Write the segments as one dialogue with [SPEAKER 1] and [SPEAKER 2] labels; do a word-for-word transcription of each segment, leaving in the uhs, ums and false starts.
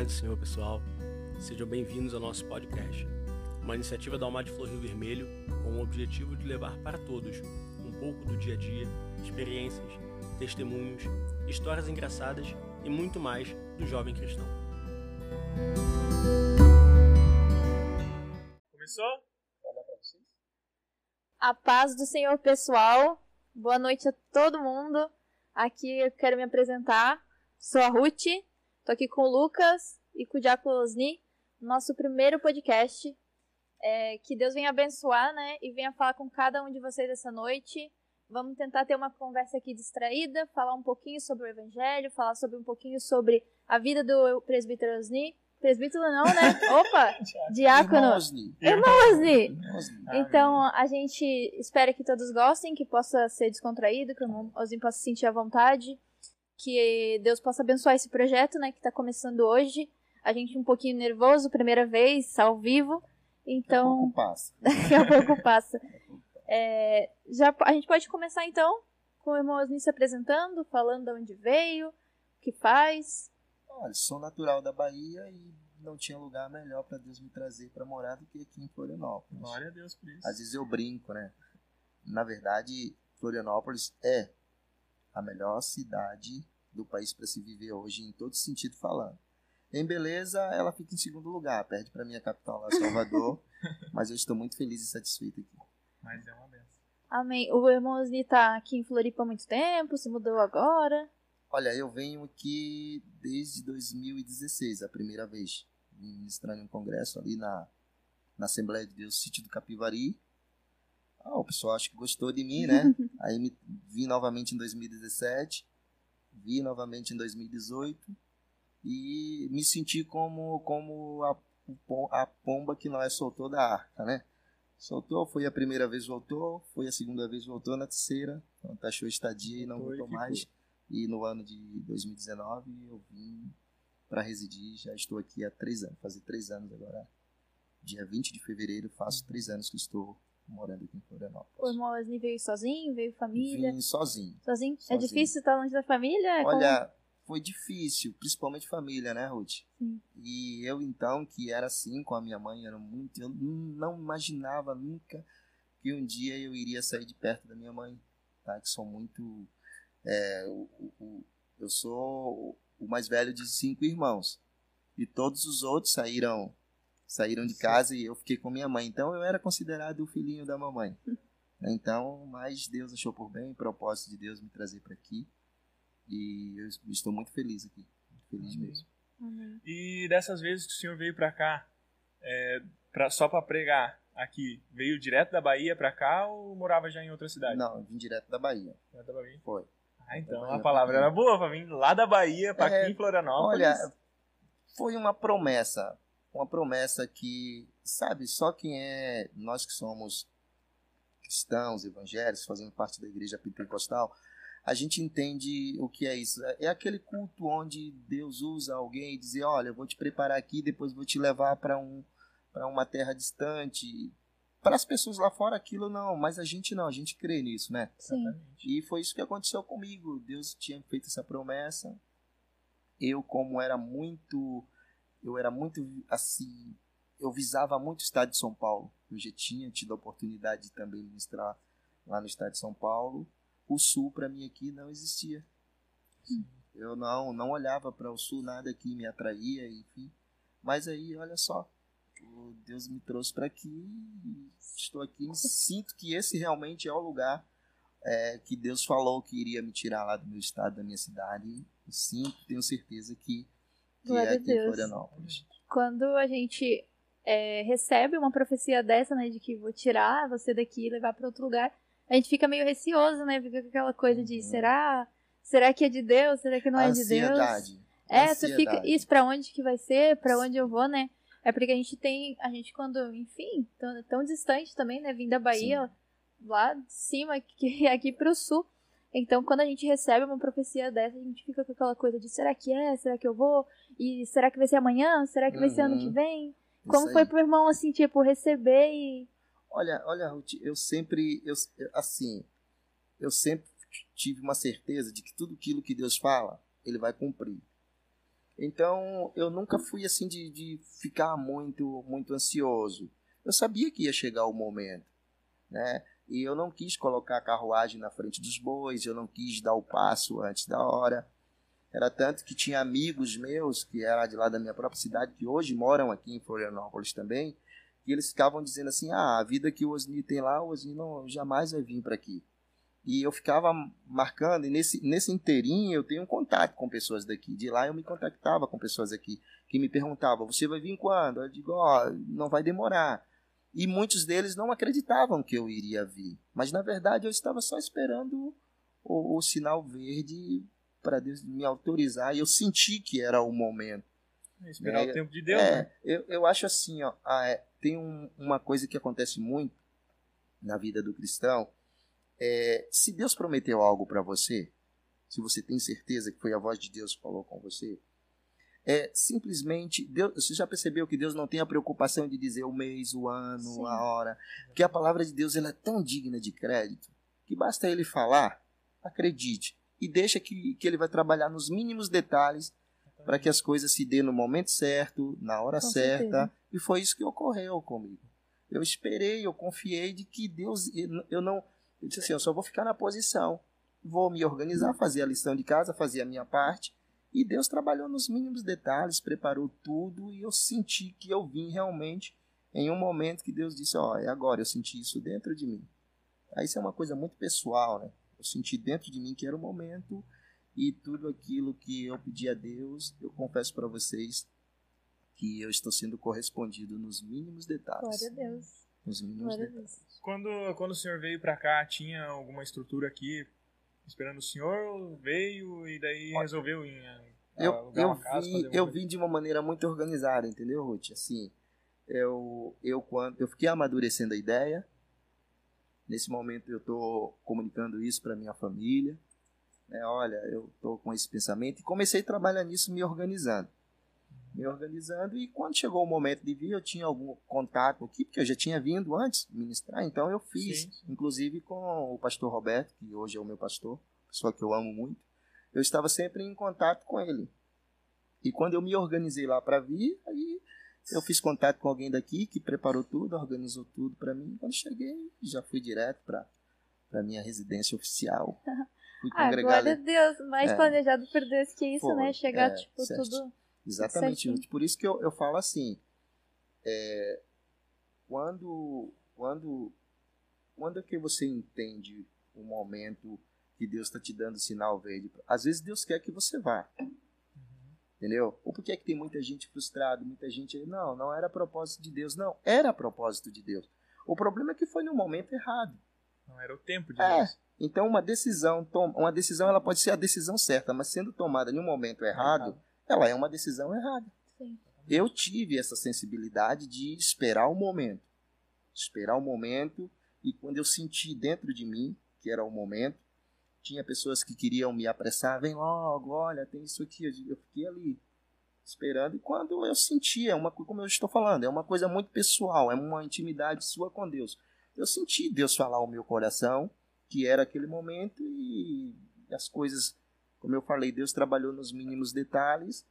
[SPEAKER 1] paz do Senhor, pessoal. Sejam bem-vindos ao nosso podcast, uma iniciativa da Almad Flor Rio Vermelho com o objetivo de levar para todos um pouco do dia a dia, experiências, testemunhos, histórias engraçadas e muito mais do jovem cristão.
[SPEAKER 2] Começou?
[SPEAKER 3] Olha para vocês.
[SPEAKER 4] A paz do Senhor, pessoal. Boa noite a todo mundo. Aqui eu quero me apresentar. Sou a Ruth. Tô aqui com o Lucas e com o Diácono Osni. Nosso primeiro podcast. É, que Deus venha abençoar, né? E venha falar com cada um de vocês essa noite. Vamos tentar ter uma conversa aqui distraída, falar um pouquinho sobre o Evangelho, falar sobre um pouquinho sobre a vida do presbítero Osni. Presbítero não, né? Opa! Diácono.
[SPEAKER 3] Irmão Osni.
[SPEAKER 4] Irmão Osni.
[SPEAKER 3] Osni.
[SPEAKER 4] Então, a gente espera que todos gostem, que possa ser descontraído, que o irmão Osni possa se sentir à vontade, que Deus possa abençoar esse projeto, né, que está começando hoje. A gente um pouquinho nervoso, primeira vez, ao vivo. Então,
[SPEAKER 3] daqui a pouco passa.
[SPEAKER 4] Daqui a pouco passa. É, já, a gente pode começar, então, com o irmão Osni se apresentando, falando de onde veio, o que faz.
[SPEAKER 3] Olha, sou natural da Bahia e não tinha lugar melhor para Deus me trazer para morar do que aqui em Florianópolis.
[SPEAKER 2] Glória a Deus por isso.
[SPEAKER 3] Às vezes eu brinco, né? Na verdade, Florianópolis é a melhor cidade do país para se viver hoje, em todo sentido falando. Em beleza, ela fica em segundo lugar, perde para minha capital lá, Salvador, mas eu estou muito feliz e satisfeito aqui.
[SPEAKER 2] Mas é uma benção.
[SPEAKER 4] Amém. O irmão Osni está aqui em Floripa há muito tempo, se mudou agora.
[SPEAKER 3] Olha, eu venho aqui desde dois mil e dezesseis, a primeira vez. Vim ministrando um congresso ali na, na Assembleia de Deus, sítio do Capivari. Ah, o pessoal acho que gostou de mim, né? Aí me, vim novamente em dois mil e dezessete, vim novamente em dois mil e dezoito e me senti como, como a, a pomba que Noé soltou da arca, né? Soltou, foi a primeira vez, voltou, foi a segunda vez, voltou, na terceira, então, taxou estadia e não voltou mais. E no ano de dois mil e dezenove eu vim para residir, já estou aqui há três anos, fazer três anos agora. Dia vinte de fevereiro faço três anos que estou morando aqui em Florianópolis.
[SPEAKER 4] O irmão Osni veio sozinho, veio família?
[SPEAKER 3] Vim sozinho.
[SPEAKER 4] Sozinho?
[SPEAKER 3] Sozinho.
[SPEAKER 4] É difícil estar longe da família?
[SPEAKER 3] Olha, como... foi difícil, principalmente família, né, Ruth?
[SPEAKER 4] Sim.
[SPEAKER 3] E eu então, que era assim com a minha mãe, era muito, eu não imaginava nunca que um dia eu iria sair de perto da minha mãe, tá? Que sou muito... É, o, o, eu sou o mais velho de cinco irmãos e todos os outros saíram saíram de casa e eu fiquei com minha mãe, então eu era considerado o filhinho da mamãe. Então, mas Deus achou por bem, o propósito de Deus me trazer para aqui e eu estou muito feliz aqui, muito feliz
[SPEAKER 2] Amém.
[SPEAKER 3] mesmo.
[SPEAKER 4] Uhum.
[SPEAKER 2] E dessas vezes que o senhor veio para cá, é, pra, só para pregar aqui, veio direto da Bahia para cá ou morava já em outra cidade?
[SPEAKER 3] Não, eu vim direto da Bahia.
[SPEAKER 2] Direto da Bahia.
[SPEAKER 3] Foi.
[SPEAKER 2] Ah, então
[SPEAKER 3] Bahia,
[SPEAKER 2] a palavra era boa para vir lá da Bahia para
[SPEAKER 3] É,
[SPEAKER 2] aqui em Florianópolis.
[SPEAKER 3] Olha, foi uma promessa, uma promessa que, sabe, só quem é, nós que somos cristãos, evangélicos, fazendo parte da igreja pentecostal, a gente entende o que é isso. É aquele culto onde Deus usa alguém e diz, olha, eu vou te preparar aqui, depois vou te levar para um, para uma terra distante. Para as pessoas lá fora aquilo não, mas a gente não, a gente crê nisso, né?
[SPEAKER 4] Sim.
[SPEAKER 3] E foi isso que aconteceu comigo. Deus tinha feito essa promessa. Eu, como era muito, eu era muito assim, eu visava muito o estado de São Paulo. Eu já tinha tido a oportunidade de também ministrar lá no estado de São Paulo. O sul para mim aqui não existia.
[SPEAKER 4] Hum.
[SPEAKER 3] Eu não, não olhava para o sul, nada aqui me atraía, enfim. Mas aí, olha só, Deus me trouxe para aqui, estou aqui, sinto que esse realmente é o lugar é, que Deus falou que iria me tirar lá do meu estado, da minha cidade, e sinto, tenho certeza que, que é aqui em Florianópolis.
[SPEAKER 4] Quando a gente é, recebe uma profecia dessa, né, de que vou tirar você daqui e levar para outro lugar, a gente fica meio receoso, né, fica com aquela coisa de, uhum. será, será que é de Deus, será que não é
[SPEAKER 3] ansiedade.
[SPEAKER 4] de Deus? É,
[SPEAKER 3] ansiedade.
[SPEAKER 4] tu fica, isso, para onde que vai ser, para onde eu vou, né? É porque a gente tem, a gente quando, enfim, tão, tão distante também, né, vim da Bahia, sim, lá de cima, aqui, aqui pro sul. Então, quando a gente recebe uma profecia dessa, a gente fica com aquela coisa de, será que é? Será que eu vou? E será que vai ser amanhã? Será que vai
[SPEAKER 3] uhum.
[SPEAKER 4] ser ano que vem? Como
[SPEAKER 3] Isso
[SPEAKER 4] foi
[SPEAKER 3] aí.
[SPEAKER 4] pro irmão, assim, tipo, receber e...
[SPEAKER 3] Olha, olha, Ruth, eu sempre, eu, assim, eu sempre tive uma certeza de que tudo aquilo que Deus fala, Ele vai cumprir. Então, eu nunca fui assim de, de ficar muito, muito ansioso. Eu sabia que ia chegar o momento, né? E eu não quis colocar a carruagem na frente dos bois, eu não quis dar o passo antes da hora. Era tanto que tinha amigos meus, que eram de lá da minha própria cidade, que hoje moram aqui em Florianópolis também, e eles ficavam dizendo assim, ah, a vida que o Osni tem lá, o Osni não, jamais vai vir para aqui. E eu ficava marcando, e nesse, nesse inteirinho eu tenho um contato com pessoas daqui. De lá eu me contactava com pessoas aqui, que me perguntavam, você vai vir quando? Eu digo, ó, oh, não vai demorar. E muitos deles não acreditavam que eu iria vir. Mas na verdade eu estava só esperando o, o sinal verde para Deus me autorizar, e eu senti que era o momento.
[SPEAKER 2] Esperar
[SPEAKER 3] é,
[SPEAKER 2] o tempo de Deus,
[SPEAKER 3] é,
[SPEAKER 2] né?
[SPEAKER 3] Eu, eu acho assim, ó, é, tem um, uma coisa que acontece muito na vida do cristão. É, se Deus prometeu algo para você, se você tem certeza que foi a voz de Deus que falou com você, é simplesmente, Deus, você já percebeu que Deus não tem a preocupação de dizer o mês, o ano, Sim. a hora, porque a palavra de Deus ela é tão digna de crédito, que basta Ele falar, acredite, e deixa que, que Ele vai trabalhar nos mínimos detalhes para que as coisas se dêem no momento certo, na hora com certa, certeza. E foi isso que ocorreu comigo. Eu esperei, eu confiei de que Deus, eu não... Eu disse assim, eu só vou ficar na posição, vou me organizar, fazer a lição de casa, fazer a minha parte. E Deus trabalhou nos mínimos detalhes, preparou tudo, e eu senti que eu vim realmente em um momento que Deus disse, ó, oh, é agora, eu senti isso dentro de mim. Aí isso é uma coisa muito pessoal, né? Eu senti dentro de mim que era o momento, e tudo aquilo que eu pedi a Deus, eu confesso para vocês que eu estou sendo correspondido nos mínimos detalhes.
[SPEAKER 4] Glória a Deus.
[SPEAKER 3] Nos mínimos
[SPEAKER 4] Glória
[SPEAKER 3] detalhes.
[SPEAKER 4] a Deus.
[SPEAKER 2] Quando, quando o senhor veio pra cá, tinha alguma estrutura aqui esperando o senhor? Veio e daí resolveu em
[SPEAKER 3] eu,
[SPEAKER 2] alugar
[SPEAKER 3] eu
[SPEAKER 2] uma casa?
[SPEAKER 3] Vi, eu vim de uma maneira muito organizada, entendeu, Ruth? Assim, eu, eu, quando, eu fiquei amadurecendo a ideia. Nesse momento eu estou comunicando isso para minha família. Né? Olha, eu estou com esse pensamento e comecei a trabalhar nisso me organizando. me organizando, e quando chegou o momento de vir, eu tinha algum contato aqui, porque eu já tinha vindo antes ministrar, então eu fiz, sim, sim. inclusive com o pastor Roberto, que hoje é o meu pastor, pessoa que eu amo muito, eu estava sempre em contato com ele. E quando eu me organizei lá para vir, aí eu fiz contato com alguém daqui, que preparou tudo, organizou tudo para mim, quando cheguei, já fui direto para a minha residência oficial. Fui
[SPEAKER 4] ah, glória a Deus, mais é, planejado por Deus que isso, foi, né, chegar, é, tipo, certo. tudo...
[SPEAKER 3] Exatamente, certinho. Por isso que eu, eu falo assim, é, quando, quando, quando é que você entende o momento que Deus está te dando sinal verde? Às vezes Deus quer que você vá, uhum. entendeu? Ou por que é que tem muita gente frustrada, muita gente, não, não era propósito de Deus, não, era propósito de Deus. O problema é que foi no momento errado.
[SPEAKER 2] Não era o tempo de
[SPEAKER 3] é,
[SPEAKER 2] Deus.
[SPEAKER 3] Então uma decisão, uma decisão ela pode ser a decisão certa, mas sendo tomada em um momento errado, errado. ela é uma decisão errada.
[SPEAKER 4] Sim.
[SPEAKER 3] Eu tive essa sensibilidade de esperar o momento. Esperar o momento, e quando eu senti dentro de mim que era o momento, tinha pessoas que queriam me apressar, vem logo, olha, tem isso aqui. Eu fiquei ali, esperando, e quando eu sentia, uma, como eu estou falando, é uma coisa muito pessoal, é uma intimidade sua com Deus. Eu senti Deus falar ao meu coração, que era aquele momento, e as coisas... Como eu falei, Deus trabalhou nos mínimos detalhes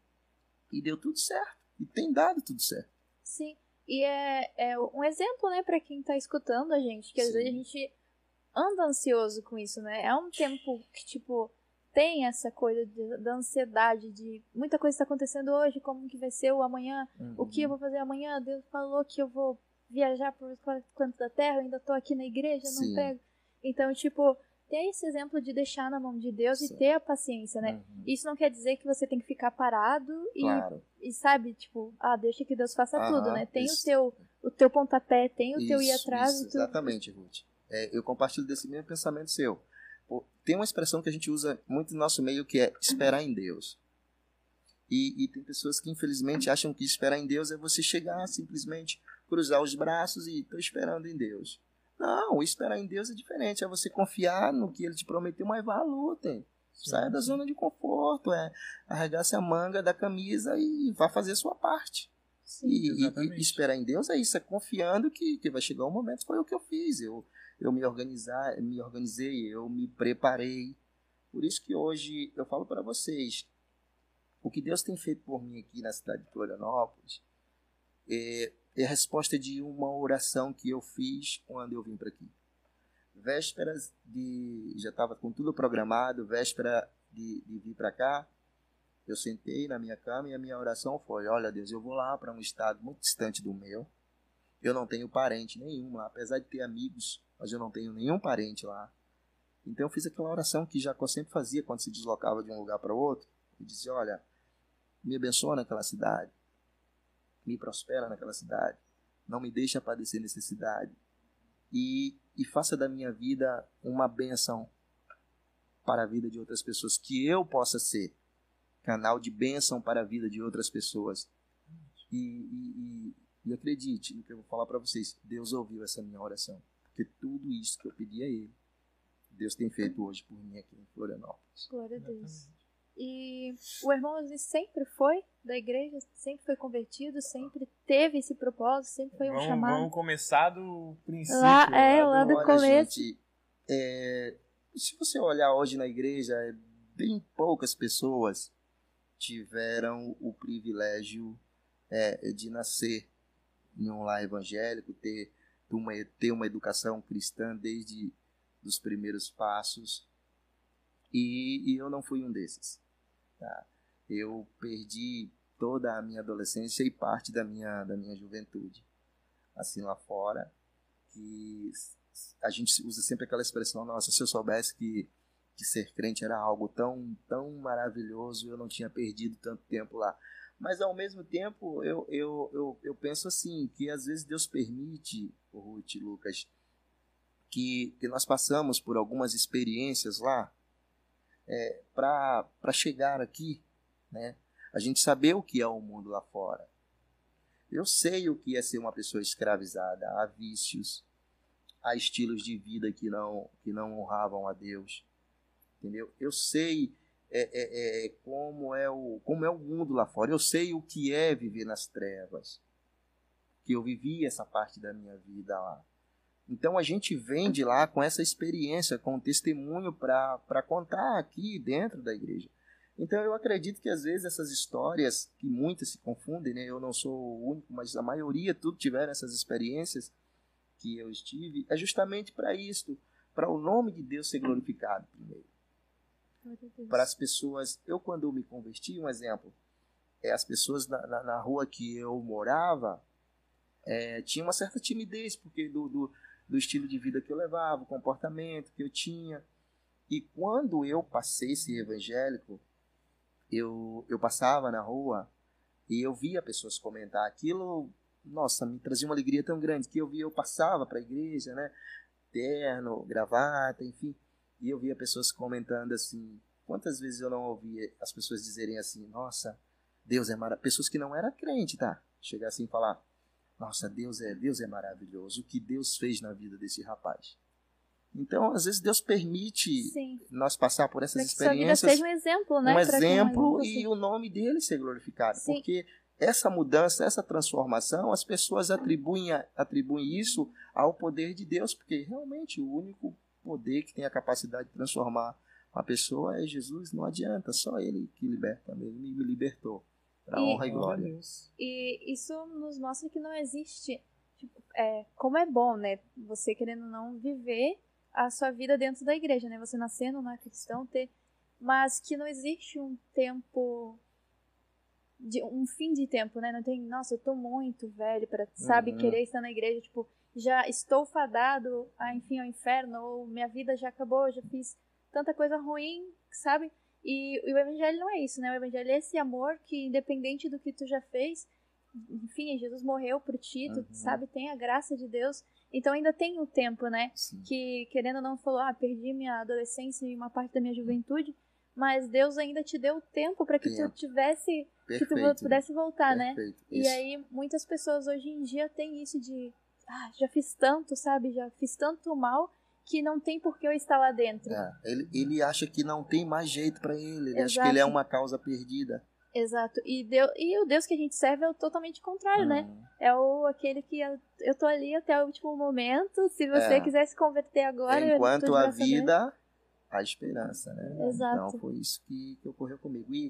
[SPEAKER 3] e deu tudo certo. E tem dado tudo certo.
[SPEAKER 4] Sim. E é, é um exemplo, né, para quem está escutando a gente, que às Sim. vezes a gente anda ansioso com isso, né? É um tempo que, tipo, tem essa coisa de, da ansiedade, de muita coisa está acontecendo hoje, como que vai ser o amanhã, uhum. o que eu vou fazer amanhã? Deus falou que eu vou viajar por quatro cantos da terra, eu ainda estou aqui na igreja, Sim. não pego. Então, tipo... ter esse exemplo de deixar na mão de Deus Sim. e ter a paciência, né? Uhum. Isso não quer dizer que você tem que ficar parado e, claro. e sabe, tipo, ah, deixa que Deus faça uhum. tudo, né? Tem o teu, o teu pontapé, tem o isso, teu ir atrás.
[SPEAKER 3] Isso,
[SPEAKER 4] e tu...
[SPEAKER 3] Exatamente, Ruth. É, eu compartilho desse mesmo pensamento seu. Pô, tem uma expressão que a gente usa muito no nosso meio, que é esperar em Deus. E, e tem pessoas que, infelizmente, acham que esperar em Deus é você chegar, simplesmente cruzar os braços e estou esperando em Deus. Não, esperar em Deus é diferente, é você confiar no que Ele te prometeu, mas vá à luta. Sim. Saia da zona de conforto, é arregace a manga da camisa e vá fazer a sua parte. Sim, e, e, e esperar em Deus é isso, é confiando que, que vai chegar o momento. Foi o que eu fiz, eu, eu me, organizar, me organizei, eu me preparei. Por isso que hoje eu falo para vocês, o que Deus tem feito por mim aqui na cidade de Florianópolis é, é a resposta de uma oração que eu fiz quando eu vim para aqui. Vésperas de... já estava com tudo programado, véspera de, de vir para cá, eu sentei na minha cama e a minha oração foi: olha, Deus, eu vou lá para um estado muito distante do meu, eu não tenho parente nenhum lá, apesar de ter amigos, mas eu não tenho nenhum parente lá. Então eu fiz aquela oração que Jacó sempre fazia quando se deslocava de um lugar para outro. Ele dizia: olha, me abençoa naquela cidade, me prospera naquela cidade, não me deixa padecer necessidade, e, e faça da minha vida uma bênção para a vida de outras pessoas, que eu possa ser canal de bênção para a vida de outras pessoas. E, e, e, e acredite no que eu vou falar para vocês, Deus ouviu essa minha oração, porque tudo isso que eu pedi a Ele, Deus tem feito hoje por mim aqui em Florianópolis.
[SPEAKER 4] Glória a Deus. E o irmão Osni sempre foi da igreja, sempre foi convertido, sempre teve esse propósito, sempre foi um
[SPEAKER 2] vamos,
[SPEAKER 4] chamado.
[SPEAKER 2] Vamos começar do princípio.
[SPEAKER 4] Lá, é,
[SPEAKER 2] lá
[SPEAKER 4] lá do
[SPEAKER 3] Olha,
[SPEAKER 4] começo.
[SPEAKER 3] gente, é, se você olhar hoje na igreja, bem poucas pessoas tiveram o privilégio é, de nascer em um lar evangélico, ter uma, ter uma educação cristã desde os primeiros passos, e, e eu não fui um desses. Tá? Eu perdi toda a minha adolescência e parte da minha, da minha juventude. Assim lá fora, que a gente usa sempre aquela expressão: nossa, se eu soubesse que, que ser crente era algo tão, tão maravilhoso, eu não tinha perdido tanto tempo lá. Mas ao mesmo tempo, eu, eu, eu, eu penso assim, que às vezes Deus permite, Ruth e Lucas, que, que nós passamos por algumas experiências lá, é, para chegar aqui, né? A gente saber o que é o mundo lá fora. Eu sei o que é ser uma pessoa escravizada a vícios, a estilos de vida que não, que não honravam a Deus, entendeu? Eu sei é, é, é, como, é o, como é o mundo lá fora. Eu sei o que é viver nas trevas, que eu vivi essa parte da minha vida lá. Então a gente vem de lá com essa experiência, com um testemunho para contar aqui dentro da igreja. Então eu acredito que às vezes essas histórias, que muitas se confundem, né? Eu não sou o único, mas a maioria tudo tiveram essas experiências que eu estive, é justamente para isso, para o nome de Deus ser glorificado primeiro. Para as pessoas, eu quando eu me converti, um exemplo, é, as pessoas na, na, na rua que eu morava, é, tinha uma certa timidez, porque do, do do estilo de vida que eu levava, o comportamento que eu tinha. E quando eu passei esse evangélico, eu, eu passava na rua e eu via pessoas comentar aquilo, nossa, me trazia uma alegria tão grande, que eu via, eu passava para a igreja, né, terno, gravata, enfim, e eu via pessoas comentando assim, quantas vezes eu não ouvia as pessoas dizerem assim: nossa, Deus é maravilhoso, pessoas que não eram crente, tá, chegar assim e falar: nossa, Deus é, Deus é maravilhoso, o que Deus fez na vida desse rapaz. Então, às vezes, Deus permite Sim. nós passar por essas experiências.
[SPEAKER 4] Sua vida seja um exemplo, né?
[SPEAKER 3] Um exemplo e o nome dele ser glorificado. Sim. Porque essa mudança, essa transformação, as pessoas atribuem, atribuem isso ao poder de Deus, porque realmente o único poder que tem a capacidade de transformar uma pessoa é Jesus. Não adianta, só ele que liberta, ele me libertou. Para honra e glória.
[SPEAKER 4] E isso nos mostra que não existe, tipo, é, como é bom, né, você querendo não viver a sua vida dentro da igreja, né, você nascendo na cristão, ter, mas que não existe um tempo, de, um fim de tempo, né, não tem, nossa, eu tô muito velho para, sabe, uhum. querer estar na igreja, tipo, já estou fadado, a, enfim, ao inferno, ou minha vida já acabou, já fiz tanta coisa ruim, sabe? E o evangelho não é isso, né? O evangelho é esse amor que, independente do que tu já fez, enfim, Jesus morreu por ti, tu uhum. sabe, tem a graça de Deus. Então ainda tem o tempo, né? Sim. Que, querendo ou não, falou: ah, perdi minha adolescência e uma parte da minha juventude, mas Deus ainda te deu tempo para que tempo. tu tivesse, Perfeito, que tu pudesse voltar, Perfeito. né? Isso. E aí muitas pessoas hoje em dia têm isso de: ah, já fiz tanto, sabe? Já fiz tanto mal, que não tem por que eu estar lá dentro.
[SPEAKER 3] É, ele, ele acha que não tem mais jeito para ele, ele Exato. acha que ele é uma causa perdida.
[SPEAKER 4] Exato, e, Deus, e o Deus que a gente serve é o totalmente contrário, hum. né? É o, aquele que eu, eu tô ali até o último momento, se você é. quiser se converter agora...
[SPEAKER 3] Enquanto a vida, a esperança, né?
[SPEAKER 4] Exato.
[SPEAKER 3] Então foi isso que, que ocorreu comigo. E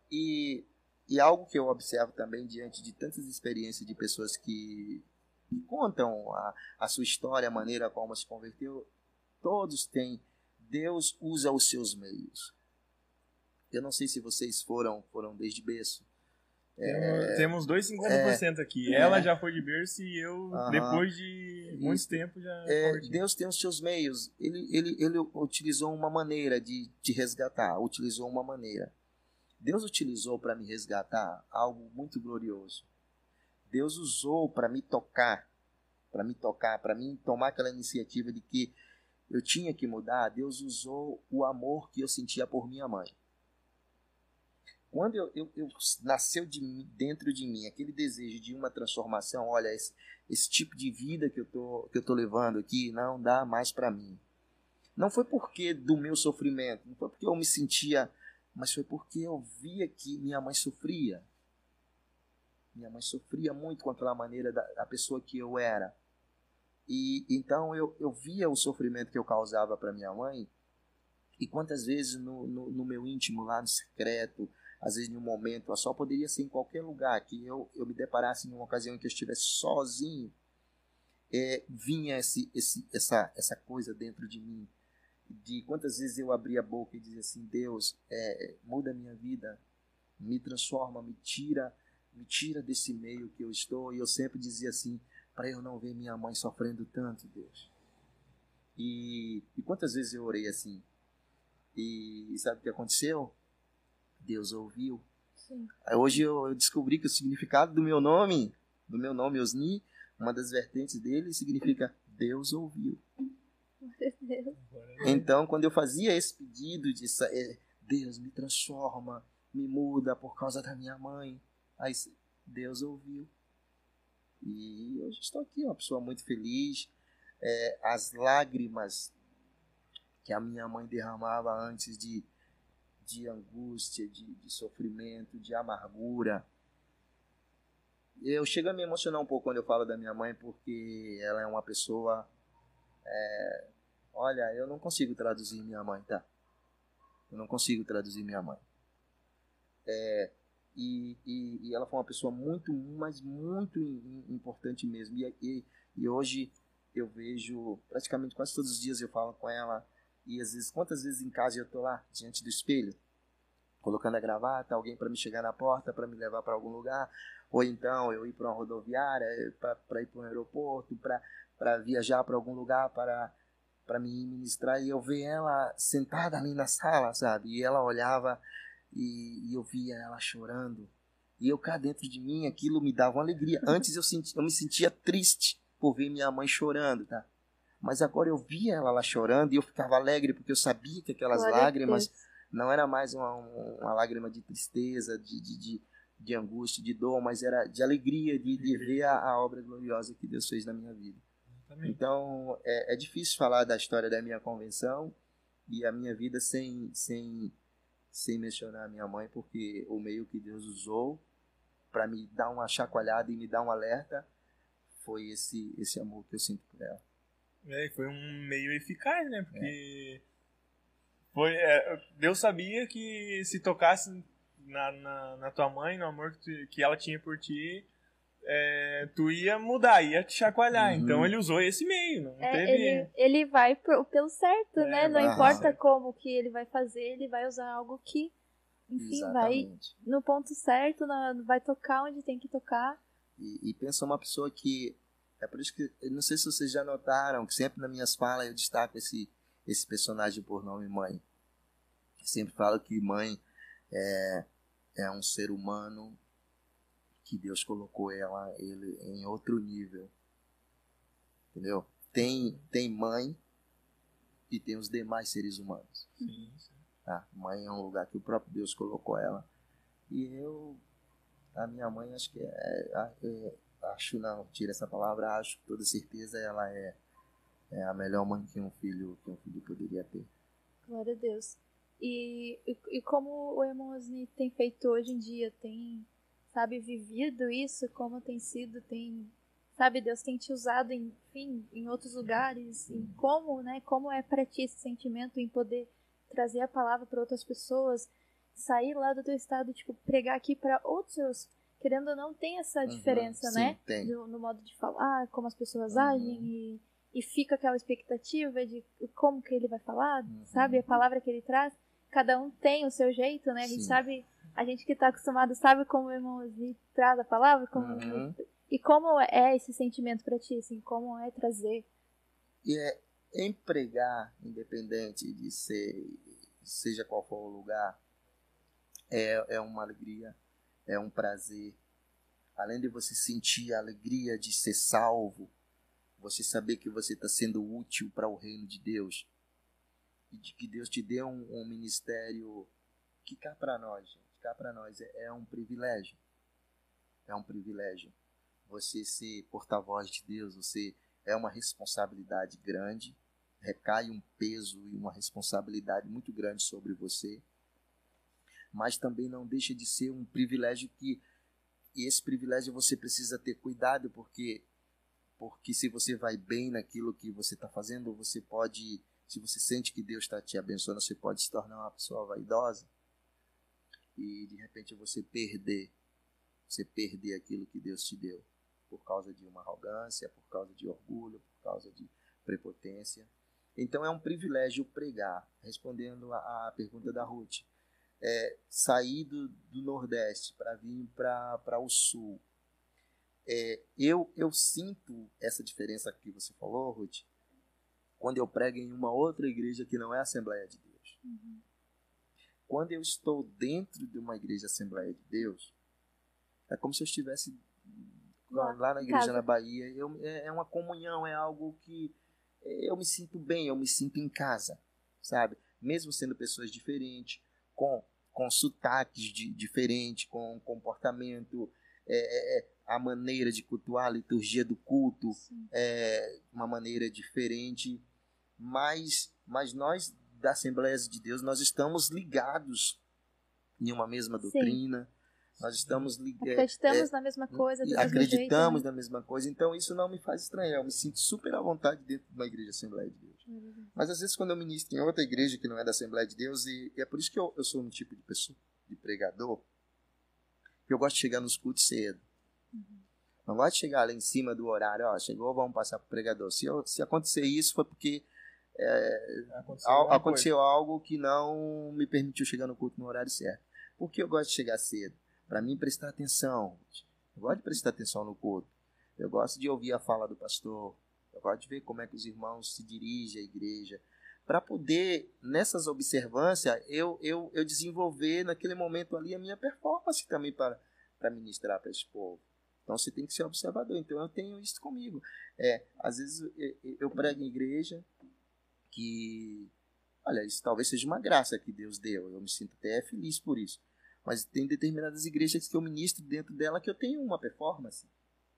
[SPEAKER 3] E, e algo que eu observo também diante de tantas experiências de pessoas que, que contam a, a sua história, a maneira como se converteu, todos têm, Deus usa os seus meios. Eu não sei se vocês foram, foram desde berço.
[SPEAKER 2] É, temos dois cinquenta por cento é, aqui. Ela é, já foi de berço e eu, uh-huh, depois de muito e, tempo, já
[SPEAKER 3] é, Deus tem os seus meios. Ele, ele, ele utilizou uma maneira de, de resgatar. Utilizou uma maneira. Deus utilizou para me resgatar algo muito glorioso. Deus usou para me tocar, para me tocar, para mim tomar aquela iniciativa de que eu tinha que mudar. Deus usou o amor que eu sentia por minha mãe. Quando eu, eu, eu nasceu de mim, dentro de mim aquele desejo de uma transformação, olha, esse, esse tipo de vida que eu tô, que eu tô levando aqui não dá mais para mim. Não foi porque do meu sofrimento, não foi porque eu me sentia, mas foi porque eu via que minha mãe sofria. Minha mãe sofria muito com aquela maneira da, da pessoa que eu era. E então eu, eu via o sofrimento que eu causava para minha mãe. E quantas vezes no, no, no meu íntimo, lá no secreto, às vezes em um momento, só poderia ser em qualquer lugar, que eu, eu me deparasse em uma ocasião em que eu estivesse sozinho, é, vinha esse, esse, essa, essa coisa dentro de mim, de quantas vezes eu abria a boca e dizia assim, Deus, é, muda a minha vida, me transforma, me tira, me tira desse meio que eu estou, e eu sempre dizia assim, para eu não ver minha mãe sofrendo tanto, Deus. E, e quantas vezes eu orei assim, e sabe o que aconteceu? Deus ouviu. Sim. Hoje eu descobri que o significado do meu nome, do meu nome Osni, uma das vertentes dele significa Deus ouviu. Deus. Então, quando eu fazia esse pedido de Deus me transforma, me muda por causa da minha mãe, aí Deus ouviu. E hoje estou aqui, uma pessoa muito feliz. É, as lágrimas que a minha mãe derramava antes de de angústia, de, de sofrimento, de amargura. Eu chego a me emocionar um pouco quando eu falo da minha mãe, porque ela é uma pessoa... É, olha, eu não consigo traduzir minha mãe, tá? Eu não consigo traduzir minha mãe. É, e, e, e ela foi uma pessoa muito, mas muito importante mesmo. E, e, e hoje eu vejo, praticamente quase todos os dias eu falo com ela. E às vezes, quantas vezes em casa eu tô lá, diante do espelho, colocando a gravata, alguém para me chegar na porta, para me levar para algum lugar, ou então eu ir para uma rodoviária, para ir para um aeroporto, para viajar para algum lugar, para para me ministrar, e eu ver ela sentada ali na sala, sabe? E ela olhava e, e eu via ela chorando. E eu cá dentro de mim, aquilo me dava uma alegria. Antes eu, senti, eu me sentia triste por ver minha mãe chorando, tá? Mas agora eu via ela lá chorando e eu ficava alegre porque eu sabia que aquelas Glória lágrimas não era mais uma, uma lágrima de tristeza, de, de, de, de angústia, de dor, mas era de alegria, de, de ver a, a obra gloriosa que Deus fez na minha vida. Também. Então, é, é difícil falar da história da minha convenção e a minha vida sem, sem, sem mencionar a minha mãe, porque o meio que Deus usou para me dar uma chacoalhada e me dar um alerta foi esse, esse amor que eu sinto por ela.
[SPEAKER 2] É, foi um meio eficaz, né? Porque é. foi, é, Deus sabia que se tocasse na, na, na tua mãe, no amor que, tu, que ela tinha por ti, é, tu ia mudar, ia te chacoalhar. Uhum. Então ele usou esse meio. Não
[SPEAKER 4] é,
[SPEAKER 2] teve...
[SPEAKER 4] ele, ele vai pro, pelo certo, é, né? Não ah, importa certo. Como que ele vai fazer, ele vai usar algo que, enfim, Exatamente. Vai no ponto certo, na, vai tocar onde tem que tocar.
[SPEAKER 3] E, e pensa uma pessoa que... É por isso que, eu não sei se vocês já notaram, que sempre nas minhas falas eu destaco esse, esse personagem por nome mãe. Eu sempre falo que mãe é, é um ser humano que Deus colocou ela, ele em outro nível. Entendeu? Tem, tem mãe e tem os demais seres humanos. Sim, sim. Tá? Mãe é um lugar que o próprio Deus colocou ela. E eu, a minha mãe, acho que é... é acho não, tira essa palavra, acho com toda certeza ela é, é a melhor mãe que um filho que um filho poderia ter.
[SPEAKER 4] Glória a Deus. E, e, e como o irmão Osni tem feito hoje em dia, tem, sabe, vivido isso, como tem sido, tem, sabe, Deus tem te usado, enfim, em outros lugares, em como, né, como é para ti esse sentimento em poder trazer a palavra para outras pessoas. sair lá do teu estado, tipo, pregar aqui para outros, querendo ou não, tem essa
[SPEAKER 3] Uhum,
[SPEAKER 4] diferença,
[SPEAKER 3] sim,
[SPEAKER 4] né?
[SPEAKER 3] tem.
[SPEAKER 4] Do, no modo de falar, como as pessoas
[SPEAKER 3] Uhum.
[SPEAKER 4] agem e, e fica aquela expectativa de como que ele vai falar,
[SPEAKER 3] Uhum.
[SPEAKER 4] sabe? A palavra que ele traz. Cada um tem o seu jeito, né? A gente
[SPEAKER 3] Sim.
[SPEAKER 4] sabe, a gente que tá acostumado sabe como o irmão Osni traz a palavra, como,
[SPEAKER 3] Uhum.
[SPEAKER 4] e como é esse sentimento pra ti, assim, como é trazer.
[SPEAKER 3] E é empregar, independente de ser, seja qual for o lugar, é, é uma alegria, é um prazer. Além de você sentir a alegria de ser salvo, você saber que você está sendo útil para o reino de Deus, e de que Deus te deu um, um ministério que cá para nós, gente, cá para nós é, é um privilégio. É um privilégio. Você ser porta-voz de Deus, você é uma responsabilidade grande, recai um peso e uma responsabilidade muito grande sobre você, mas também não deixa de ser um privilégio que, e esse privilégio você precisa ter cuidado, porque, porque se você vai bem naquilo que você está fazendo, você pode, se você sente que Deus está te abençoando, você pode se tornar uma pessoa vaidosa e de repente você perder, você perder aquilo que Deus te deu, por causa de uma arrogância, por causa de orgulho, por causa de prepotência. Então é um privilégio pregar. Respondendo à pergunta da Ruth, é, sair do, do Nordeste para vir para o Sul. É, eu, eu sinto essa diferença que você falou, Ruth, quando eu prego em uma outra igreja que não é a Assembleia de Deus.
[SPEAKER 4] Uhum.
[SPEAKER 3] Quando eu estou dentro de uma igreja Assembleia de Deus, é como se eu estivesse lá, lá na igreja na Bahia. Eu, é, é uma comunhão, é algo que eu me sinto bem, eu me sinto em casa, sabe? Mesmo sendo pessoas diferentes, com, com sotaques de, diferentes, com comportamento, é, é, a maneira de cultuar, a liturgia do culto,
[SPEAKER 4] Sim.
[SPEAKER 3] é uma maneira diferente, mas, mas nós da Assembleia de Deus, nós estamos ligados em uma mesma doutrina. Sim. Nós estamos ligados.
[SPEAKER 4] Acreditamos é, na mesma coisa, do
[SPEAKER 3] acreditamos
[SPEAKER 4] mesmo jeito,
[SPEAKER 3] na
[SPEAKER 4] né?
[SPEAKER 3] mesma coisa, então isso não me faz estranhar. Eu me sinto super à vontade dentro de uma igreja Assembleia de Deus. Uhum. Mas às vezes, quando eu ministro em outra igreja que não é da Assembleia de Deus, e, e é por isso que eu, eu sou um tipo de pessoa, de pregador, que eu gosto de chegar nos cultos cedo. Uhum. Não gosto de chegar lá em cima do horário, ó, chegou, vamos passar para o pregador. Se, eu, se acontecer isso, foi porque é, aconteceu, al, aconteceu algo que não me permitiu chegar no culto no horário certo. Por que eu gosto de chegar cedo? Para mim, prestar atenção. Eu gosto de prestar atenção no culto. Eu gosto de ouvir a fala do pastor. Eu gosto de ver como é que os irmãos se dirigem à igreja. Para poder, nessas observâncias, eu, eu, eu desenvolver naquele momento ali a minha performance também para, para ministrar para esse povo. Então, você tem que ser observador. Então, eu tenho isso comigo. É, às vezes, eu, eu prego em igreja que... Olha, isso talvez seja uma graça que Deus deu. Eu me sinto até feliz por isso. Mas tem determinadas igrejas que eu ministro dentro dela que eu tenho uma performance.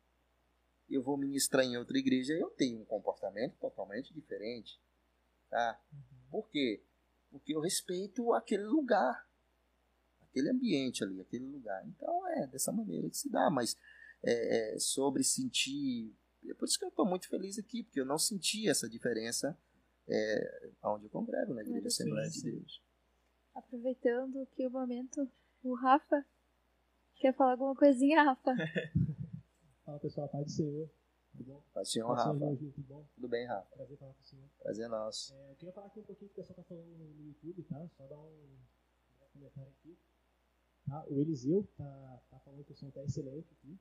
[SPEAKER 3] Eu vou ministrar em outra igreja e eu tenho um comportamento totalmente diferente. Tá? Uhum. Por quê? Porque eu respeito aquele lugar, aquele ambiente ali, aquele lugar. Então é dessa maneira que se dá. Mas é, é, sobre sentir... É por isso que eu estou muito feliz aqui, porque eu não senti essa diferença é, onde eu congrego, na igreja Assembleia de Deus.
[SPEAKER 4] Aproveitando que o momento... O Rafa, quer falar alguma coisinha, Rafa?
[SPEAKER 5] Fala, pessoal, paz do Senhor, tudo bom?
[SPEAKER 3] Paz do Senhor, Rafa.
[SPEAKER 5] Senhor, tudo bom?
[SPEAKER 3] Tudo bem, Rafa.
[SPEAKER 5] Prazer falar com o senhor.
[SPEAKER 3] Prazer nosso.
[SPEAKER 5] É, eu queria falar aqui um pouquinho que o pessoal tá falando no YouTube, tá? Só dar um, um comentário aqui. Tá? O Eliseu tá, tá falando que o som tá excelente aqui.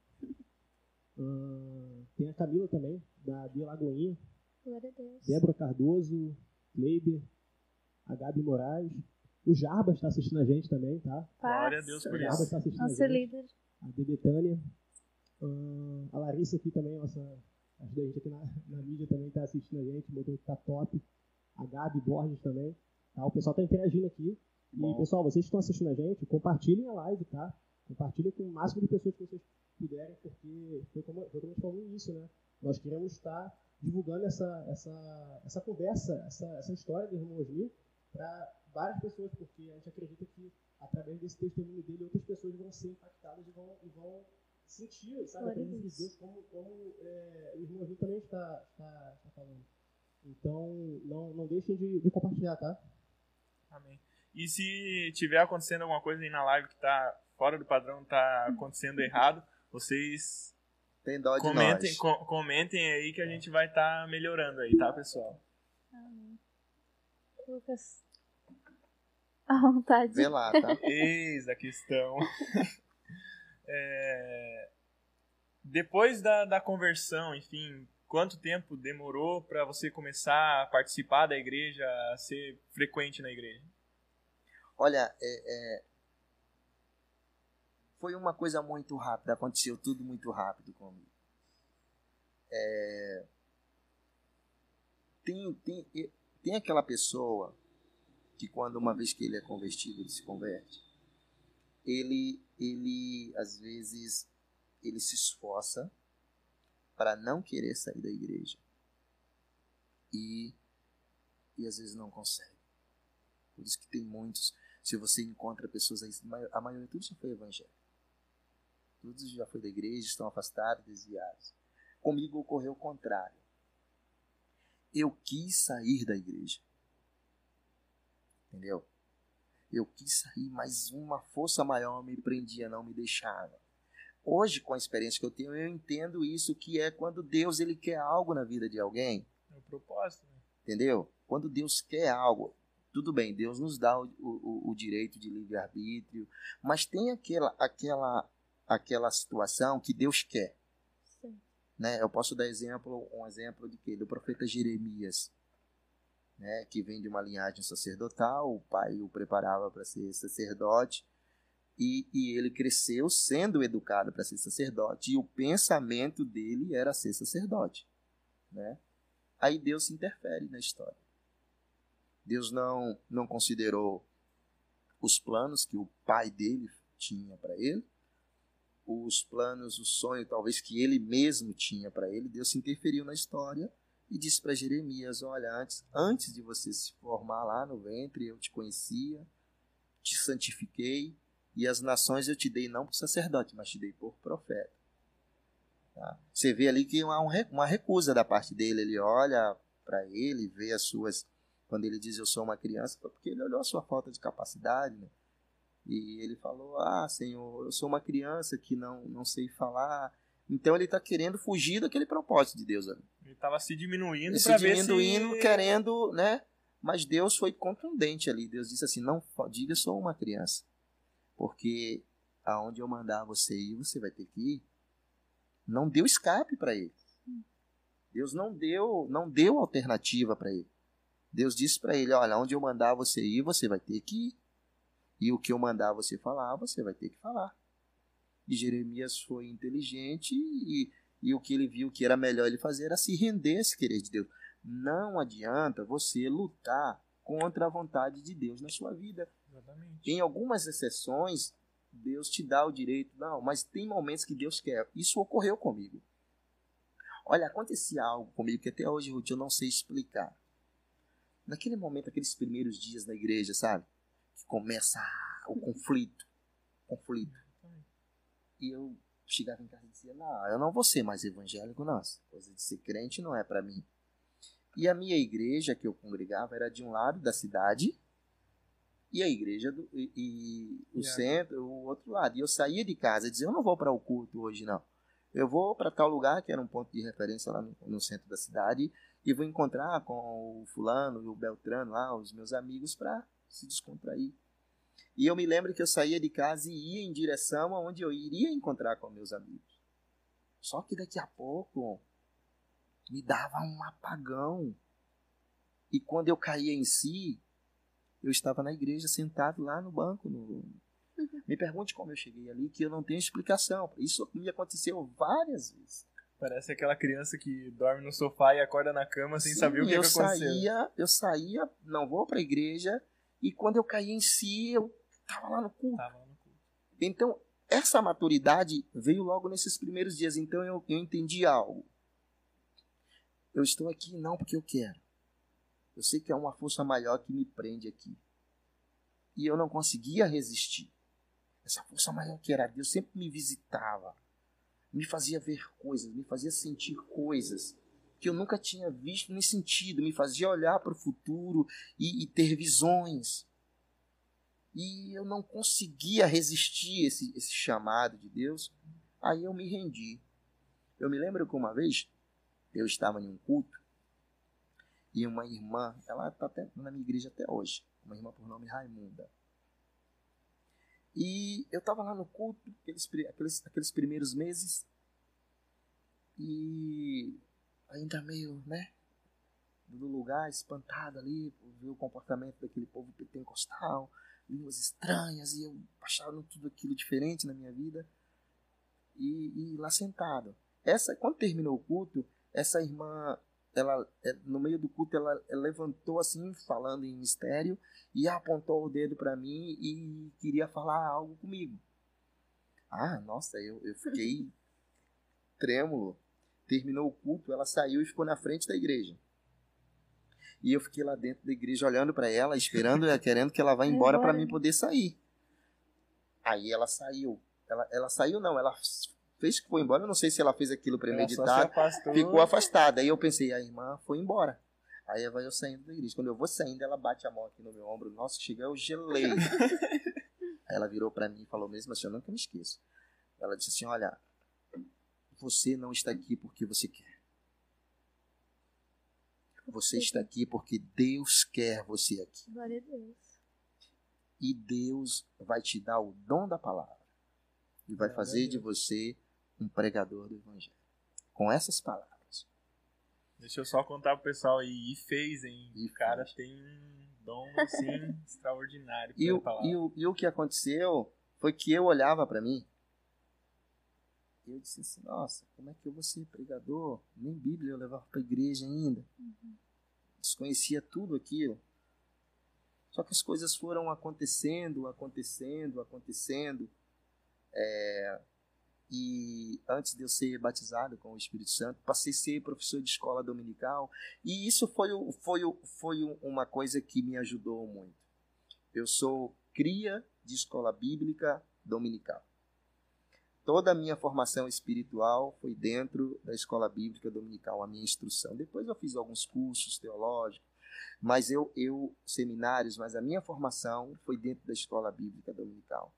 [SPEAKER 5] Uh, tem a Camila também, da Bia Lagoinha.
[SPEAKER 4] Glória a Deus.
[SPEAKER 5] Débora Cardoso, Kleiber, a Gabi Moraes. O Jarbas está assistindo a gente também, tá?
[SPEAKER 2] Glória a Deus por
[SPEAKER 5] isso. O Jarbas está assistindo
[SPEAKER 4] Nosso
[SPEAKER 5] a gente.
[SPEAKER 4] líder.
[SPEAKER 5] A Debetânia. Uh, a Larissa aqui também, nossa, ajuda a gente aqui na, na mídia também, está assistindo a gente, botou que tá top. A Gabi Borges também. Tá? O pessoal está interagindo aqui. Bom. E, pessoal, vocês que estão assistindo a gente, compartilhem a live, tá? Compartilhem com o máximo de pessoas que vocês puderem, porque foi como, foi como a gente falou no início, né? Nós queremos estar divulgando essa, essa, essa conversa, essa, essa história do irmão Osni para várias pessoas, porque a gente acredita que através desse testemunho dele outras pessoas vão ser impactadas e vão, e vão sentir, sabe, a presença de Deus, como, como é, o irmão Osni também está, está, está falando. Então, não, não deixem de, de compartilhar, tá?
[SPEAKER 2] Amém. E se tiver acontecendo alguma coisa aí na live que tá fora do padrão, tá acontecendo errado, vocês
[SPEAKER 3] Tem dó de
[SPEAKER 2] comentem,
[SPEAKER 3] nós.
[SPEAKER 2] co- comentem aí que a gente vai estar tá melhorando aí, tá, pessoal?
[SPEAKER 4] Amém. Lucas. À vontade.
[SPEAKER 3] Vê lá, tá?
[SPEAKER 2] Eis a questão. É, Depois da, da conversão, enfim, quanto tempo demorou para você começar a participar da igreja, a ser frequente na igreja?
[SPEAKER 3] Olha, é, é, foi uma coisa muito rápida, aconteceu tudo muito rápido comigo. É, tem, tem, tem aquela pessoa que quando uma vez que ele é convertido, ele se converte, ele, ele às vezes, ele se esforça para não querer sair da igreja. E, e às vezes não consegue. Por isso que tem muitos, se você encontra pessoas aí, a maioria tudo já foi evangélico. Todos já foi da igreja, estão afastados, desviados. Comigo ocorreu o contrário. Eu quis sair da igreja. Entendeu? Eu quis sair, mas uma força maior me prendia, não me deixava. Hoje, com a experiência que eu tenho, eu entendo isso, que é quando Deus ele quer algo na vida de alguém.
[SPEAKER 2] É o propósito, né?
[SPEAKER 3] Entendeu? Quando Deus quer algo, tudo bem, Deus nos dá o, o, o direito de livre-arbítrio, mas tem aquela, aquela, aquela situação que Deus quer.
[SPEAKER 4] Sim.
[SPEAKER 3] Né? Eu posso dar exemplo, um exemplo de quê? Do profeta Jeremias, né? Que vem de uma linhagem sacerdotal, o pai o preparava para ser sacerdote, e, e ele cresceu sendo educado para ser sacerdote, e o pensamento dele era ser sacerdote. Né? Aí Deus se interfere na história. Deus não, não considerou os planos que o pai dele tinha para ele, os planos, o sonho talvez que ele mesmo tinha para ele. Deus se interferiu na história e disse para Jeremias: olha, antes, antes de você se formar lá no ventre, eu te conhecia, te santifiquei, e as nações eu te dei não por sacerdote, mas te dei por profeta. Tá? Você vê ali que há uma recusa da parte dele. Ele olha para ele, vê as suas... Quando ele diz eu sou uma criança, porque ele olhou a sua falta de capacidade, né? E ele falou: ah, Senhor, eu sou uma criança que não, não sei falar. Então ele está querendo fugir daquele propósito de Deus ali.
[SPEAKER 2] Ele estava se diminuindo
[SPEAKER 3] Ele
[SPEAKER 2] para
[SPEAKER 3] se
[SPEAKER 2] ver
[SPEAKER 3] diminuindo,
[SPEAKER 2] se...
[SPEAKER 3] querendo, né? Mas Deus foi contundente ali. Deus disse assim: não diga eu sou uma criança, porque aonde eu mandar você ir, você vai ter que ir. Não deu escape para ele. Deus não deu, não deu alternativa para ele. Deus disse para ele: olha, onde eu mandar você ir, você vai ter que ir. E o que eu mandar você falar, você vai ter que falar. E Jeremias foi inteligente e, e o que ele viu que era melhor ele fazer era se render a esse querer de Deus. Não adianta você lutar contra a vontade de Deus na sua vida.
[SPEAKER 2] Exatamente.
[SPEAKER 3] Em algumas exceções, Deus te dá o direito. Não, mas tem momentos que Deus quer. Isso ocorreu comigo. Olha, acontecia algo comigo que até hoje, Ruth, eu não sei explicar. Naquele momento, aqueles primeiros dias na igreja, sabe? Que começa o conflito. Conflito. E eu chegava em casa e dizia: não, eu não vou ser mais evangélico, não. Essa coisa de ser crente não é para mim. E a minha igreja que eu congregava era de um lado da cidade e a igreja do, e, e o
[SPEAKER 2] Yeah.
[SPEAKER 3] centro, o outro lado. E eu saía de casa e dizia: eu não vou para o culto hoje, não. Eu vou para tal lugar, que era um ponto de referência lá no, no centro da cidade, e vou encontrar com o fulano e o Beltrano lá, os meus amigos, para se descontrair. E eu me lembro que eu saía de casa e ia em direção aonde eu iria encontrar com meus amigos. Só que daqui a pouco me dava um apagão. E quando eu caía em si, eu estava na igreja sentado lá no banco. No... Me pergunte como eu cheguei ali, que eu não tenho explicação. Isso me aconteceu várias vezes.
[SPEAKER 2] Parece aquela criança que dorme no sofá e acorda na cama sem
[SPEAKER 3] Sim,
[SPEAKER 2] saber o que,
[SPEAKER 3] eu
[SPEAKER 2] que aconteceu.
[SPEAKER 3] saía, eu saía, não vou para a igreja, e quando eu caía em si, eu estava lá no culto.
[SPEAKER 2] Tava no culto.
[SPEAKER 3] Então, essa maturidade veio logo nesses primeiros dias. Então, eu, eu entendi algo. Eu estou aqui não porque eu quero. Eu sei que é uma força maior que me prende aqui. E eu não conseguia resistir. Essa força maior que era Deus sempre me visitava. Me fazia ver coisas, me fazia sentir coisas que eu nunca tinha visto nem sentido. Me fazia olhar para o futuro e, e ter visões. e eu não conseguia resistir esse, esse chamado de Deus. Aí eu me rendi. Eu me lembro que uma vez eu estava em um culto e uma irmã, ela está até na minha igreja até hoje, uma irmã por nome Raimunda. E eu estava lá no culto, aqueles, aqueles, aqueles primeiros meses, e ainda meio, né, no lugar, espantado ali, por ver o comportamento daquele povo pentecostal, línguas estranhas, e eu achava tudo aquilo diferente na minha vida. E, e lá sentado. Essa, quando terminou o culto, essa irmã, ela, no meio do culto, ela, ela levantou assim, falando em mistério, e apontou o dedo para mim e queria falar algo comigo. Ah, nossa, eu, eu fiquei trêmulo. Terminou o culto, ela saiu e ficou na frente da igreja. E eu fiquei lá dentro da igreja olhando para ela, esperando, querendo que ela vá embora para mim poder sair. Aí ela saiu. Ela, ela saiu, não, ela fez que foi embora. Eu não sei se ela fez aquilo premeditado. Ficou afastada. Aí eu pensei, a irmã foi embora. Aí vai eu saindo da igreja. Quando eu vou saindo, ela bate a mão aqui no meu ombro. Nossa, chega, eu gelei. Aí ela virou para mim e falou mesmo assim, eu nunca me esqueço. Ela disse assim, olha, você não está aqui porque você quer. Você está aqui porque Deus quer você aqui.
[SPEAKER 4] Glória a Deus.
[SPEAKER 3] E Deus vai te dar o dom da palavra. E vai fazer de você um pregador do evangelho. Com essas palavras.
[SPEAKER 2] Deixa eu só contar pro pessoal aí. E fez, hein?
[SPEAKER 3] E
[SPEAKER 2] o cara
[SPEAKER 3] fez.
[SPEAKER 2] tem um dom, assim, extraordinário.
[SPEAKER 3] E o, e, o, e o que aconteceu foi que eu olhava para mim. E eu disse assim, nossa, como é que eu vou ser pregador? Nem Bíblia eu levava para a igreja ainda. Uhum. Desconhecia tudo aquilo. Só que as coisas foram acontecendo, acontecendo, acontecendo. É, e antes de eu ser batizado com o Espírito Santo, passei a ser professor de escola dominical, e isso foi, foi, foi uma coisa que me ajudou muito. Eu sou cria de escola bíblica dominical. Toda a minha formação espiritual foi dentro da escola bíblica dominical, a minha instrução. Depois eu fiz alguns cursos teológicos, mas eu, eu seminários, mas a minha formação foi dentro da escola bíblica dominical.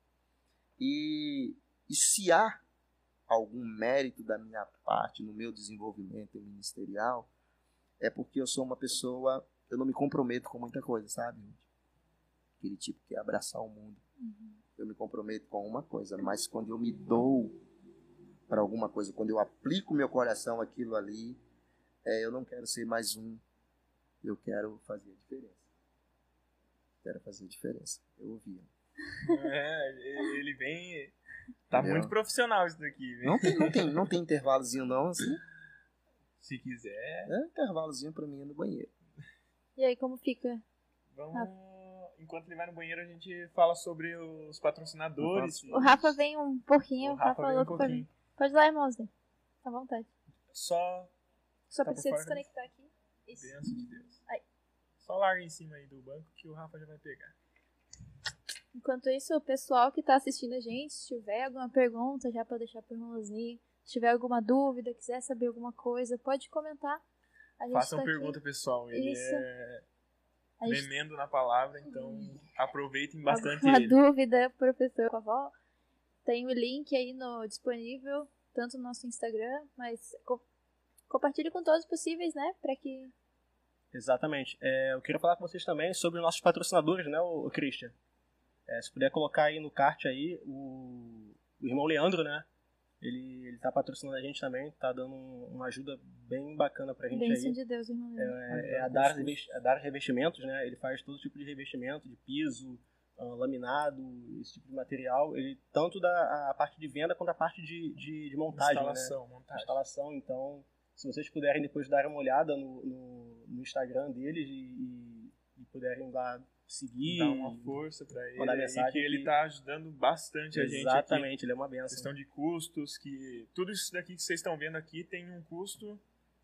[SPEAKER 3] E, e se há algum mérito da minha parte no meu desenvolvimento ministerial, é porque eu sou uma pessoa, eu não me comprometo com muita coisa, sabe? Aquele tipo que é abraçar o mundo. Uhum. Eu me comprometo com uma coisa, mas quando eu me dou para alguma coisa, quando eu aplico meu coração aquilo ali, é, eu não quero ser mais um, eu quero fazer a diferença. Quero fazer a diferença. Eu ouvi.
[SPEAKER 2] É, ele vem... Tá Entendeu? Muito profissional isso daqui, viu?
[SPEAKER 3] Não tem, não tem, não tem intervalozinho não, assim.
[SPEAKER 2] Se quiser...
[SPEAKER 3] É, intervalozinho pra mim é no banheiro.
[SPEAKER 4] E aí, como fica?
[SPEAKER 2] Vamos... Ah. Enquanto ele vai no banheiro, a gente fala sobre os patrocinadores.
[SPEAKER 4] O Rafa vem um pouquinho,
[SPEAKER 2] o
[SPEAKER 4] o Rafa,
[SPEAKER 2] Rafa
[SPEAKER 4] falou
[SPEAKER 2] um
[SPEAKER 4] que pode... Pode ir lá, irmãozinho. Tá à vontade.
[SPEAKER 2] Só...
[SPEAKER 4] Só tá precisa desconectar aqui.
[SPEAKER 2] Isso. Benção de Deus.
[SPEAKER 4] Aí.
[SPEAKER 2] Só larga em cima aí do banco que o Rafa já vai pegar.
[SPEAKER 4] Enquanto isso, o pessoal que tá assistindo a gente, se tiver alguma pergunta, já pode deixar pro irmãozinho. Se tiver alguma dúvida, quiser saber alguma coisa, pode comentar.
[SPEAKER 2] Façam
[SPEAKER 4] tá
[SPEAKER 2] pergunta,
[SPEAKER 4] aqui.
[SPEAKER 2] pessoal. Ele
[SPEAKER 4] Isso.
[SPEAKER 2] é
[SPEAKER 4] a gente...
[SPEAKER 2] tremendo na palavra, então aproveitem bastante
[SPEAKER 4] alguma
[SPEAKER 2] ele.
[SPEAKER 4] Dúvida, professor Cavó? Tem o link aí no, disponível, tanto no nosso Instagram, mas co compartilhe com todos os possíveis, né? Para que...
[SPEAKER 1] Exatamente. É, eu queria falar com vocês também sobre os nossos patrocinadores, né, o, o Christian. É, se puder colocar aí no card aí o, o irmão Leandro, né? Ele, ele tá patrocinando a gente também, tá dando um, uma ajuda bem bacana pra gente.
[SPEAKER 4] Bênção
[SPEAKER 1] aí.
[SPEAKER 4] de Deus, irmão Leandro.
[SPEAKER 1] É, é a Dar a Dar Revestimentos, né? Ele faz todo tipo de revestimento, de piso, uh, laminado, esse tipo de material. Ele tanto da a parte de venda quanto a parte de, de, de montagem,
[SPEAKER 2] instalação,
[SPEAKER 1] né?
[SPEAKER 2] montagem.
[SPEAKER 1] Instalação, então, se vocês puderem depois dar uma olhada no, no, no Instagram deles e, e, e puderem lá seguir,
[SPEAKER 2] dar uma força pra ele,
[SPEAKER 1] mandar mensagem
[SPEAKER 2] e que ele
[SPEAKER 1] que...
[SPEAKER 2] tá ajudando bastante a gente aqui.
[SPEAKER 1] Exatamente, ele é uma benção.
[SPEAKER 2] Questão de custos, que tudo isso daqui que vocês estão vendo aqui tem um custo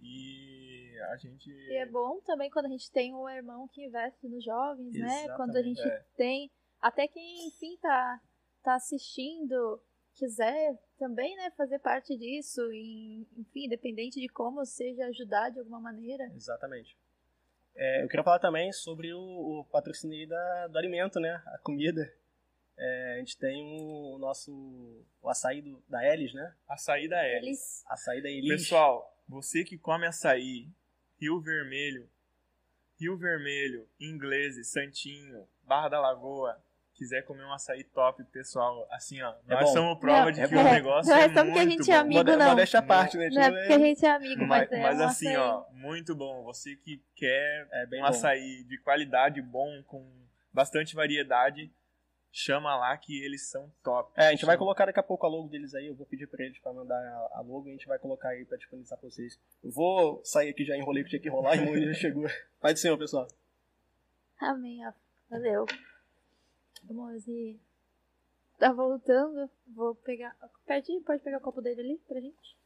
[SPEAKER 2] e a gente...
[SPEAKER 4] E é bom também quando a gente tem um irmão que investe nos jovens,
[SPEAKER 2] Exatamente,
[SPEAKER 4] né? Quando a gente
[SPEAKER 2] é.
[SPEAKER 4] tem, até quem, enfim, tá, tá assistindo, quiser também, né, fazer parte disso, e, enfim, independente de como seja ajudar de alguma maneira.
[SPEAKER 1] Exatamente. É, eu queria falar também sobre o, o patrocínio da, do alimento, né? A comida. É, a gente tem o nosso o açaí do, da Elis, né?
[SPEAKER 2] Açaí da Elis.
[SPEAKER 4] Eles...
[SPEAKER 1] Açaí da Elis.
[SPEAKER 2] Pessoal, você que come açaí, Rio Vermelho, Rio Vermelho, Ingleses, Santinho, Barra da Lagoa, quiser comer um açaí top, pessoal, assim, ó,
[SPEAKER 1] É
[SPEAKER 2] nós
[SPEAKER 1] bom.
[SPEAKER 2] somos prova
[SPEAKER 4] Não,
[SPEAKER 2] de
[SPEAKER 1] é
[SPEAKER 2] que
[SPEAKER 1] bom.
[SPEAKER 2] o negócio
[SPEAKER 4] Não é
[SPEAKER 2] é,
[SPEAKER 4] só porque a
[SPEAKER 2] muito
[SPEAKER 4] gente é
[SPEAKER 2] bom.
[SPEAKER 4] amigo,
[SPEAKER 1] Mode-
[SPEAKER 4] não.
[SPEAKER 1] Modéstia à parte, né?
[SPEAKER 4] Não é porque a gente é amigo, mas,
[SPEAKER 2] Mas,
[SPEAKER 4] é
[SPEAKER 2] mas
[SPEAKER 4] um
[SPEAKER 2] assim,
[SPEAKER 4] açaí.
[SPEAKER 2] ó, muito bom. Você que quer
[SPEAKER 1] É bem
[SPEAKER 2] um
[SPEAKER 1] bom.
[SPEAKER 2] açaí de qualidade bom, com bastante variedade, chama lá que eles são top.
[SPEAKER 1] É, a gente vai
[SPEAKER 2] Chama-
[SPEAKER 1] colocar daqui a pouco a logo deles aí. Eu vou pedir pra eles pra mandar a- a logo e a gente vai colocar aí pra disponibilizar pra vocês. Eu vou sair aqui, já enrolei que tinha que enrolar, irmão, já chegou. Vai de cima, pessoal.
[SPEAKER 4] Amém, ó. Valeu. Vamos ir. Tá voltando. Vou pegar. Pede, pode pegar o copo dele ali pra gente?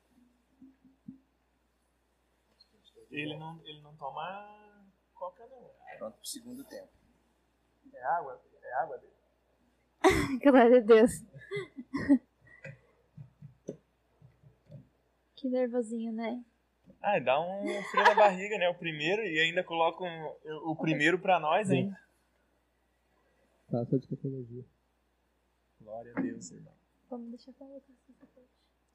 [SPEAKER 2] Ele não, ele não toma coca, não.
[SPEAKER 3] Pronto pro segundo tempo.
[SPEAKER 2] É água, é água dele.
[SPEAKER 4] Glória a Deus. Que nervosinho, né?
[SPEAKER 2] Ah, dá um frio na barriga, né? O primeiro, e ainda colocam o primeiro pra nós, hein?
[SPEAKER 5] Taça de tecnologia.
[SPEAKER 2] Glória a Deus, irmão.
[SPEAKER 4] Vamos deixar com o Lucas essa parte.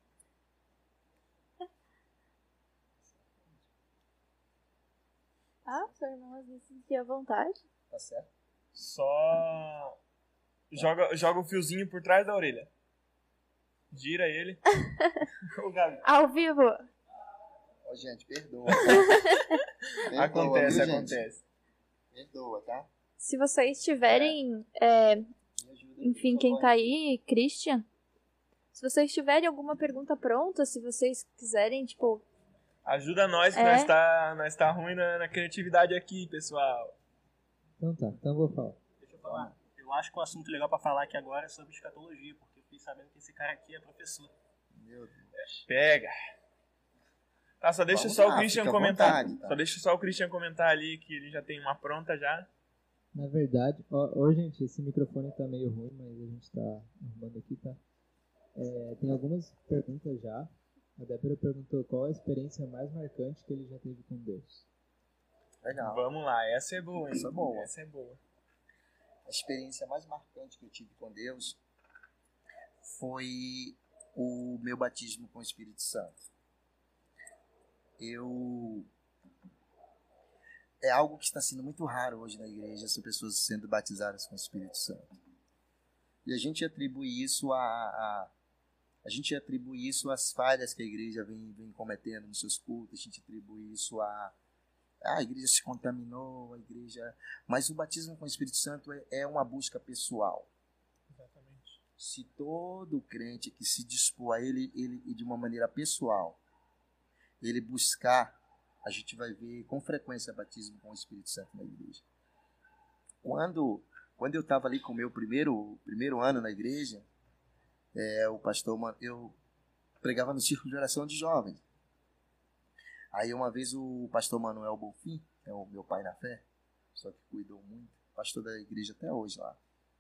[SPEAKER 4] Ah, seu irmão às vezes sentia à vontade.
[SPEAKER 3] Tá certo?
[SPEAKER 2] Só joga, joga o fiozinho por trás da orelha. Gira ele. Ô, Gabi.
[SPEAKER 4] Ao vivo.
[SPEAKER 3] Ó, gente, perdoa. Perdoa,
[SPEAKER 2] Acontece,
[SPEAKER 3] viu, gente?
[SPEAKER 2] acontece.
[SPEAKER 3] Perdoa, tá?
[SPEAKER 4] Se vocês tiverem, é,
[SPEAKER 3] Me ajuda aí,
[SPEAKER 4] enfim,
[SPEAKER 3] por
[SPEAKER 4] quem
[SPEAKER 3] favor.
[SPEAKER 4] tá aí, Christian, se vocês tiverem alguma pergunta pronta, se vocês quiserem, tipo,
[SPEAKER 2] Ajuda nós que
[SPEAKER 4] É.
[SPEAKER 2] nós tá, nós tá ruim na, na criatividade aqui, pessoal.
[SPEAKER 5] Então tá, então eu vou falar.
[SPEAKER 1] Deixa eu falar. Eu acho que o assunto legal pra falar aqui agora é sobre escatologia, porque eu fiquei sabendo que esse cara aqui é professor.
[SPEAKER 3] Meu Deus.
[SPEAKER 2] Pega. Tá, só deixa
[SPEAKER 3] Vamos
[SPEAKER 2] só
[SPEAKER 3] lá,
[SPEAKER 2] o Christian
[SPEAKER 3] fica à
[SPEAKER 2] comentar.
[SPEAKER 3] vontade, tá?
[SPEAKER 2] Só deixa só o Christian comentar ali que ele já tem uma pronta já.
[SPEAKER 5] Na verdade, ó, ó, gente, esse microfone tá meio ruim, mas a gente tá arrumando aqui, tá? É, tem algumas perguntas já. A Débora perguntou qual a experiência mais marcante que ele já teve com Deus.
[SPEAKER 3] Legal.
[SPEAKER 2] Vamos lá, essa é boa, hein?
[SPEAKER 3] Essa é boa.
[SPEAKER 2] Essa é boa.
[SPEAKER 3] A experiência mais marcante que eu tive com Deus foi o meu batismo com o Espírito Santo. Eu... É algo que está sendo muito raro hoje na igreja, as pessoas sendo batizadas com o Espírito Santo. E a gente atribui isso a... a A gente atribui isso às falhas que a igreja vem, vem cometendo nos seus cultos, a gente atribui isso a... Ah, a igreja se contaminou, a igreja... Mas o batismo com o Espírito Santo é, é uma busca pessoal.
[SPEAKER 2] Exatamente.
[SPEAKER 3] Se todo crente que se dispor a ele, ele e de uma maneira pessoal, ele buscar, a gente vai ver com frequência batismo com o Espírito Santo na igreja. Quando, quando eu estava ali com o meu primeiro, primeiro ano na igreja, É, o pastor, eu pregava no círculo de oração de jovens. Aí uma vez o pastor Manuel Bonfim, que é o meu pai na fé, só que cuidou muito, pastor da igreja até hoje lá.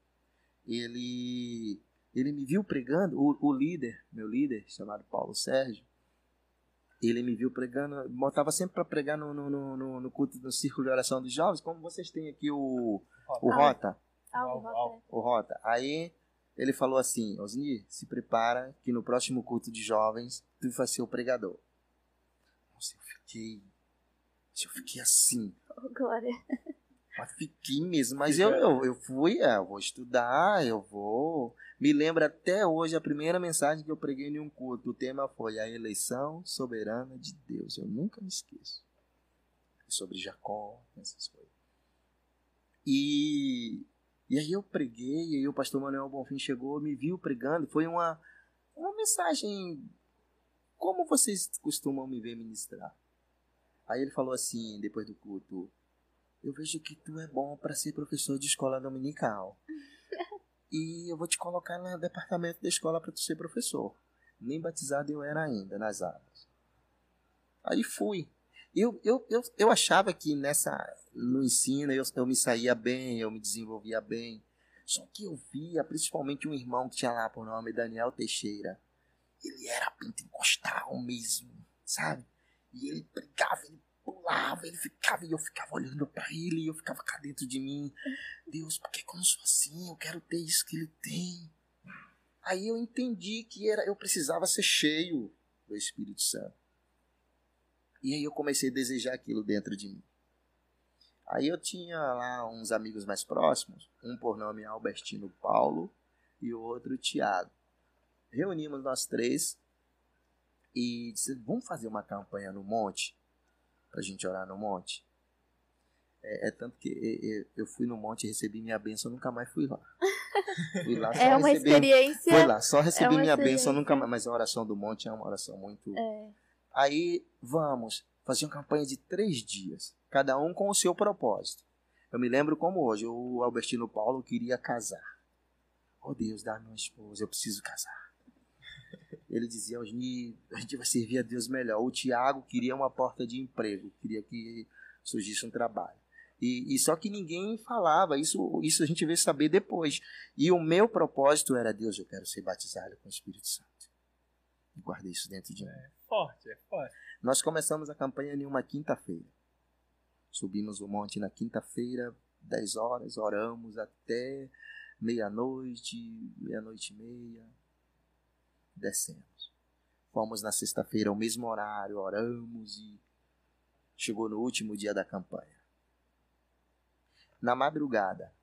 [SPEAKER 3] Ele, ele me viu pregando, o, o líder, meu líder, chamado Paulo Sérgio, ele me viu pregando, botava sempre para pregar no, no, no, no culto do círculo de oração dos jovens, como vocês têm aqui o, o Rota.
[SPEAKER 4] Ah, o
[SPEAKER 2] Uau,
[SPEAKER 4] Rota.
[SPEAKER 2] uau.
[SPEAKER 3] O Rota. Aí ele falou assim, Osni, se prepara que no próximo culto de jovens tu vai ser o pregador. Nossa, eu fiquei... Eu fiquei assim.
[SPEAKER 4] Oh, glória.
[SPEAKER 3] Eu fiquei mesmo. Mas eu, eu, eu fui, é, eu vou estudar, eu vou... Me lembro até hoje a primeira mensagem que eu preguei em um culto. O tema foi a eleição soberana de Deus. Eu nunca me esqueço. Sobre Jacó, essas coisas. E... E aí eu preguei, e aí o pastor Manuel Bonfim chegou, me viu pregando, foi uma, uma mensagem, como vocês costumam me ver ministrar. Aí ele falou assim, depois do culto, eu vejo que tu é bom para ser professor de escola dominical. E eu vou te colocar no departamento da escola para tu ser professor. Nem batizado eu era ainda, nas águas. Aí fui. Eu, eu, eu, eu achava que nessa, no ensino eu, eu me saía bem, eu me desenvolvia bem. Só que eu via principalmente um irmão que tinha lá por nome Daniel Teixeira. Ele era pentecostal mesmo, sabe? E ele pregava, ele pulava, ele ficava, e eu ficava olhando pra ele, e eu ficava cá dentro de mim. Deus, por que eu não sou assim? Eu quero ter isso que ele tem. Aí eu entendi que era, eu precisava ser cheio do Espírito Santo. E aí eu comecei a desejar aquilo dentro de mim. Aí eu tinha lá uns amigos mais próximos, um por nome Albertino Paulo e o outro Tiago. Reunimos nós três e disse, vamos fazer uma campanha no monte? Pra gente orar no monte? É, é tanto que eu, eu fui no monte e recebi minha bênção, nunca mais fui lá. Fui lá só
[SPEAKER 4] é uma
[SPEAKER 3] recebi,
[SPEAKER 4] experiência.
[SPEAKER 3] Foi lá, só recebi
[SPEAKER 4] é
[SPEAKER 3] minha bênção, nunca mais. Mas a oração do monte é uma oração muito...
[SPEAKER 4] É.
[SPEAKER 3] Aí, vamos fazer uma campanha de três dias, cada um com o seu propósito. Eu me lembro como hoje, o Albertino Paulo queria casar. Oh Deus, dá-me uma esposa, eu preciso casar. Ele dizia, Osni, a gente vai servir a Deus melhor. O Tiago queria uma porta de emprego, queria que surgisse um trabalho. E, e só que ninguém falava, isso, isso a gente veio saber depois. E o meu propósito era, Deus, eu quero ser batizado com o Espírito Santo. E guardei isso dentro de mim.
[SPEAKER 2] É forte, é forte.
[SPEAKER 3] Nós começamos a campanha em uma quinta-feira. Subimos o monte na quinta-feira, dez horas, oramos até meia-noite, meia-noite e meia. Descemos. Fomos na sexta-feira ao mesmo horário, oramos e chegou no último dia da campanha. Na madrugada,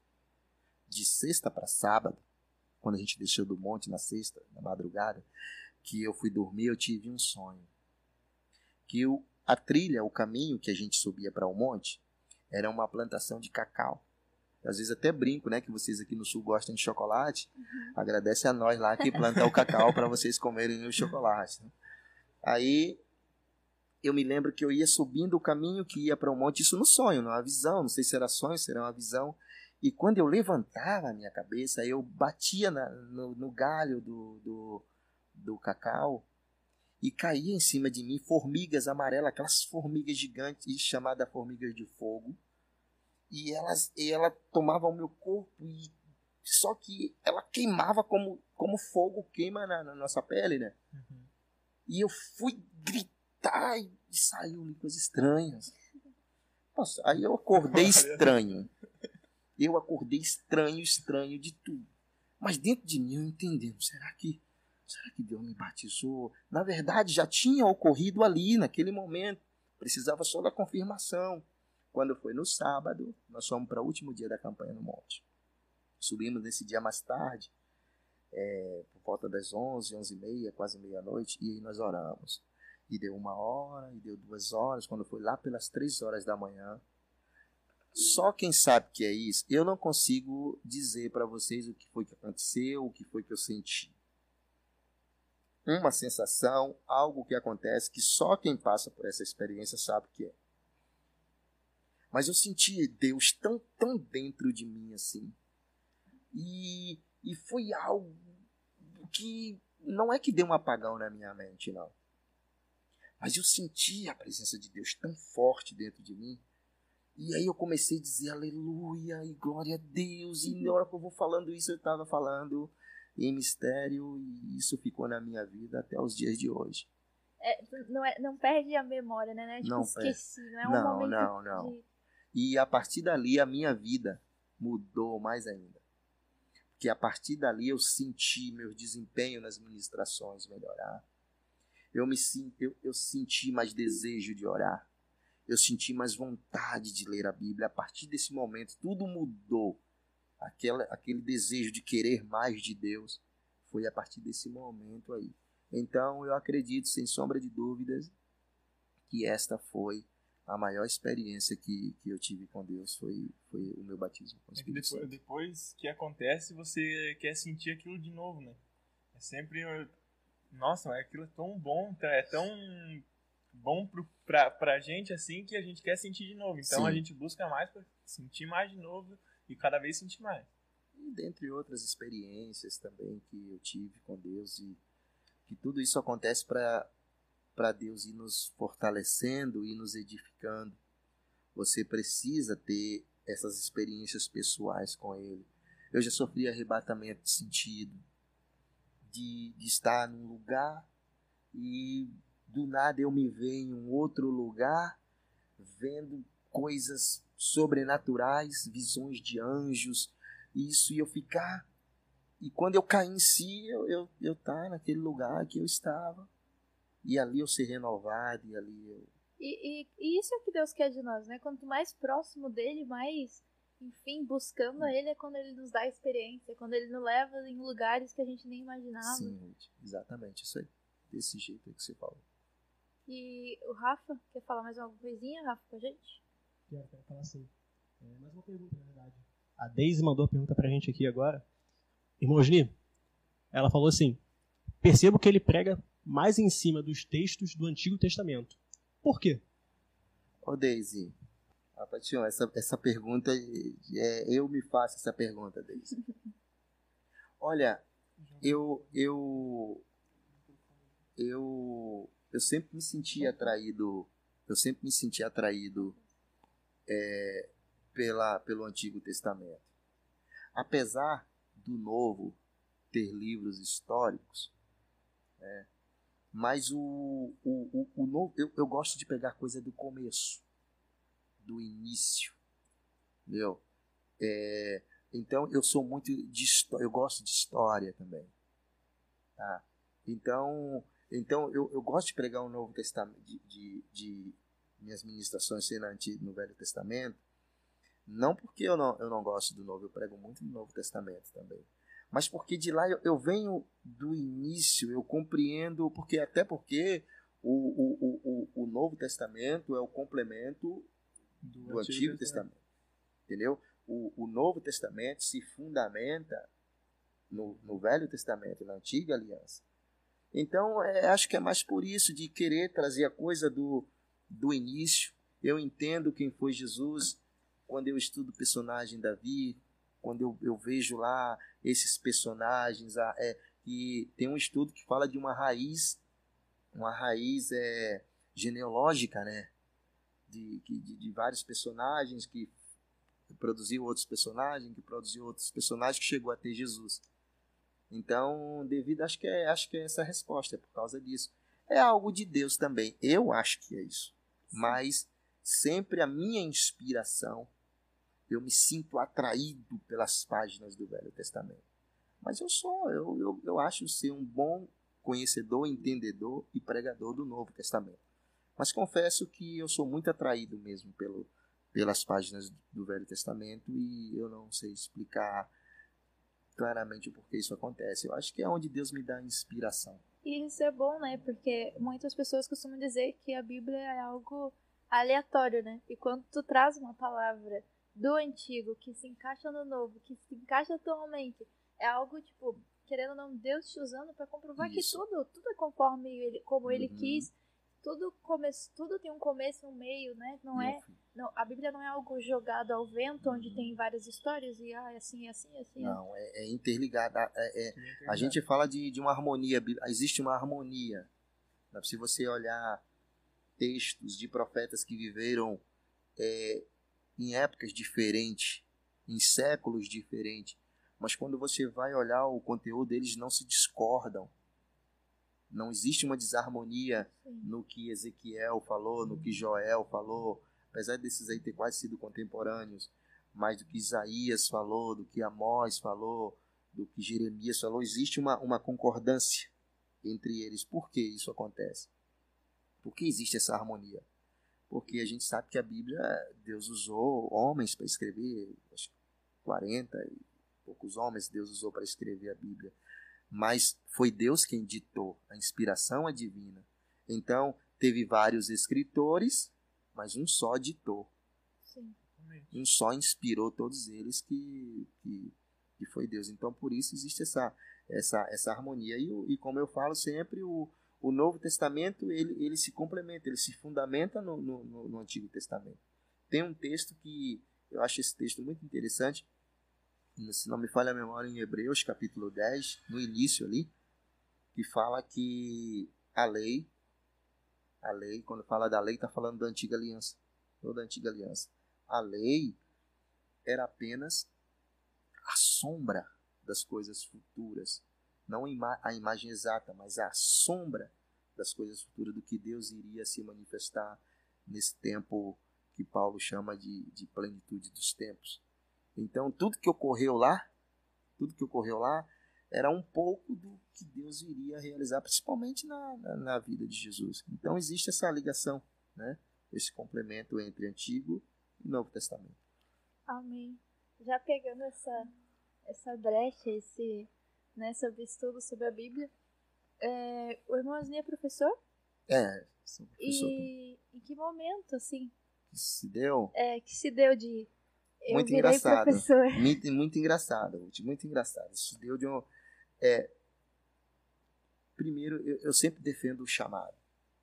[SPEAKER 3] de sexta para sábado, quando a gente desceu do monte na sexta, na madrugada, que eu fui dormir, eu tive um sonho. Que o, a trilha, o caminho que a gente subia para o monte, era uma plantação de cacau. Às vezes até brinco, né, que vocês aqui no sul gostam de chocolate. Uhum. Agradece a nós lá que planta o cacau para vocês comerem o chocolate. Né? Aí eu me lembro que eu ia subindo o caminho que ia para o monte, isso no sonho, numa visão, não sei se era sonho, se era uma visão. E quando eu levantava a minha cabeça, eu batia na, no, no galho do, do, do cacau e caía em cima de mim formigas amarelas, aquelas formigas gigantes chamadas formigas de fogo. E, elas, e ela tomava o meu corpo, e, só que ela queimava como, como fogo queima na, na nossa pele, né? Uhum. E eu fui gritar e, e saiu coisas estranhas. Nossa, aí eu acordei estranho. Eu acordei estranho, estranho de tudo. Mas dentro de mim eu entendendo, será que, será que Deus me batizou? Na verdade já tinha ocorrido ali, naquele momento. Precisava só da confirmação. Quando foi no sábado, nós fomos para o último dia da campanha no monte. Subimos nesse dia mais tarde, é, por volta das onze, onze e meia, quase meia-noite, e aí nós oramos. E deu uma hora, e deu duas horas, quando foi lá pelas três horas da manhã. Só quem sabe que é isso, eu não consigo dizer para vocês o que foi que aconteceu, o que foi que eu senti. Uma sensação, algo que acontece, que só quem passa por essa experiência sabe o que é. Mas eu senti Deus tão, tão dentro de mim assim. E, e foi algo que não é que deu um apagão na minha mente, não. Mas eu senti a presença de Deus tão forte dentro de mim. E aí eu comecei a dizer aleluia e glória a Deus. E na hora que eu vou falando isso, eu estava falando em mistério. E isso ficou na minha vida até os dias de hoje.
[SPEAKER 4] É, não, é, não perde a memória, né? Não é tipo,
[SPEAKER 3] não
[SPEAKER 4] esqueci. Não é um
[SPEAKER 3] não,
[SPEAKER 4] momento
[SPEAKER 3] não, não.
[SPEAKER 4] de...
[SPEAKER 3] E a partir dali a minha vida mudou mais ainda. Porque a partir dali eu senti meu desempenho nas ministrações melhorar. Eu, me, eu, eu senti mais desejo de orar. Eu senti mais vontade de ler a Bíblia. A partir desse momento tudo mudou. Aquela, aquele desejo de querer mais de Deus foi a partir desse momento aí. Então eu acredito, sem sombra de dúvidas, que esta foi a maior experiência que, que eu tive com Deus, foi, foi o meu batismo com o Espírito Santo.
[SPEAKER 2] É que depois, depois que acontece, você quer sentir aquilo de novo, né? É sempre... Nossa, aquilo é tão bom, é tão bom pro, pra, pra gente assim que a gente quer sentir de novo. Então Sim. a gente busca mais pra sentir mais de novo e cada vez sentir mais.
[SPEAKER 3] E dentre outras experiências também que eu tive com Deus, e que tudo isso acontece para para Deus ir nos fortalecendo e nos edificando. Você precisa ter essas experiências pessoais com Ele. Eu já sofri arrebatamento de sentido, de, de estar num lugar e do nada eu me ver em um outro lugar vendo coisas sobrenaturais, visões de anjos, isso, e eu ficar... E quando eu caí em si, eu, eu, eu tá naquele lugar que eu estava, e ali eu ser renovado, e ali eu...
[SPEAKER 4] E, e, e isso é o que Deus quer de nós, né? Quanto mais próximo dele, mais, enfim, buscando ele, é quando ele nos dá experiência, quando ele nos leva em lugares que a gente nem imaginava.
[SPEAKER 3] Sim, Ruth, exatamente, isso aí. Desse jeito aí que você falou.
[SPEAKER 4] E o Rafa, quer falar mais alguma coisinha, Rafa, com a gente?
[SPEAKER 5] Quero, quero falar assim. É, mais uma pergunta, na verdade. A Deise mandou a pergunta pra gente aqui agora. Irmão Osni, ela falou assim: percebo que ele prega mais em cima dos textos do Antigo Testamento. Por quê?
[SPEAKER 3] Ô, Deise, Patinho, essa, essa pergunta, é, eu me faço essa pergunta, Deise. Olha, eu, eu, eu, eu sempre me senti atraído, eu sempre me senti atraído é, pela, pelo Antigo Testamento. Apesar do Novo ter livros históricos, né, mas o, o, o, o Novo, eu, eu gosto de pegar coisa do começo, do início, entendeu? É, então eu sou muito de história, eu gosto de história também, tá? Então, então eu, eu gosto de pregar o Novo Testamento, de, de, de minhas ministrações ser no Velho Testamento, não porque eu não, eu não gosto do Novo, eu prego muito no Novo Testamento também, mas porque de lá eu, eu venho do início, eu compreendo, porque até porque o, o, o, o Novo Testamento é o complemento do, do Antigo, Antigo Testamento. Testamento, entendeu? O, o Novo Testamento se fundamenta no, no Velho Testamento, na Antiga Aliança. Então, é, acho que é mais por isso, de querer trazer a coisa do, do início. Eu entendo quem foi Jesus quando eu estudo o personagem Davi, quando eu, eu vejo lá esses personagens, a, é, e tem um estudo que fala de uma raiz, uma raiz é, genealógica, né? De, de, de vários personagens que produziu outros personagens, que produziu outros personagens, que chegou a ter Jesus. Então, devido, acho que é, acho que é essa a resposta, é por causa disso. É algo de Deus também, eu acho que é isso. Mas sempre a minha inspiração, eu me sinto atraído pelas páginas do Velho Testamento. Mas eu sou, eu, eu, eu acho ser um bom conhecedor, entendedor e pregador do Novo Testamento. Mas confesso que eu sou muito atraído mesmo pelo, pelas páginas do Velho Testamento e eu não sei explicar claramente o porquê isso acontece. Eu acho que é onde Deus me dá inspiração.
[SPEAKER 4] E isso é bom, né? Porque muitas pessoas costumam dizer que a Bíblia é algo aleatório, né? E quando tu traz uma palavra do Antigo que se encaixa no Novo, que se encaixa atualmente, é algo, tipo, querendo ou não, Deus te usando para comprovar isso. que tudo, tudo é conforme ele, como uhum. ele quis. Tudo, come, tudo tem um começo e um meio, né? Não é, não, a Bíblia não é algo jogado ao vento, onde uhum. tem várias histórias e ah, é assim, é assim, é assim.
[SPEAKER 3] Não, é, é interligado. É, é, é, a gente fala de, de uma harmonia, existe uma harmonia. Se você olhar textos de profetas que viveram é, em épocas diferentes, em séculos diferentes, mas quando você vai olhar o conteúdo, eles não se discordam. Não existe uma desarmonia Sim. no que Ezequiel falou, no que Joel falou, apesar desses aí ter quase sido contemporâneos, mas do que Isaías falou, do que Amós falou, do que Jeremias falou, existe uma, uma concordância entre eles. Por que isso acontece? Por que existe essa harmonia? Porque a gente sabe que a Bíblia, Deus usou homens para escrever, acho que quarenta e poucos homens Deus usou para escrever a Bíblia. Mas foi Deus quem ditou, a inspiração é divina. Então, teve vários escritores, mas um só ditou.
[SPEAKER 4] Sim.
[SPEAKER 3] Um só inspirou todos eles, que, que, que foi Deus. Então, por isso existe essa, essa, essa harmonia. E, e como eu falo sempre, o, o Novo Testamento, ele, ele se complementa, ele se fundamenta no, no, no Antigo Testamento. Tem um texto que, eu acho esse texto muito interessante, se não me falha a memória, em Hebreus, capítulo dez, no início ali, que fala que a lei, a lei, quando fala da lei, está falando da antiga aliança, toda a antiga aliança. A lei era apenas a sombra das coisas futuras, não a imagem exata, mas a sombra das coisas futuras, do que Deus iria se manifestar nesse tempo que Paulo chama de, de plenitude dos tempos. Então, tudo que ocorreu lá, tudo que ocorreu lá, era um pouco do que Deus iria realizar, principalmente na, na, na vida de Jesus. Então, existe essa ligação, né? Esse complemento entre Antigo e Novo Testamento.
[SPEAKER 4] Amém. Já pegando essa, essa brecha, esse, né, sobre estudo sobre a Bíblia, é, o irmão Osni é professor?
[SPEAKER 3] É, sou professor.
[SPEAKER 4] E em que momento, assim,
[SPEAKER 3] Que se deu?
[SPEAKER 4] é, que se deu de eu
[SPEAKER 3] Muito
[SPEAKER 4] virei
[SPEAKER 3] engraçado.
[SPEAKER 4] professor?
[SPEAKER 3] Muito, muito engraçado, Ruth, muito engraçado. Isso deu de um... É, primeiro, eu, eu sempre defendo o chamado.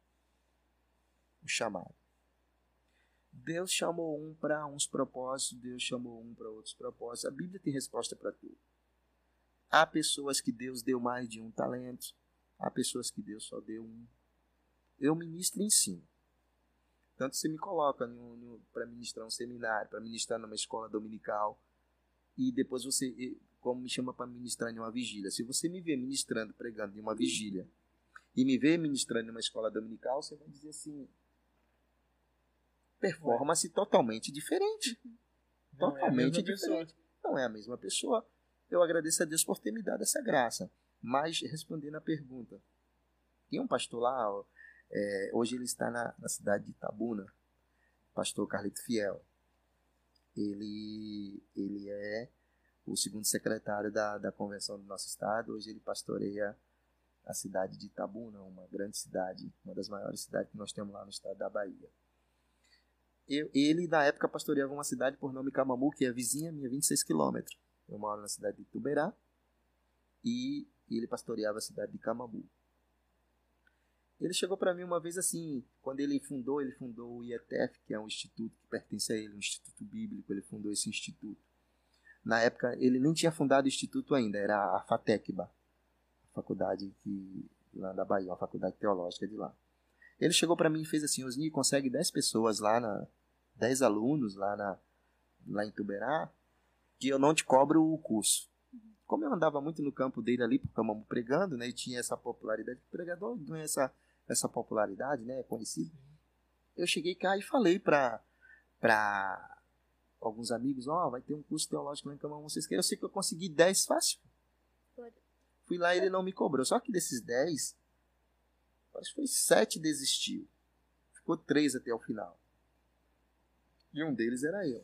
[SPEAKER 3] O chamado. Deus chamou um para uns propósitos, Deus chamou um para outros propósitos. A Bíblia tem resposta para tudo. Há pessoas que Deus deu mais de um talento, há pessoas que Deus só deu um. Eu ministro e ensino. Tanto você me coloca para ministrar um seminário, para ministrar numa escola dominical, e depois você, como me chama para ministrar em uma vigília. Se você me vê ministrando, pregando em uma vigília, e me vê ministrando em uma escola dominical, você vai dizer assim, performance Ué. totalmente diferente.
[SPEAKER 2] Não
[SPEAKER 3] totalmente
[SPEAKER 2] é
[SPEAKER 3] diferente. Não é a mesma pessoa. Eu agradeço a Deus por ter me dado essa graça. Mas, respondendo a pergunta, tem um pastor lá, ó, é, hoje ele está na, na cidade de Itabuna, pastor Carlito Fiel. Ele, ele é o segundo secretário da, da convenção do nosso estado. Hoje ele pastoreia a cidade de Itabuna, uma grande cidade, uma das maiores cidades que nós temos lá no estado da Bahia. Eu, ele, na época, pastoreava uma cidade por nome Camamu, que é vizinha minha, vinte e seis quilômetros. Eu moro na cidade de Ituberá e ele pastoreava a cidade de Camamu. Ele chegou para mim uma vez assim, quando ele fundou, ele fundou o I E T F, que é um instituto que pertence a ele, um instituto bíblico, ele fundou esse instituto. Na época, ele nem tinha fundado o instituto ainda, era a FATECBA, a faculdade que, lá da Bahia, uma faculdade teológica de lá. Ele chegou para mim e fez assim, Osni, consegue dez pessoas lá, na, dez alunos lá, na, lá em Ituberá, que eu não te cobro o curso. Como eu andava muito no campo dele ali, por Camamu pregando, né, e tinha essa popularidade, o pregador ganha essa, essa popularidade, né, conhecido. Eu cheguei cá e falei para para alguns amigos, ó, oh, vai ter um curso teológico lá em Camamu, vocês querem? Eu sei que eu consegui dez fácil. Fui lá e ele não me cobrou. Só que desses dez, acho que foi sete desistiu. Ficou três até o final. E um deles era eu.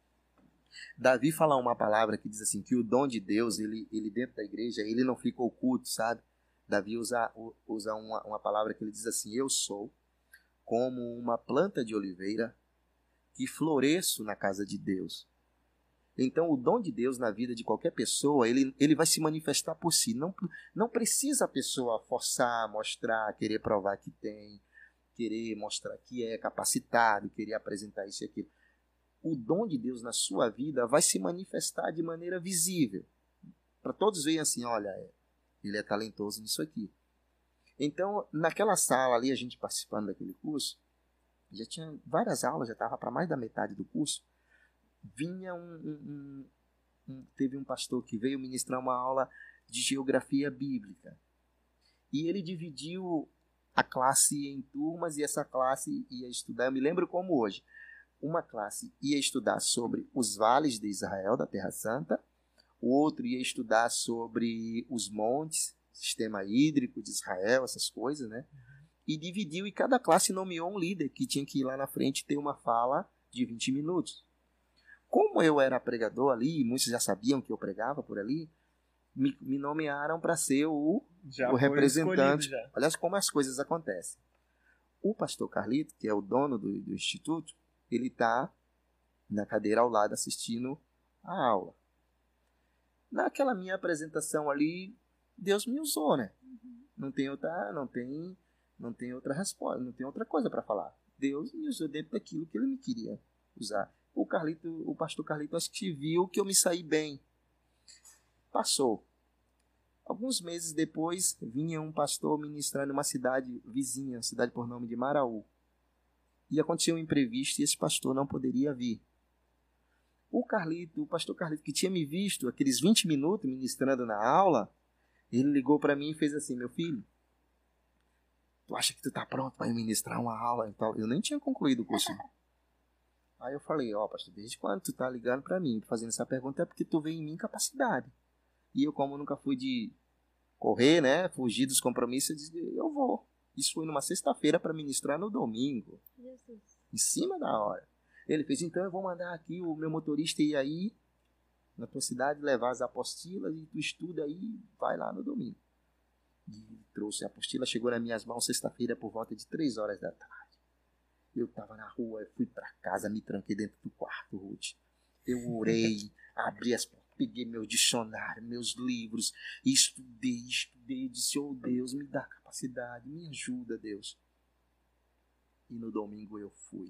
[SPEAKER 3] Davi fala uma palavra que diz assim, que o dom de Deus, ele, ele dentro da igreja, ele não fica oculto, sabe? Davi usa, usa uma, uma palavra que ele diz assim, eu sou como uma planta de oliveira que floresço na casa de Deus. Então, o dom de Deus na vida de qualquer pessoa, ele, ele vai se manifestar por si. Não, não precisa a pessoa forçar, mostrar, querer provar que tem, querer mostrar que é capacitado, querer apresentar isso e aquilo. O dom de Deus na sua vida vai se manifestar de maneira visível. Para todos verem assim, olha, ele é talentoso nisso aqui. Então, naquela sala ali, a gente participando daquele curso, já tinha várias aulas, já estava para mais da metade do curso, vinha um, um, um... Teve um pastor que veio ministrar uma aula de geografia bíblica. E ele dividiu a classe em turmas e essa classe ia estudar, eu me lembro como hoje, uma classe ia estudar sobre os vales de Israel, da Terra Santa, o outro ia estudar sobre os montes, sistema hídrico de Israel, essas coisas, né? E dividiu, e cada classe nomeou um líder que tinha que ir lá na frente ter uma fala de vinte minutos. Como eu era pregador ali, muitos já sabiam que eu pregava por ali, me, me nomearam para ser o, o representante. Olha como as coisas acontecem. O pastor Carlito, que é o dono do, do instituto, ele está na cadeira ao lado assistindo a aula. Naquela minha apresentação ali, Deus me usou, né? Não tem outra, não tem, não tem outra resposta, não tem outra coisa para falar. Deus me usou dentro daquilo que ele me queria usar. O Carlito, o pastor Carlito, acho que viu que eu me saí bem. Passou. Alguns meses depois, vinha um pastor ministrar numa cidade vizinha, cidade por nome de Maraú. E aconteceu um imprevisto e esse pastor não poderia vir. O Carlito, o pastor Carlito, que tinha me visto aqueles vinte minutos ministrando na aula, ele ligou para mim e fez assim, meu filho, tu acha que tu tá pronto para ministrar uma aula e tal? Eu nem tinha concluído o curso. Aí eu falei, ó, pastor, desde quando tu tá ligando pra mim, fazendo essa pergunta, é porque tu vê em mim capacidade. E eu, como nunca fui de correr, né, fugir dos compromissos, eu disse, eu vou. Isso foi numa sexta-feira para ministrar no domingo.
[SPEAKER 4] Jesus.
[SPEAKER 3] Em cima da hora. Ele fez, então eu vou mandar aqui o meu motorista ir aí na tua cidade, levar as apostilas e tu estuda aí, vai lá no domingo. E trouxe a apostila, chegou nas minhas mãos sexta-feira por volta de três horas da tarde. Eu tava na rua, eu fui para casa, me tranquei dentro do quarto, Ruth. Eu orei, abri as portas, peguei meu dicionário, meus livros, e estudei, estudei, disse, oh Deus, me dá capacidade, me ajuda, Deus. E no domingo eu fui.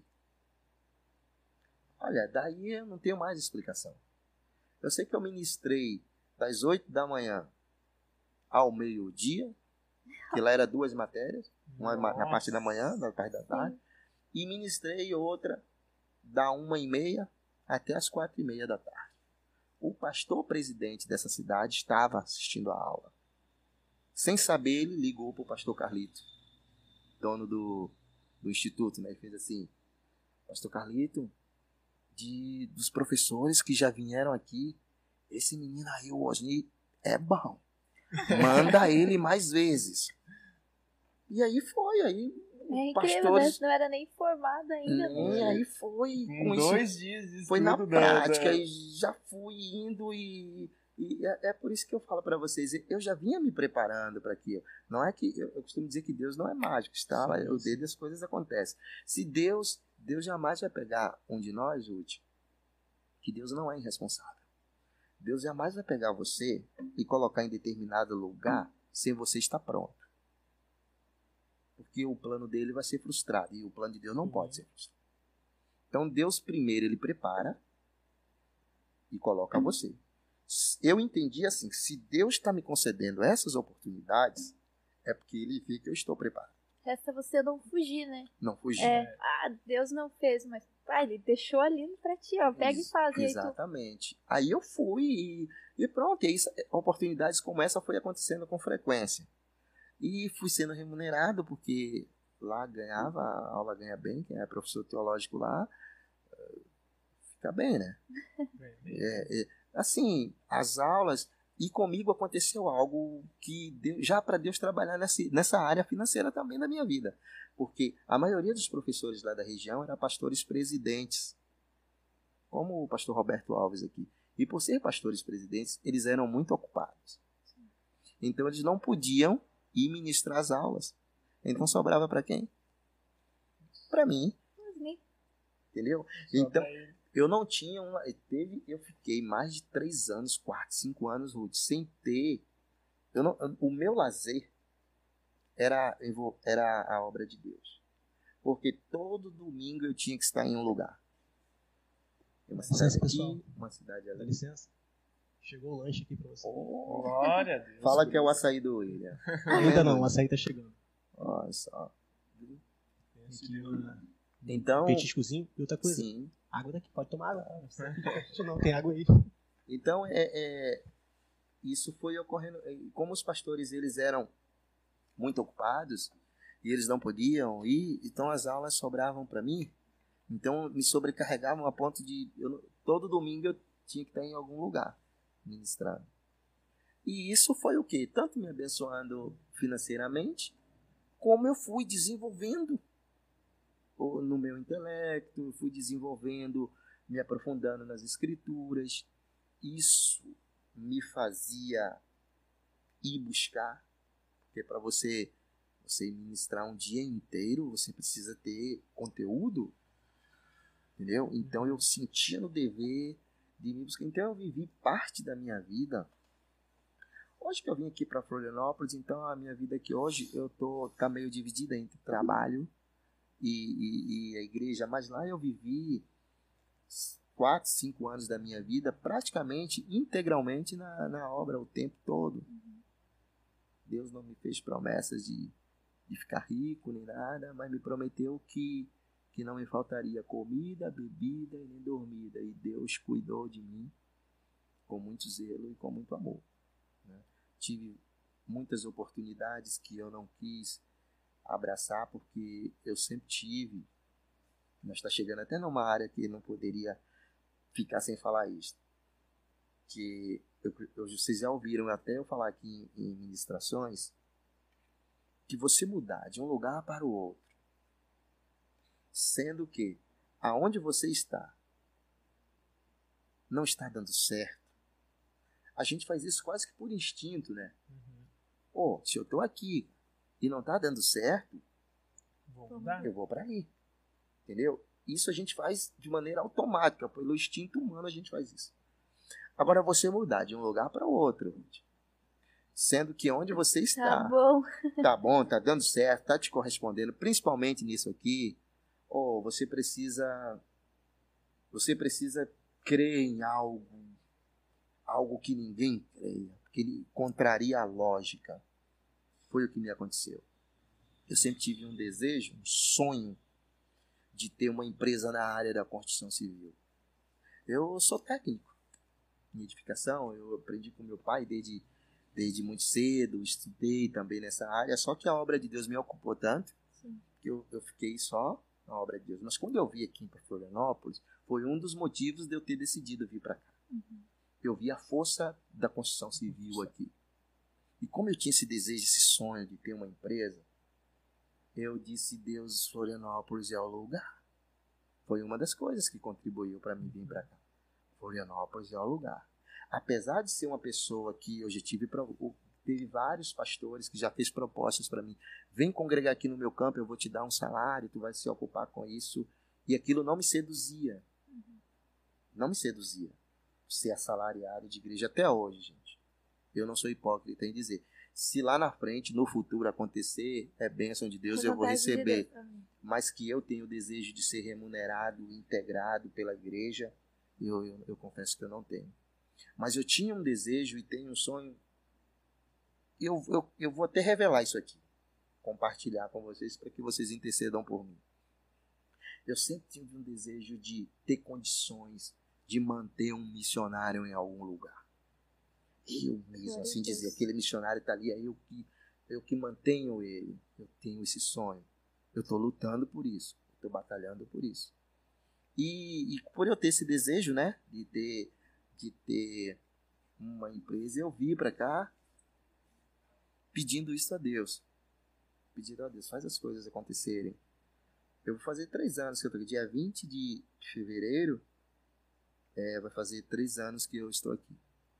[SPEAKER 3] Olha, daí eu não tenho mais explicação. Eu sei que eu ministrei das oito da manhã ao meio-dia, que lá era duas matérias, uma
[SPEAKER 2] Nossa.
[SPEAKER 3] na parte da manhã, na parte da tarde, e ministrei outra da uma e meia até as quatro e meia da tarde. O pastor presidente dessa cidade estava assistindo a aula. Sem saber, ele ligou para o pastor Carlito, dono do, do instituto, né? Ele fez assim, pastor Carlito, de, dos professores que já vieram aqui, esse menino aí, o Osni, é bom. Manda ele mais vezes. E aí foi, aí
[SPEAKER 4] É incrível,
[SPEAKER 3] pastores,
[SPEAKER 4] né? Não era nem formado ainda.
[SPEAKER 3] nem
[SPEAKER 4] né?
[SPEAKER 3] aí foi.
[SPEAKER 2] Com
[SPEAKER 3] com
[SPEAKER 2] dois
[SPEAKER 3] isso,
[SPEAKER 2] dias de
[SPEAKER 3] foi na
[SPEAKER 2] estudo da-
[SPEAKER 3] prática
[SPEAKER 2] da-
[SPEAKER 3] e já fui indo e, e é, é por isso que eu falo para vocês, eu já vinha me preparando para aquilo. Não é que eu, eu costumo dizer que Deus não é mágico, está lá, o dedo e as coisas acontecem. Se Deus, Deus jamais vai pegar um de nós, Ruth, que Deus não é irresponsável. Deus jamais vai pegar você e colocar em determinado lugar sem você estar pronto. Porque o plano dele vai ser frustrado e o plano de Deus não pode ser frustrado. Então Deus primeiro ele prepara e coloca você. Eu entendi assim, se Deus está me concedendo essas oportunidades, é porque ele vê que eu estou preparado.
[SPEAKER 4] Resta você não fugir, né?
[SPEAKER 3] Não fugir.
[SPEAKER 4] É, ah, Deus não fez, mas ah, ele deixou ali pra ti, ó. Pega
[SPEAKER 3] Ex-
[SPEAKER 4] e faz. E aí tu...
[SPEAKER 3] Exatamente. Aí eu fui e, e pronto. E aí, oportunidades como essa foi acontecendo com frequência. E fui sendo remunerado, porque lá ganhava, a aula ganha bem, quem é professor teológico lá, eh, fica bem, né? É, é, assim, as aulas, e comigo aconteceu algo que deu, já para Deus trabalhar nessa, nessa área financeira também da minha vida. Porque a maioria dos professores lá da região eram pastores presidentes, como o pastor Roberto Alves aqui. E por ser pastores presidentes, eles eram muito ocupados. Então eles não podiam ir ministrar as aulas. Então sobrava para quem? Para mim. Entendeu? Então, eu não tinha uma. Teve, eu fiquei mais de três anos, quatro, cinco anos, Ruth, sem ter. Eu não, o meu lazer era, era a obra de Deus. Porque todo domingo eu tinha que estar em um lugar. Uma cidade aqui, uma cidade ali.
[SPEAKER 5] Dá licença. Chegou o lanche aqui pra você.
[SPEAKER 3] Oh,
[SPEAKER 2] Glória a Deus.
[SPEAKER 3] fala que é o açaí do William.
[SPEAKER 5] Ainda não, o açaí tá chegando.
[SPEAKER 3] Olha só.
[SPEAKER 5] Aqui uma...
[SPEAKER 3] Então,
[SPEAKER 5] petiscozinho e outra coisa.
[SPEAKER 3] sim.
[SPEAKER 5] Água daqui, pode tomar água. Não, não tem água aí.
[SPEAKER 3] Então, é, é, isso foi ocorrendo. Como os pastores eles eram muito ocupados e eles não podiam ir, então as aulas sobravam para mim. Então, me sobrecarregavam a ponto de... Eu, todo domingo eu tinha que estar em algum lugar ministrando. E isso foi o quê? Tanto me abençoando financeiramente, como eu fui desenvolvendo no meu intelecto, fui desenvolvendo, me aprofundando nas escrituras. Isso me fazia ir buscar, porque para você, você ministrar um dia inteiro, você precisa ter conteúdo, entendeu? Então eu sentia no dever de me buscar. Então eu vivi parte da minha vida. Hoje que eu vim aqui para Florianópolis, então a minha vida aqui hoje, eu tô tá meio dividida entre trabalho e, e, e a igreja, mas lá eu vivi quatro, cinco anos da minha vida praticamente integralmente na, na obra o tempo todo. Uhum. Deus não me fez promessas de, de ficar rico nem nada, mas me prometeu que, que não me faltaria comida, bebida e nem dormida, e Deus cuidou de mim com muito zelo e com muito amor, né? Tive muitas oportunidades que eu não quis abraçar, porque eu sempre tive Nós está chegando até numa área que não poderia ficar sem falar isso. Que eu, eu, vocês já ouviram até eu falar aqui em, em ministrações, que você mudar de um lugar para o outro, sendo que aonde você está não está dando certo, a gente faz isso quase que por instinto, né?
[SPEAKER 2] Uhum.
[SPEAKER 3] Oh, se eu estou aqui e não está dando certo,
[SPEAKER 2] Vou mudar.
[SPEAKER 3] eu vou para ali. Entendeu? Isso a gente faz de maneira automática, pelo instinto humano a gente faz isso. Agora você mudar de um lugar para outro, gente, sendo que onde você está,
[SPEAKER 4] Tá bom.
[SPEAKER 3] tá bom, tá dando certo, tá te correspondendo, principalmente nisso aqui, ou oh, você precisa, você precisa crer em algo, algo que ninguém creia, que ele contraria a lógica. Foi o que me aconteceu. Eu sempre tive um desejo, um sonho de ter uma empresa na área da construção civil. Eu sou técnico em edificação, eu aprendi com meu pai desde, desde muito cedo, estudei também nessa área, só que a obra de Deus me ocupou tanto, Sim. que eu, eu fiquei só na obra de Deus. Mas quando eu vim aqui para Florianópolis, foi um dos motivos de eu ter decidido vir para cá. Uhum. Eu vi a força da construção civil aqui. E como eu tinha esse desejo, esse sonho de ter uma empresa, eu disse, Deus, Florianópolis é o lugar. Foi uma das coisas que contribuiu para mim vir para cá. Florianópolis é o lugar. Apesar de ser uma pessoa que eu já tive, teve vários pastores que já fez propostas para mim. Vem congregar aqui no meu campo, eu vou te dar um salário, tu vai se ocupar com isso. E aquilo não me seduzia. Uhum. Não me seduzia. Ser assalariado de igreja até hoje, gente. Eu não sou hipócrita em dizer. Se lá na frente, no futuro acontecer, é bênção de Deus, eu vou receber. Mas que eu tenho o desejo de ser remunerado, integrado pela igreja, eu, eu, eu confesso que eu não tenho. Mas eu tinha um desejo e tenho um sonho. Eu, eu, eu vou até revelar isso aqui. Compartilhar com vocês para que vocês intercedam por mim. Eu sempre tive um desejo de ter condições de manter um missionário em algum lugar. Eu mesmo, assim dizer, aquele missionário está ali, é eu que, eu que mantenho ele. Eu tenho esse sonho. Eu estou lutando por isso. Estou batalhando por isso. E, e por eu ter esse desejo, né, de ter, de ter uma empresa, eu vim para cá pedindo isso a Deus. Pedindo a Deus, faz as coisas acontecerem. Eu vou fazer três anos que eu estou aqui. Dia vinte de fevereiro, é, vai fazer três anos que eu estou aqui.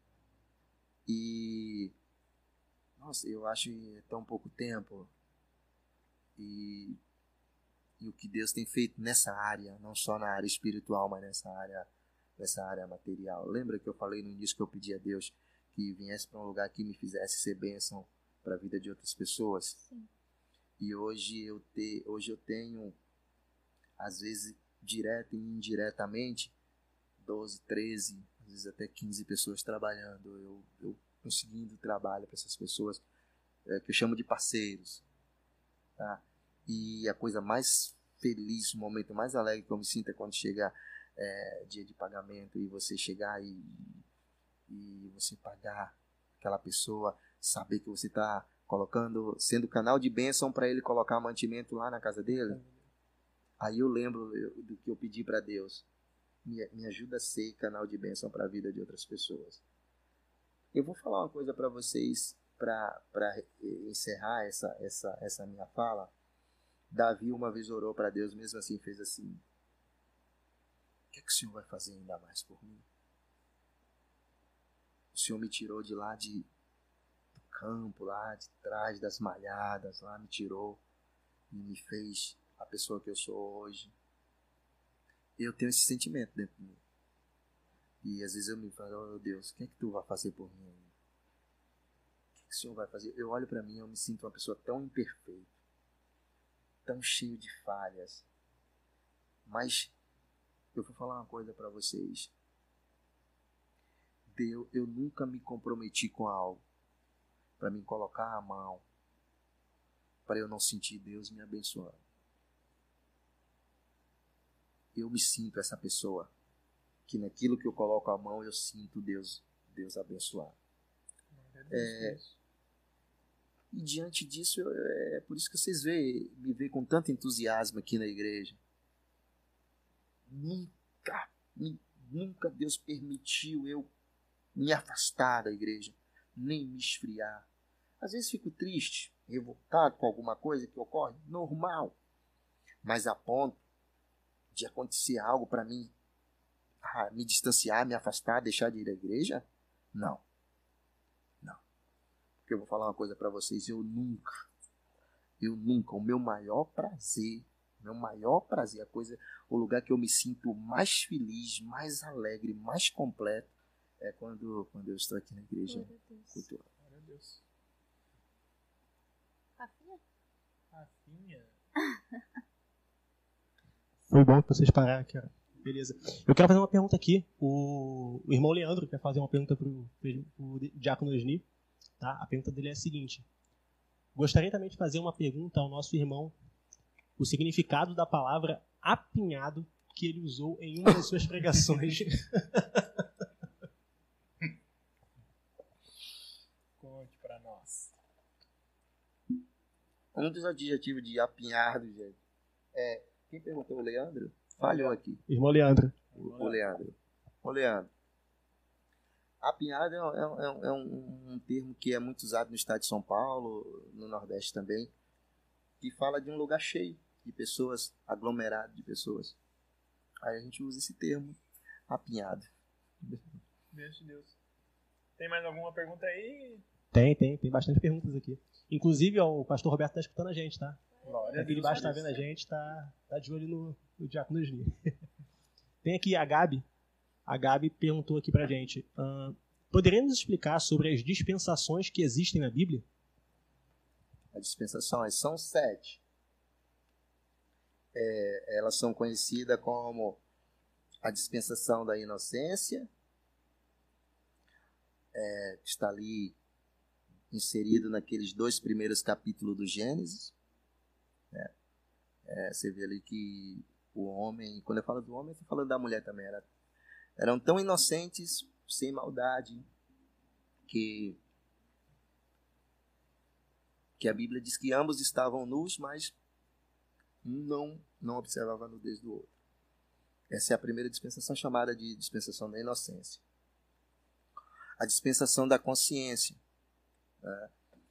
[SPEAKER 3] E, nossa, eu acho que é tão pouco tempo. E, e o que Deus tem feito nessa área, não só na área espiritual, mas nessa área, nessa área material. Lembra que eu falei no início que eu pedi a Deus que viesse para um lugar que me fizesse ser bênção para a vida de outras pessoas? Sim. E hoje eu, te, hoje eu tenho, às vezes, direto e indiretamente, doze, treze, às vezes até quinze pessoas trabalhando, eu, eu conseguindo trabalho para essas pessoas, é, que eu chamo de parceiros, tá? E a coisa mais feliz, o momento mais alegre que eu me sinto é quando chega é, dia de pagamento e você chegar e, e você pagar aquela pessoa, saber que você está colocando, sendo canal de bênção para ele colocar mantimento lá na casa dele. Aí eu lembro do que eu pedi para Deus. Me, me ajuda a ser canal de bênção para a vida de outras pessoas. Eu vou falar uma coisa para vocês, para encerrar essa, essa, essa minha fala. Davi uma vez orou para Deus, mesmo assim fez assim: o que é que o Senhor vai fazer ainda mais por mim? O Senhor me tirou de lá de, do campo, lá de trás das malhadas, lá me tirou e me fez a pessoa que eu sou hoje. Eu tenho esse sentimento dentro de mim. E às vezes eu me falo, oh Deus, o que é que tu vai fazer por mim? O que, é que o Senhor vai fazer? Eu olho para mim e eu me sinto uma pessoa tão imperfeita, tão cheio de falhas. Mas eu vou falar uma coisa para vocês. Deus, eu nunca me comprometi com algo para me colocar a mão, para eu não sentir Deus me abençoando. Eu me sinto essa pessoa que naquilo que eu coloco a mão eu sinto Deus, Deus abençoar. É, e diante disso, eu, é por isso que vocês veem, me veem com tanto entusiasmo aqui na igreja. nunca, nunca Deus permitiu eu me afastar da igreja, nem me esfriar. Às vezes fico triste, revoltado com alguma coisa que ocorre, normal. Mas a ponto de acontecer algo para mim, ah, me distanciar, me afastar, deixar de ir à igreja? Não. Não. Porque eu vou falar uma coisa para vocês, eu nunca, eu nunca, o meu maior prazer, meu maior prazer, a coisa, o lugar que eu me sinto mais feliz, mais alegre, mais completo, é quando, quando eu estou aqui na igreja cultural.
[SPEAKER 2] Glória a Deus.
[SPEAKER 4] Rafinha?
[SPEAKER 2] Rafinha?
[SPEAKER 5] Foi bom que vocês pararam aqui, ó. Beleza. Eu quero fazer uma pergunta aqui. O, o irmão Leandro quer fazer uma pergunta para o Diácono Osni. Tá? A pergunta dele é a seguinte. Gostaria também de fazer uma pergunta ao nosso irmão. O significado da palavra apinhado que ele usou em uma das suas pregações.
[SPEAKER 2] Conte para nós.
[SPEAKER 3] Um dos adjetivos de apinhado, gente, é... Quem perguntou? O Leandro? Falhou aqui.
[SPEAKER 5] Irmão Leandro.
[SPEAKER 3] O, o Leandro. O Leandro. Apinhado é, é, é um, um termo que é muito usado no estado de São Paulo, no Nordeste também, que fala de um lugar cheio de pessoas, aglomerado de pessoas. Aí a gente usa esse termo, apinhado.
[SPEAKER 2] Deus de Deus. Tem mais alguma pergunta aí?
[SPEAKER 5] Tem, tem. Tem bastante perguntas aqui. Inclusive, ó, o pastor Roberto está escutando a gente, tá?
[SPEAKER 2] Glória
[SPEAKER 5] Aqui debaixo está vendo a gente, tá, tá de olho no, no Diácono Osni. Tem aqui a Gabi. A Gabi perguntou aqui pra gente. Uh, poderia nos explicar sobre as dispensações que existem na Bíblia?
[SPEAKER 3] As dispensações são sete. É, elas são conhecidas como a dispensação da inocência, é, que está ali inserido naqueles dois primeiros capítulos do Gênesis. É, é, você vê ali que o homem, quando eu falo do homem, eu estou falando da mulher também, era, eram tão inocentes, sem maldade, que, que a Bíblia diz que ambos estavam nus, mas um não, não observava a nudez do outro. Essa é a primeira dispensação, chamada de dispensação da inocência. A dispensação da consciência, né?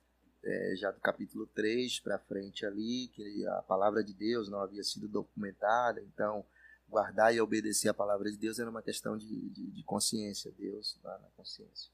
[SPEAKER 3] É, já do capítulo três para frente ali, que a palavra de Deus não havia sido documentada, então guardar e obedecer a palavra de Deus era uma questão de, de, de consciência, Deus lá na consciência.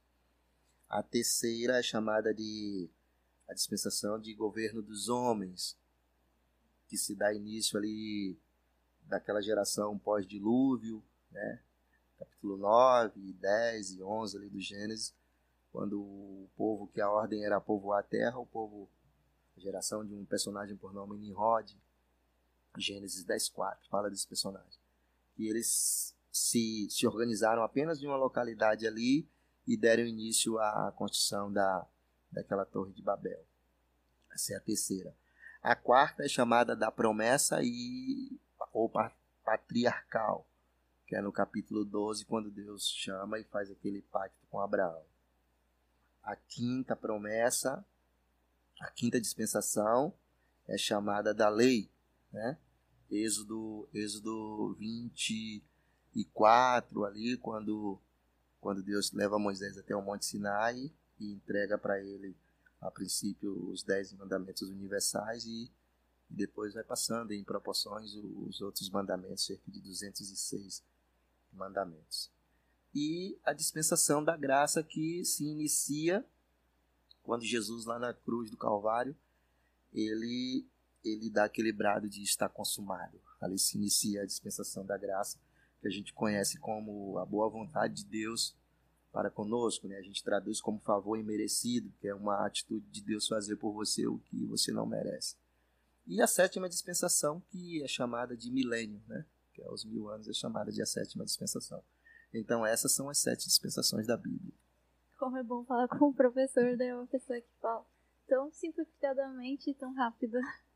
[SPEAKER 3] A terceira é chamada de a dispensação de governo dos homens, que se dá início ali daquela geração pós-dilúvio, né? Capítulo nove, dez e onze ali do Gênesis, quando o povo, que a ordem era povoar a terra, o povo, a geração de um personagem por nome Nimrod, Gênesis dez, quatro, fala desse personagem. E eles se, se organizaram apenas de uma localidade ali e deram início à construção da, daquela torre de Babel. Essa é a terceira. A quarta é chamada da promessa e, ou patriarcal, que é no capítulo doze, quando Deus chama e faz aquele pacto com Abraão. A quinta promessa, a quinta dispensação é chamada da lei, né? Êxodo, Êxodo vinte e quatro, ali, quando, quando Deus leva Moisés até o Monte Sinai e entrega para ele, a princípio, os dez mandamentos universais e, e depois vai passando em proporções os outros mandamentos, cerca de duzentos e seis mandamentos. E a dispensação da graça, que se inicia quando Jesus, lá na cruz do Calvário, ele, ele dá aquele brado de estar consumado. Ali se inicia a dispensação da graça, que a gente conhece como a boa vontade de Deus para conosco, né? A gente traduz como favor imerecido, que é uma atitude de Deus fazer por você o que você não merece. E a sétima dispensação, que é chamada de milênio, né? Que é aos mil anos, é chamada de a sétima dispensação. Então essas são as sete dispensações da Bíblia.
[SPEAKER 4] Como é bom falar com um professor, daí uma pessoa que fala tão simplificadamente e tão rápido.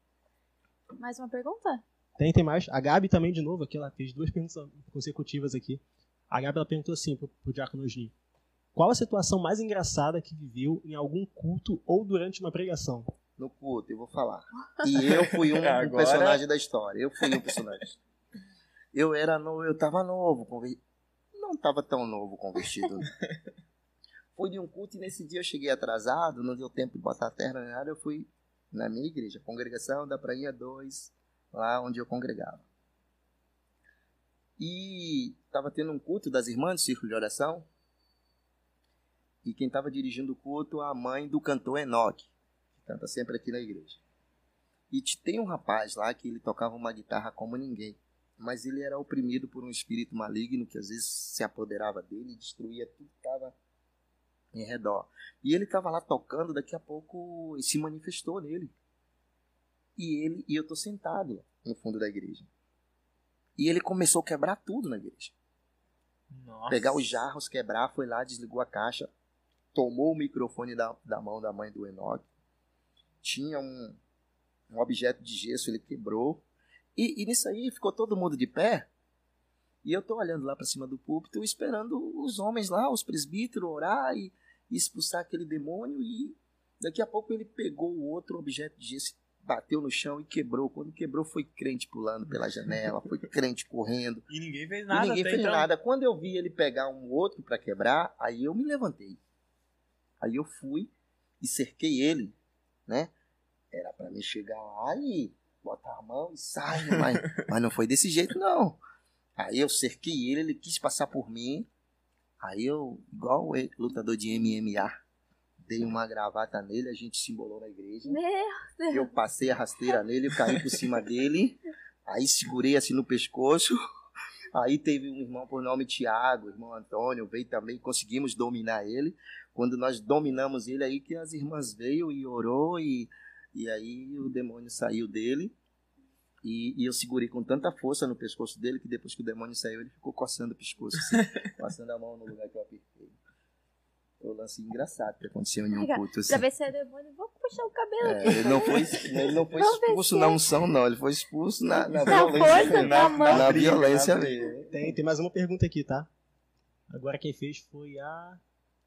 [SPEAKER 4] Mais uma pergunta?
[SPEAKER 5] Tem, tem mais. A Gabi também, de novo, aqui ela fez duas perguntas consecutivas aqui. A Gabi ela perguntou assim pro, pro Diácono Osni: qual a situação mais engraçada que viveu em algum culto ou durante uma pregação?
[SPEAKER 3] No culto, eu vou falar. E eu fui um, um personagem da história. Eu fui um personagem. Eu era novo, eu tava novo, conver... não tava tão novo convertido. Fui de um culto e nesse dia eu cheguei atrasado, não deu tempo de botar a terra nem nada, eu fui na minha igreja, congregação da Prainha dois, lá onde eu congregava. E estava tendo um culto das irmãs do Círculo de Oração, e quem estava dirigindo o culto, a mãe do cantor Enoque, que canta sempre aqui na igreja. E tem um rapaz lá que ele tocava uma guitarra como ninguém, mas ele era oprimido por um espírito maligno que às vezes se apoderava dele e destruía tudo que estava em redor. E ele estava lá tocando, daqui a pouco se manifestou nele. E ele e eu estou sentado no fundo da igreja. E ele começou a quebrar tudo na igreja.
[SPEAKER 2] Nossa.
[SPEAKER 3] Pegar os jarros, quebrar, foi lá, desligou a caixa, tomou o microfone da, da mão da mãe do Enoque. Tinha um, um objeto de gesso, ele quebrou. E, e nisso aí ficou todo mundo de pé. E eu tô olhando lá para cima do púlpito, esperando os homens lá, os presbíteros, orar e, e expulsar aquele demônio. E daqui a pouco ele pegou o outro objeto de gesso, bateu no chão e quebrou. Quando quebrou, foi crente pulando pela janela, foi crente correndo.
[SPEAKER 2] E ninguém fez nada.
[SPEAKER 3] E ninguém fez
[SPEAKER 2] então.
[SPEAKER 3] nada. Quando eu vi ele pegar um outro para quebrar, aí eu me levantei. Aí eu fui e cerquei ele, né? Era para mim chegar lá e botar a mão e sair, mas, mas não foi desse jeito, não. Aí eu cerquei ele, ele quis passar por mim. Aí eu, igual o lutador de M M A, dei uma gravata nele, a gente se embolou na igreja.
[SPEAKER 4] Meu Deus.
[SPEAKER 3] Eu passei a rasteira nele, eu caí por cima dele. Aí segurei assim no pescoço. Aí teve um irmão por nome Tiago, irmão Antônio, veio também, conseguimos dominar ele. Quando nós dominamos ele, aí que as irmãs veio e orou, e, e aí o demônio saiu dele. E, e eu segurei com tanta força no pescoço dele, que depois que o demônio saiu, ele ficou coçando o pescoço, assim, passando a mão no lugar que eu apertei. Foi um lance engraçado que aconteceu em um culto. Assim.
[SPEAKER 4] Pra ver se é demônio, vou puxar o cabelo
[SPEAKER 3] É,
[SPEAKER 4] aqui.
[SPEAKER 3] ele não foi, ele não foi
[SPEAKER 4] Vamos ver
[SPEAKER 3] expulso
[SPEAKER 4] se
[SPEAKER 3] na
[SPEAKER 4] é.
[SPEAKER 3] unção, não. Ele foi expulso na, na
[SPEAKER 4] Na
[SPEAKER 3] violência.
[SPEAKER 4] força,
[SPEAKER 3] mesmo.
[SPEAKER 4] na
[SPEAKER 3] na,
[SPEAKER 4] mão.
[SPEAKER 3] na
[SPEAKER 2] briga,
[SPEAKER 3] violência
[SPEAKER 2] na briga.
[SPEAKER 3] mesmo.
[SPEAKER 5] Tem, tem mais uma pergunta aqui, tá? Agora quem fez foi a...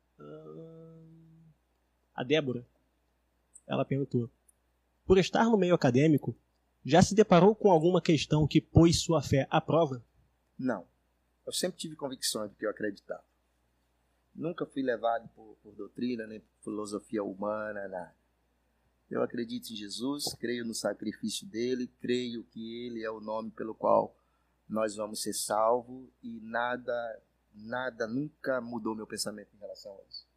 [SPEAKER 5] A Débora. Ela perguntou: por estar no meio acadêmico, já se deparou com alguma questão que pôs sua fé à prova?
[SPEAKER 3] Não. Eu sempre tive convicções do que eu acreditava. Nunca fui levado por, por doutrina, nem por filosofia humana, nada. Eu acredito em Jesus, creio no sacrifício dele, creio que ele é o nome pelo qual nós vamos ser salvos, e nada, nada nunca mudou meu pensamento em relação a isso.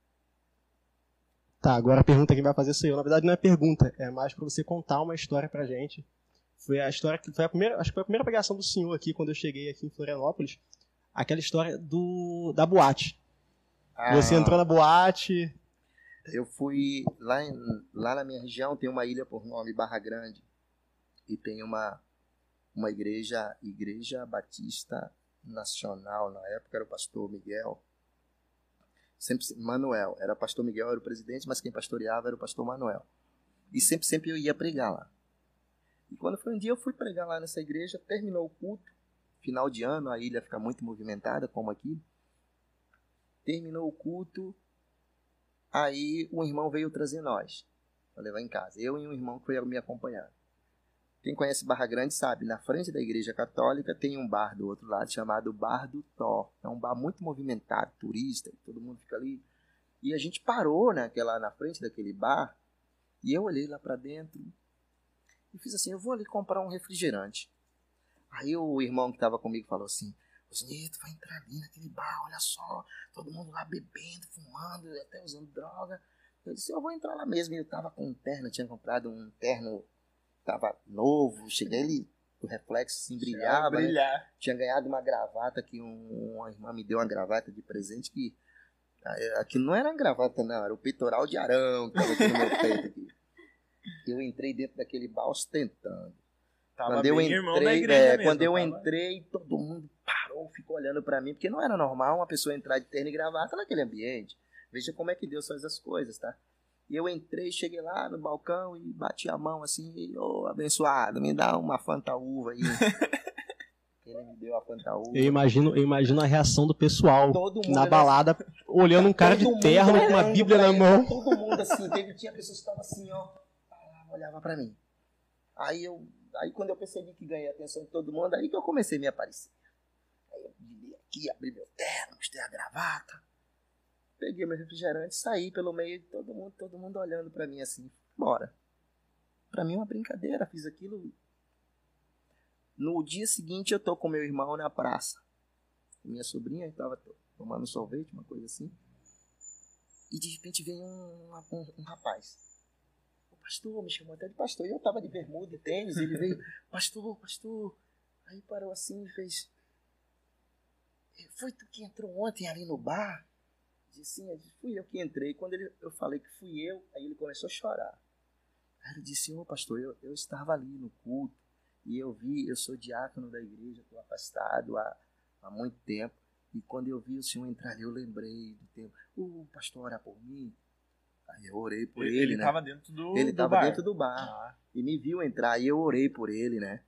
[SPEAKER 5] Tá, agora a pergunta que vai fazer sou eu. Na verdade não é pergunta, é mais pra você contar uma história pra gente. Foi a história que foi a primeira, acho que foi a primeira pregação do senhor aqui quando eu cheguei aqui em Florianópolis. Aquela história do da boate.
[SPEAKER 3] Ah,
[SPEAKER 5] Você entrou na boate.
[SPEAKER 3] Eu fui lá, em, lá na minha região, tem uma ilha por nome Barra Grande, e tem uma uma igreja, igreja Batista Nacional. Na época era o pastor Miguel. Sempre, Manuel, era pastor Miguel, era o presidente, mas quem pastoreava era o pastor Manuel. E sempre, sempre eu ia pregar lá. E quando foi um dia eu fui pregar lá nessa igreja, terminou o culto, final de ano, a ilha fica muito movimentada, como aqui. Terminou o culto, aí um irmão veio trazer nós, para levar em casa. Eu e um irmão que foi me acompanhar. Quem conhece Barra Grande sabe, na frente da igreja católica tem um bar do outro lado chamado Bar do Thor. É um bar muito movimentado, turista, todo mundo fica ali. E a gente parou naquela, na frente daquele bar, e eu olhei lá para dentro e fiz assim: eu vou ali comprar um refrigerante. Aí o irmão que estava comigo falou assim: Osnito, vai entrar ali naquele bar, olha só, todo mundo lá bebendo, fumando, até usando droga. Eu disse: eu vou entrar lá mesmo. E eu estava com um terno, tinha comprado um terno, tava novo, cheguei ali, o reflexo assim brilhava,
[SPEAKER 2] brilhar.
[SPEAKER 3] né? Tinha ganhado uma gravata que um, uma irmã me deu, uma gravata de presente que aqui não era uma gravata não, era o peitoral de Arão que tava aqui no meu peito aqui. Eu entrei dentro daquele bar ostentando.
[SPEAKER 2] Tava
[SPEAKER 3] Quando
[SPEAKER 2] bem
[SPEAKER 3] eu
[SPEAKER 2] irmão da
[SPEAKER 3] entrei,
[SPEAKER 2] igreja
[SPEAKER 3] é,
[SPEAKER 2] mesmo,
[SPEAKER 3] quando eu
[SPEAKER 2] tava...
[SPEAKER 3] entrei, todo mundo parou, ficou olhando pra mim, porque não era normal uma pessoa entrar de terno e gravata naquele ambiente. Veja como é que Deus faz as coisas, tá? E eu entrei, cheguei lá no balcão e bati a mão assim, e, ô, abençoado, me dá uma Fanta Uva aí. Ele me deu a Fanta Uva.
[SPEAKER 5] Eu imagino, eu imagino a reação do pessoal
[SPEAKER 3] Todo mundo
[SPEAKER 5] na
[SPEAKER 3] era
[SPEAKER 5] balada, olhando um cara
[SPEAKER 3] Todo
[SPEAKER 5] de
[SPEAKER 3] mundo
[SPEAKER 5] terno com uma
[SPEAKER 3] olhando
[SPEAKER 5] bíblia
[SPEAKER 3] pra
[SPEAKER 5] na
[SPEAKER 3] ele,
[SPEAKER 5] mão.
[SPEAKER 3] Todo mundo assim, teve, tinha pessoas que estavam assim, ó, olhava pra mim. Aí, eu, aí quando eu percebi que ganhei a atenção de todo mundo, aí que eu comecei a me aparecer. Aí eu virei aqui, abri meu terno, mostrei a gravata, peguei meu refrigerante, saí pelo meio de todo mundo, todo mundo olhando pra mim assim, bora. Pra mim é uma brincadeira, fiz aquilo. No dia seguinte eu tô com meu irmão na praça. Minha sobrinha estava tomando sorvete, uma coisa assim. E de repente veio um, um, um rapaz. O pastor me chamou até de pastor. E eu tava de bermuda e tênis. E ele veio, pastor, pastor. Aí parou assim e fez... Foi tu que entrou ontem ali no bar? Disse, sim, fui eu que entrei. Quando ele, eu falei que fui eu, aí ele começou a chorar. Aí ele disse, ô pastor, eu, eu estava ali no culto. E eu vi, eu sou diácono da igreja, estou afastado há, há muito tempo. E quando eu vi o senhor entrar ali, eu lembrei do tempo. O pastor orar por mim. Aí eu orei por ele,
[SPEAKER 2] ele
[SPEAKER 3] né?
[SPEAKER 2] Tava dentro do,
[SPEAKER 3] ele
[SPEAKER 2] do
[SPEAKER 3] estava
[SPEAKER 2] bar.
[SPEAKER 3] dentro do bar.
[SPEAKER 2] Ah.
[SPEAKER 3] E me viu entrar e eu orei por ele, né?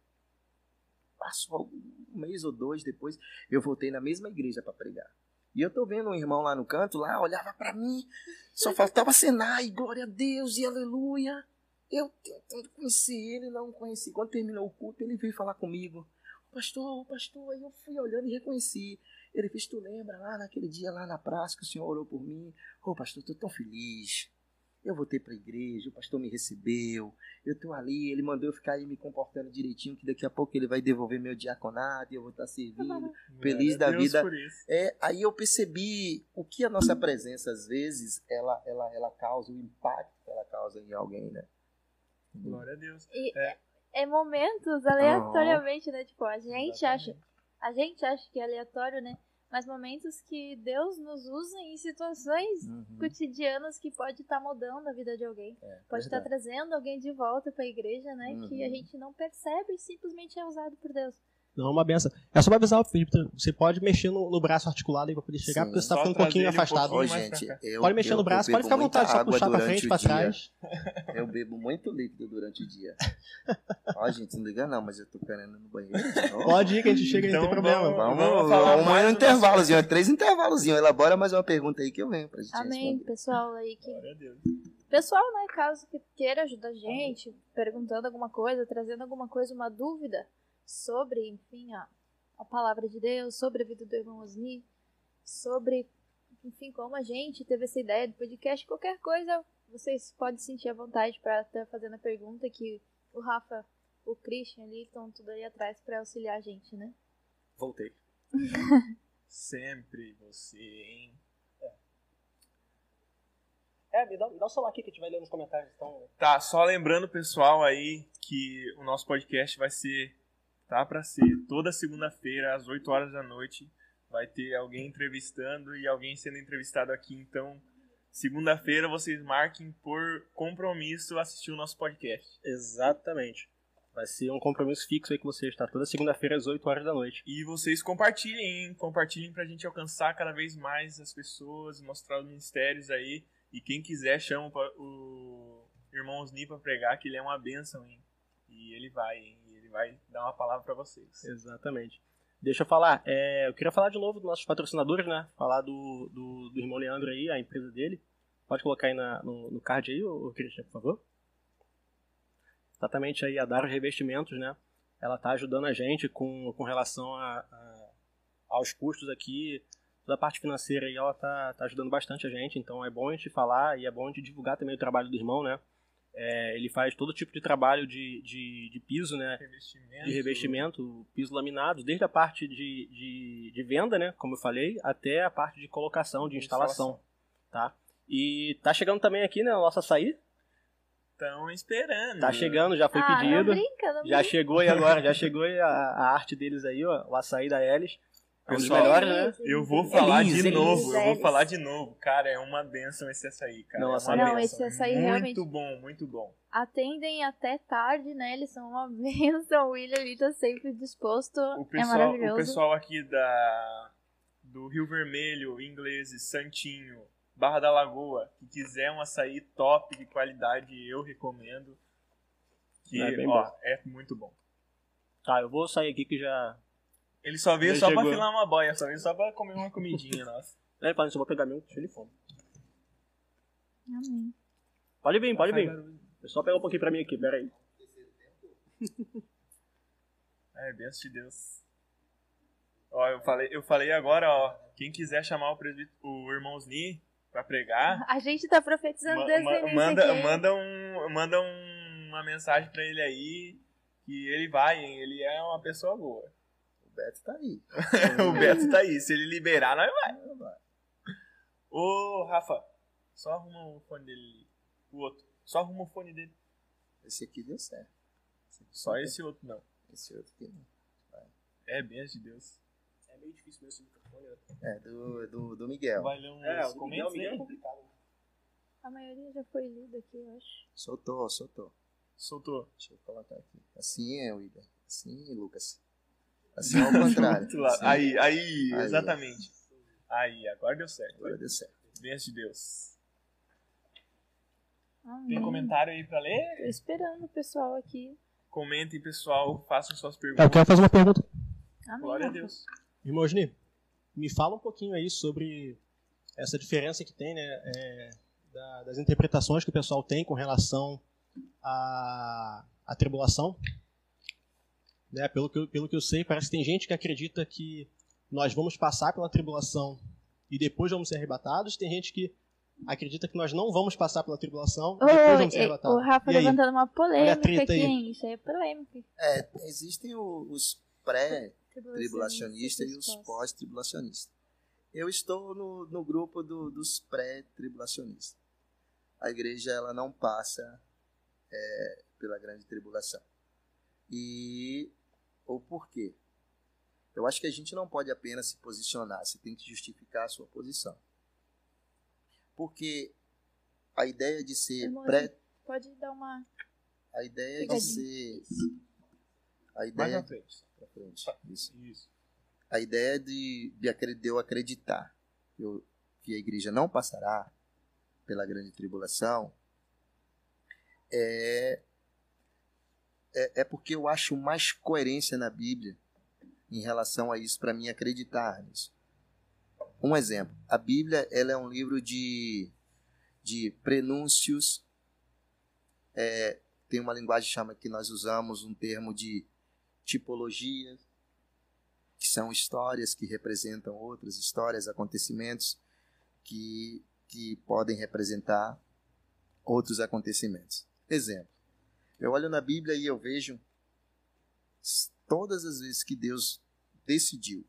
[SPEAKER 3] Passou um mês ou dois depois, eu voltei na mesma igreja para pregar. E eu tô vendo um irmão lá no canto, lá, olhava para mim, só faltava acenar, e glória a Deus, e aleluia. Eu tentando conhecer ele, não conheci. Quando terminou o culto, ele veio falar comigo. Pastor, pastor, aí eu fui olhando e reconheci. Ele fez, tu lembra lá naquele dia lá na praça que o senhor orou por mim? Ô oh, pastor, estou tão feliz. Eu voltei para a igreja, o pastor me recebeu. Eu estou ali, ele mandou eu ficar aí me comportando direitinho, que daqui a pouco ele vai devolver meu diaconato e eu vou estar servindo, feliz da
[SPEAKER 2] Deus
[SPEAKER 3] vida.
[SPEAKER 2] Por isso.
[SPEAKER 3] É, aí eu percebi o que a nossa presença, às vezes, ela, ela, ela causa, o impacto que ela causa em alguém, né?
[SPEAKER 2] Glória a Deus.
[SPEAKER 4] E
[SPEAKER 2] É.
[SPEAKER 4] é momentos aleatoriamente, né? Tipo, a gente acha,
[SPEAKER 2] Exatamente.
[SPEAKER 4] a gente acha que é aleatório, né? Mas momentos que Deus nos usa em situações
[SPEAKER 3] Uhum.
[SPEAKER 4] cotidianas que pode estar mudando a vida de alguém.
[SPEAKER 3] É,
[SPEAKER 4] Pode estar
[SPEAKER 3] verdade.
[SPEAKER 4] trazendo alguém de volta para a igreja, né?
[SPEAKER 3] Uhum.
[SPEAKER 4] Que a gente não percebe e simplesmente é usado por Deus.
[SPEAKER 5] Não, é uma benção. É só pra avisar o Pedro, você pode mexer no, no braço articulado aí pra poder chegar,
[SPEAKER 3] Sim.
[SPEAKER 5] porque você tá
[SPEAKER 2] Só
[SPEAKER 5] ficando um
[SPEAKER 2] trazer
[SPEAKER 5] pouquinho
[SPEAKER 2] ele um
[SPEAKER 5] afastado.
[SPEAKER 2] pouquinho
[SPEAKER 3] Ô,
[SPEAKER 2] mais pra
[SPEAKER 3] gente,
[SPEAKER 2] cá.
[SPEAKER 3] eu,
[SPEAKER 5] Pode mexer
[SPEAKER 3] eu,
[SPEAKER 5] no braço,
[SPEAKER 3] eu
[SPEAKER 5] pode ficar à
[SPEAKER 3] bebo
[SPEAKER 5] vontade,
[SPEAKER 3] muita
[SPEAKER 5] só
[SPEAKER 3] água
[SPEAKER 5] puxar pra
[SPEAKER 3] durante
[SPEAKER 5] frente,
[SPEAKER 3] o
[SPEAKER 5] pra
[SPEAKER 3] dia.
[SPEAKER 5] trás.
[SPEAKER 3] Eu bebo muito líquido durante o dia. Ó, gente, não liga não, mas eu tô querendo ir no banheiro de novo.
[SPEAKER 5] Pode ir que a gente chega aí, não tem
[SPEAKER 2] Então,
[SPEAKER 5] problema.
[SPEAKER 2] vamos-
[SPEAKER 3] Vamos,
[SPEAKER 2] Vamos falar
[SPEAKER 3] vamos
[SPEAKER 2] mais
[SPEAKER 3] no
[SPEAKER 2] do
[SPEAKER 3] intervalozinho, é três intervalozinhos. Elabora mais uma pergunta aí que eu venho pra gente
[SPEAKER 4] Amém,
[SPEAKER 3] responder.
[SPEAKER 4] pessoal aí que
[SPEAKER 2] Glória a Deus.
[SPEAKER 4] pessoal, né, caso que queira ajudar a gente, perguntando alguma coisa, trazendo alguma coisa, uma dúvida sobre, enfim, a, a palavra de Deus, sobre a vida do irmão Osni, sobre, enfim, como a gente teve essa ideia do podcast, qualquer coisa, vocês podem sentir à vontade para estar fazendo a pergunta, que o Rafa, o Christian ali estão tudo ali atrás para auxiliar a gente, né?
[SPEAKER 1] Voltei.
[SPEAKER 2] Sempre você, hein?
[SPEAKER 1] É, me dá, me dá o celular aqui que a gente vai ler nos comentários. Então,
[SPEAKER 2] Tá, só lembrando, pessoal, aí que o nosso podcast vai ser, tá pra ser, toda segunda-feira, às oito horas da noite, vai ter alguém entrevistando e alguém sendo entrevistado aqui. Então, segunda-feira, vocês marquem por compromisso assistir o nosso podcast.
[SPEAKER 1] exatamente. Vai ser um compromisso fixo aí com vocês, tá? Toda segunda-feira às oito horas da noite.
[SPEAKER 2] E vocês compartilhem, hein? Compartilhem pra gente alcançar cada vez mais as pessoas, mostrar os ministérios aí. E quem quiser, chama o irmão Osni pra pregar, que ele é uma bênção, hein? E ele vai, hein? Ele vai dar uma palavra pra vocês.
[SPEAKER 1] Exatamente. Deixa eu falar, é, eu queria falar de novo dos nossos patrocinadores, né? Falar do, do, do irmão Leandro aí, a empresa dele. Pode colocar aí na, no, no card aí, ô, Christian, por favor. Exatamente aí a Daros Revestimentos, né? Ela tá ajudando a gente com, com relação a, a, aos custos aqui. Toda a parte financeira aí, ela tá, tá ajudando bastante a gente. Então é bom a gente falar e é bom a gente divulgar também o trabalho do irmão, né? É, ele faz todo tipo de trabalho de, de, de piso, né?
[SPEAKER 2] Revestimento.
[SPEAKER 1] De revestimento, piso laminado, desde a parte de, de, de venda, né? Como eu falei, até a parte de colocação, de instalação, tá? E tá chegando também aqui, né? O nosso açaí.
[SPEAKER 2] Estão esperando.
[SPEAKER 1] Tá chegando, já foi
[SPEAKER 4] ah,
[SPEAKER 1] pedido.
[SPEAKER 4] não brinca, não
[SPEAKER 1] Já
[SPEAKER 4] brinca.
[SPEAKER 1] chegou aí agora, já chegou aí a, a arte deles aí, ó. O açaí da Elis. É um dos
[SPEAKER 2] Pessoal,
[SPEAKER 1] melhores, né?
[SPEAKER 2] Eu vou falar
[SPEAKER 1] Elis,
[SPEAKER 2] de
[SPEAKER 1] Elis.
[SPEAKER 2] novo, eu vou
[SPEAKER 4] Elis.
[SPEAKER 2] falar de novo. Cara, é uma benção esse açaí, cara.
[SPEAKER 1] Não,
[SPEAKER 2] é uma
[SPEAKER 1] açaí-
[SPEAKER 4] Não,
[SPEAKER 2] benção.
[SPEAKER 4] esse açaí
[SPEAKER 2] muito
[SPEAKER 4] realmente-
[SPEAKER 2] bom, muito bom.
[SPEAKER 4] Atendem até tarde, né? Eles são uma bênção. O William ali tá sempre disposto.
[SPEAKER 2] O
[SPEAKER 4] é
[SPEAKER 2] pessoal,
[SPEAKER 4] maravilhoso.
[SPEAKER 2] o pessoal aqui da do Rio Vermelho, Ingleses, Santinho, Barra da Lagoa, que quiser um açaí top de qualidade, eu recomendo. Que,
[SPEAKER 1] É bem
[SPEAKER 2] ó,
[SPEAKER 1] bom.
[SPEAKER 2] é muito bom.
[SPEAKER 1] Tá, eu vou sair aqui que já...
[SPEAKER 2] Ele só veio
[SPEAKER 1] Já
[SPEAKER 2] só pra
[SPEAKER 1] chegou.
[SPEAKER 2] filar uma boia, só veio só pra comer uma comidinha, nossa.
[SPEAKER 1] É, falando isso, eu vou pegar meu, cheio de fome.
[SPEAKER 4] Amém.
[SPEAKER 1] Pode vir, pode vir.
[SPEAKER 2] Faz barulho.
[SPEAKER 1] É só pegar um pouquinho pra mim aqui, pera aí.
[SPEAKER 2] É, benção de Deus. Ó, eu falei, eu falei agora, ó, quem quiser chamar o, presbítero, o irmão Osni pra pregar,
[SPEAKER 4] A gente tá profetizando
[SPEAKER 2] ma-
[SPEAKER 4] desde
[SPEAKER 2] ma-
[SPEAKER 4] o início
[SPEAKER 2] manda,
[SPEAKER 4] aqui.
[SPEAKER 2] manda, um, manda um, uma mensagem pra ele aí, que ele vai, hein? Ele é uma pessoa boa.
[SPEAKER 3] O Beto tá aí.
[SPEAKER 2] O Beto tá aí, se ele liberar, nós vai.
[SPEAKER 3] Não vai.
[SPEAKER 2] Ô, Rafa, só arruma o fone dele. O outro. Só arruma o fone dele.
[SPEAKER 3] Esse aqui deu certo. Esse aqui
[SPEAKER 2] Só
[SPEAKER 3] deu
[SPEAKER 2] esse outro não.
[SPEAKER 3] Esse outro aqui não.
[SPEAKER 2] É, benção de Deus.
[SPEAKER 1] É meio difícil mesmo esse microfone. Né?
[SPEAKER 3] É, do, do, do Miguel.
[SPEAKER 2] Vai ler uns
[SPEAKER 1] É, o do Miguel,
[SPEAKER 2] comentários
[SPEAKER 1] Miguel é
[SPEAKER 2] aí?
[SPEAKER 1] complicado.
[SPEAKER 4] A maioria já foi lida aqui, eu acho.
[SPEAKER 3] Soltou, soltou.
[SPEAKER 2] Soltou.
[SPEAKER 3] Deixa eu colocar aqui. Assim é, William. Assim, Lucas. Assim é ao contrário.
[SPEAKER 2] Outro lado.
[SPEAKER 3] Assim,
[SPEAKER 2] Aí, aí,
[SPEAKER 3] Aí.
[SPEAKER 2] exatamente. Aí, agora deu certo.
[SPEAKER 3] Agora deu certo.
[SPEAKER 2] Benção de Deus.
[SPEAKER 4] Amém.
[SPEAKER 2] Tem comentário aí pra ler?
[SPEAKER 4] Tô esperando o pessoal aqui.
[SPEAKER 2] Comentem, pessoal. Façam suas
[SPEAKER 5] Tá, eu
[SPEAKER 2] perguntas.
[SPEAKER 5] quero fazer uma pergunta.
[SPEAKER 4] Amém.
[SPEAKER 2] Glória a
[SPEAKER 4] Rafa.
[SPEAKER 2] Deus.
[SPEAKER 5] Irmão Osni, me fala um pouquinho aí sobre essa diferença que tem, né, é, da- das interpretações que o pessoal tem com relação à, à tribulação. Né, pelo, que eu, pelo que eu sei, parece que tem gente que acredita que nós vamos passar pela tribulação e depois vamos ser arrebatados. Tem gente que acredita que nós não vamos passar pela tribulação e
[SPEAKER 4] Ô,
[SPEAKER 5] depois vamos ser
[SPEAKER 4] é,
[SPEAKER 5] arrebatados.
[SPEAKER 4] o Rafa
[SPEAKER 5] E aí?
[SPEAKER 4] levantando uma polêmica
[SPEAKER 5] treta
[SPEAKER 4] aqui,
[SPEAKER 5] aí.
[SPEAKER 4] hein? Isso aí é polêmica.
[SPEAKER 3] É, existem o- os pré-tribulacionistas e os pós-tribulacionistas. Eu estou no, no grupo do- dos pré-tribulacionistas. A igreja ela não passa é, pela grande tribulação. E o porquê? Eu acho que a gente não pode apenas se posicionar, você tem que justificar a sua posição. Porque a ideia de ser
[SPEAKER 4] Irmão,
[SPEAKER 3] pré...
[SPEAKER 4] Pode dar uma...
[SPEAKER 3] A ideia de
[SPEAKER 4] Pegadinha.
[SPEAKER 3] ser... A
[SPEAKER 2] Mais
[SPEAKER 3] ideia...
[SPEAKER 2] na frente.
[SPEAKER 3] Pra frente. Isso.
[SPEAKER 2] Isso.
[SPEAKER 3] A ideia de, de, acre- de eu acreditar que, eu- que a igreja não passará pela grande tribulação é, é, é porque eu acho mais coerência na Bíblia em relação a isso, para mim acreditar nisso. Um exemplo, a Bíblia ela é um livro de, de prenúncios, é, tem uma linguagem chama que nós usamos um termo de tipologia, que são histórias que representam outras histórias, acontecimentos que, que podem representar outros acontecimentos. Exemplo, eu olho na Bíblia e eu vejo todas as vezes que Deus decidiu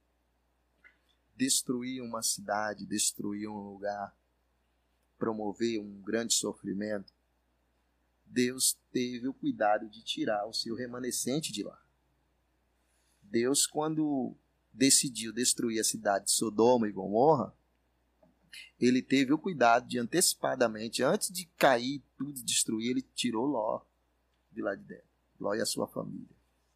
[SPEAKER 3] destruir uma cidade, destruir um lugar, promover um grande sofrimento, Deus teve o cuidado de tirar o seu remanescente de lá. Deus, quando decidiu destruir a cidade de Sodoma e Gomorra, ele teve o cuidado de antecipadamente, antes de cair tudo e destruir, ele tirou Ló de lá de dentro. Ló e a sua família.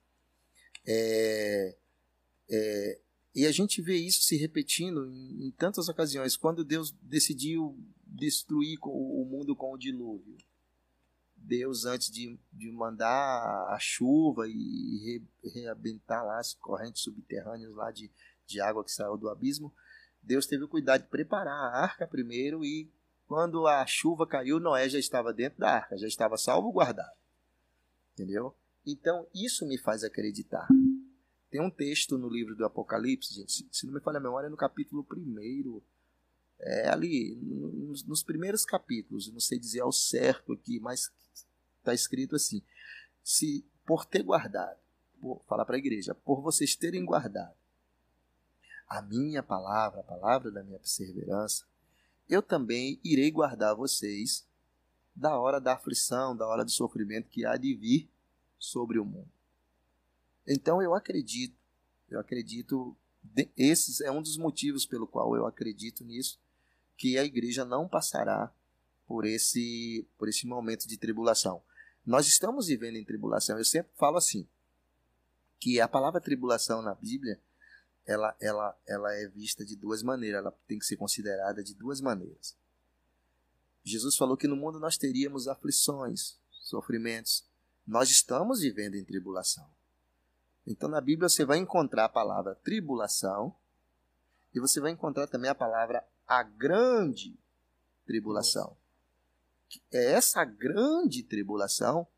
[SPEAKER 3] É, é, e a gente vê isso se repetindo em, em tantas ocasiões. Quando Deus decidiu destruir o mundo com o dilúvio, Deus, antes de, de mandar a chuva e re, reabentar lá as correntes subterrâneas lá de, de água que saiu do abismo, Deus teve o cuidado de preparar a arca primeiro, e quando a chuva caiu, Noé já estava dentro da arca, já estava salvo-guardado. Entendeu? Então, isso me faz acreditar. Tem um texto no livro do Apocalipse, gente, se não me falha a memória, é no capítulo primeiro, é ali, nos, nos primeiros capítulos, não sei dizer ao certo aqui, mas está escrito assim: se por ter guardado, vou falar para a igreja, por vocês terem guardado a minha palavra, a palavra da minha perseverança, eu também irei guardar vocês da hora da aflição, da hora do sofrimento que há de vir sobre o mundo. Então eu acredito, eu acredito, esse é um dos motivos pelo qual eu acredito nisso, que a igreja não passará por esse, por esse momento de tribulação. Nós estamos vivendo em tribulação. Eu sempre falo assim, que a palavra tribulação na Bíblia, ela, ela, ela é vista de duas maneiras, ela tem que ser considerada de duas maneiras. Jesus falou que no mundo nós teríamos aflições, sofrimentos. Nós estamos vivendo em tribulação. Então na Bíblia você vai encontrar a palavra tribulação e você vai encontrar também a palavra a grande tribulação. É essa grande tribulação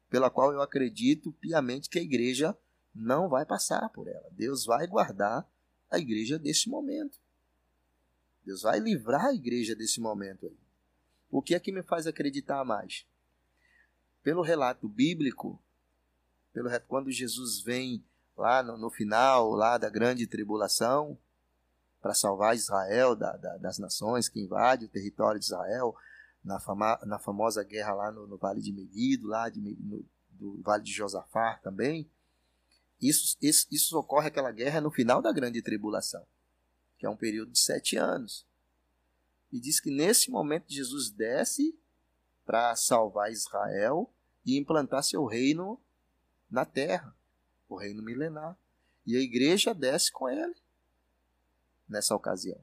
[SPEAKER 3] pela qual eu acredito piamente que a igreja não vai passar por ela. Deus vai guardar a igreja desse momento. Deus vai livrar a igreja desse momento aí. O que é que me faz acreditar mais? Pelo relato bíblico, pelo quando Jesus vem lá no, no final lá da grande tribulação para salvar Israel da, da, das nações que invadem o território de Israel, na, fama, na famosa guerra lá no, no Vale de Meguido, lá de, no, do Vale de Josafá também. Isso, isso, isso ocorre, aquela guerra, no final da grande tribulação, que é um período de sete anos. E diz que nesse momento Jesus desce para salvar Israel e implantar seu reino na terra, o reino milenar. E a igreja desce com ele nessa ocasião.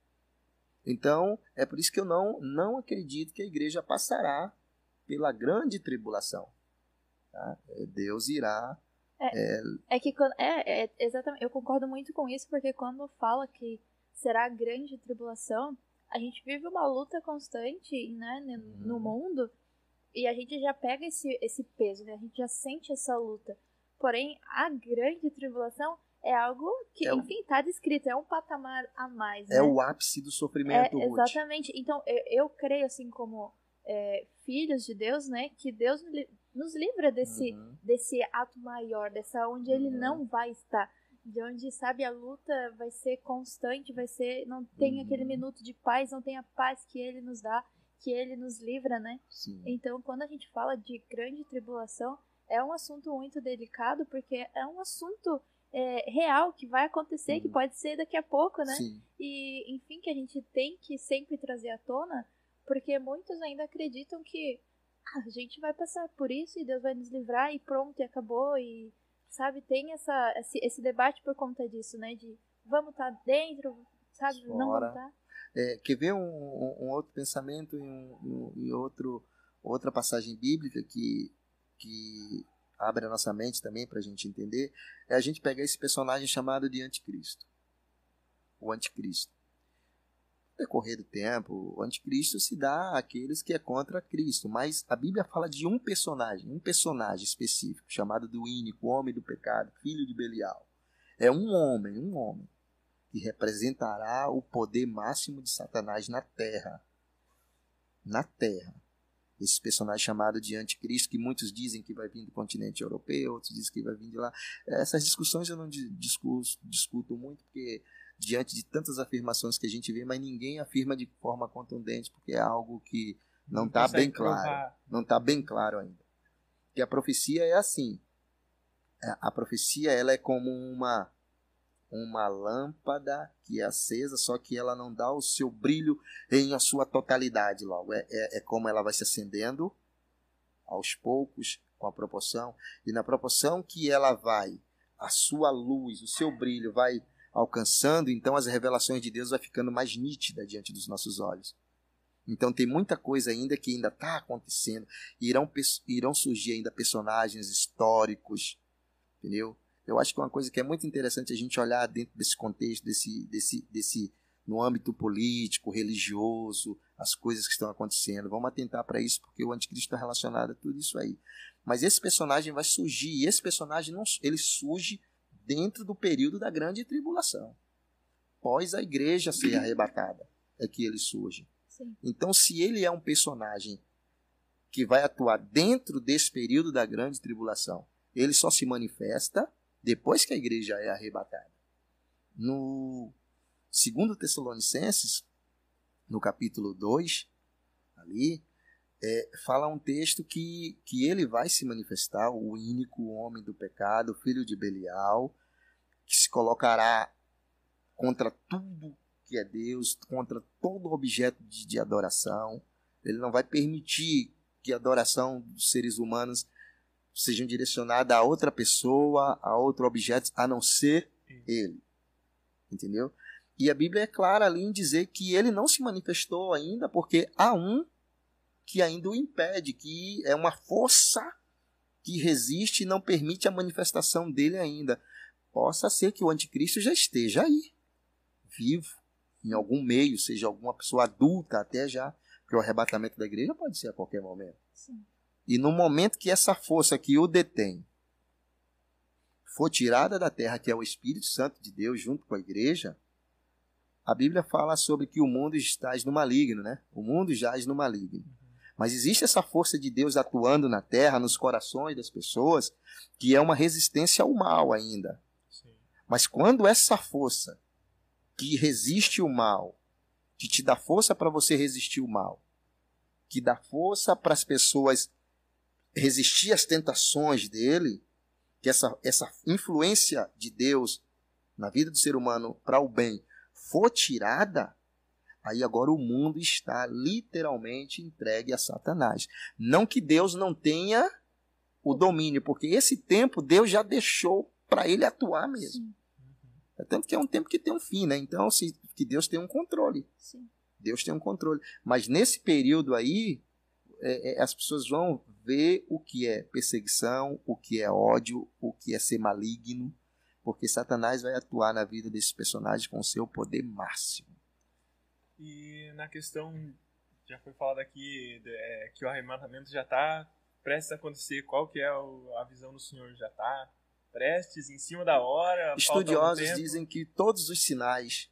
[SPEAKER 3] Então, é por isso que eu não, não acredito que a igreja passará pela grande tribulação. Tá? Deus irá...
[SPEAKER 4] É, é... é que, quando, é, é, exatamente, eu concordo muito com isso, porque quando fala que será grande tribulação, a gente vive uma luta constante, né, no mundo, e a gente já pega esse, esse peso, né? A gente já sente essa luta. Porém, a grande tribulação é algo que, é enfim, está descrito, é um patamar a mais.
[SPEAKER 3] É, né? O
[SPEAKER 4] o
[SPEAKER 3] ápice do sofrimento.
[SPEAKER 4] É, exatamente. Então, eu, eu creio, assim, como é, filhos de Deus, né, que Deus nos livra desse, uhum. desse ato maior, dessa onde uhum. Ele não vai estar. De onde, sabe, a luta vai ser constante, vai ser, não tem uhum. aquele minuto de paz, não tem a paz que Ele nos dá, que Ele nos livra, né?
[SPEAKER 3] Sim.
[SPEAKER 4] Então, quando a gente fala de grande tribulação, é um assunto muito delicado, porque é um assunto é, real, que vai acontecer, uhum. que pode ser daqui a pouco, né?
[SPEAKER 3] Sim.
[SPEAKER 4] E, enfim, que a gente tem que sempre trazer à tona, porque muitos ainda acreditam que ah, a gente vai passar por isso e Deus vai nos livrar e pronto, e acabou, e... Sabe, tem essa, esse, esse debate por conta disso, né? De vamos estar tá dentro, sabe? Fora. Não vamos estar. Tá.
[SPEAKER 3] É, quer ver um, um, um outro pensamento em, um, em outro, outra passagem bíblica que, que abre a nossa mente também para a gente entender? É a gente pegar esse personagem chamado de Anticristo. O Anticristo. No decorrer do tempo, o Anticristo se dá àqueles que é contra Cristo, mas a Bíblia fala de um personagem, um personagem específico, chamado do Ínico, o homem do pecado, filho de Belial. É um homem, um homem, que representará o poder máximo de Satanás na terra. Na terra. Esse personagem chamado de Anticristo, que muitos dizem que vai vir do continente europeu, outros dizem que vai vir de lá. Essas discussões eu não discuto, discuto muito, porque... diante de tantas afirmações que a gente vê, mas ninguém afirma de forma contundente, porque é algo que não está bem claro. Provar. Não está bem claro ainda. Porque a profecia é assim. A profecia ela é como uma, uma lâmpada que é acesa, só que ela não dá o seu brilho em a sua totalidade logo. É, é, é como ela vai se acendendo aos poucos, com a proporção. E na proporção que ela vai, a sua luz, o seu brilho vai alcançando, então as revelações de Deus vai ficando mais nítida diante dos nossos olhos. Então tem muita coisa ainda que ainda está acontecendo. Irão, irão surgir ainda personagens históricos, entendeu? Eu acho que uma coisa que é muito interessante a gente olhar dentro desse contexto, desse, desse, desse, no âmbito político, religioso, as coisas que estão acontecendo. Vamos atentar para isso, porque o anticristo está relacionado a tudo isso aí. Mas esse personagem vai surgir, e esse personagem não, ele surge dentro do período da grande tribulação. Pós a igreja ser arrebatada, é que ele surge.
[SPEAKER 4] Sim.
[SPEAKER 3] Então, se ele é um personagem que vai atuar dentro desse período da grande tribulação, ele só se manifesta depois que a igreja é arrebatada. No segundo Tessalonicenses, no capítulo dois, ali, É, fala um texto que, que ele vai se manifestar, o único homem do pecado, filho de Belial, que se colocará contra tudo que é Deus, contra todo objeto de, de adoração. Ele não vai permitir que a adoração dos seres humanos seja direcionada a outra pessoa, a outro objeto, a não ser ele. Entendeu? E a Bíblia é clara ali em dizer que ele não se manifestou ainda, porque há um que ainda o impede, que é uma força que resiste e não permite a manifestação dele ainda. Possa ser que o anticristo já esteja aí, vivo, em algum meio, seja alguma pessoa adulta até já, porque o arrebatamento da igreja pode ser a qualquer momento.
[SPEAKER 4] Sim.
[SPEAKER 3] E no momento que essa força que o detém for tirada da terra, que é o Espírito Santo de Deus, junto com a igreja, a Bíblia fala sobre que o mundo jaz no maligno, né? O mundo jaz no maligno. Mas existe essa força de Deus atuando na terra, nos corações das pessoas, que é uma resistência ao mal ainda. Sim. Mas quando essa força que resiste o mal, que te dá força para você resistir o mal, que dá força para as pessoas resistir às tentações dele, que essa, essa influência de Deus na vida do ser humano para o bem for tirada, aí agora o mundo está literalmente entregue a Satanás. Não que Deus não tenha o domínio, porque esse tempo Deus já deixou para ele atuar mesmo. Sim. É tanto que é um tempo que tem um fim, né? Então, se, que Deus tem um controle. Sim. Deus tem um controle. Mas nesse período aí, é, é, as pessoas vão ver o que é perseguição, o que é ódio, o que é ser maligno, porque Satanás vai atuar na vida desses personagens com o seu poder máximo.
[SPEAKER 2] E na questão, já foi falado aqui, é, que o arrebatamento já está prestes a acontecer. Qual que é o, a visão do Senhor? Já está prestes, em cima da hora?
[SPEAKER 3] Estudiosos dizem que todos os sinais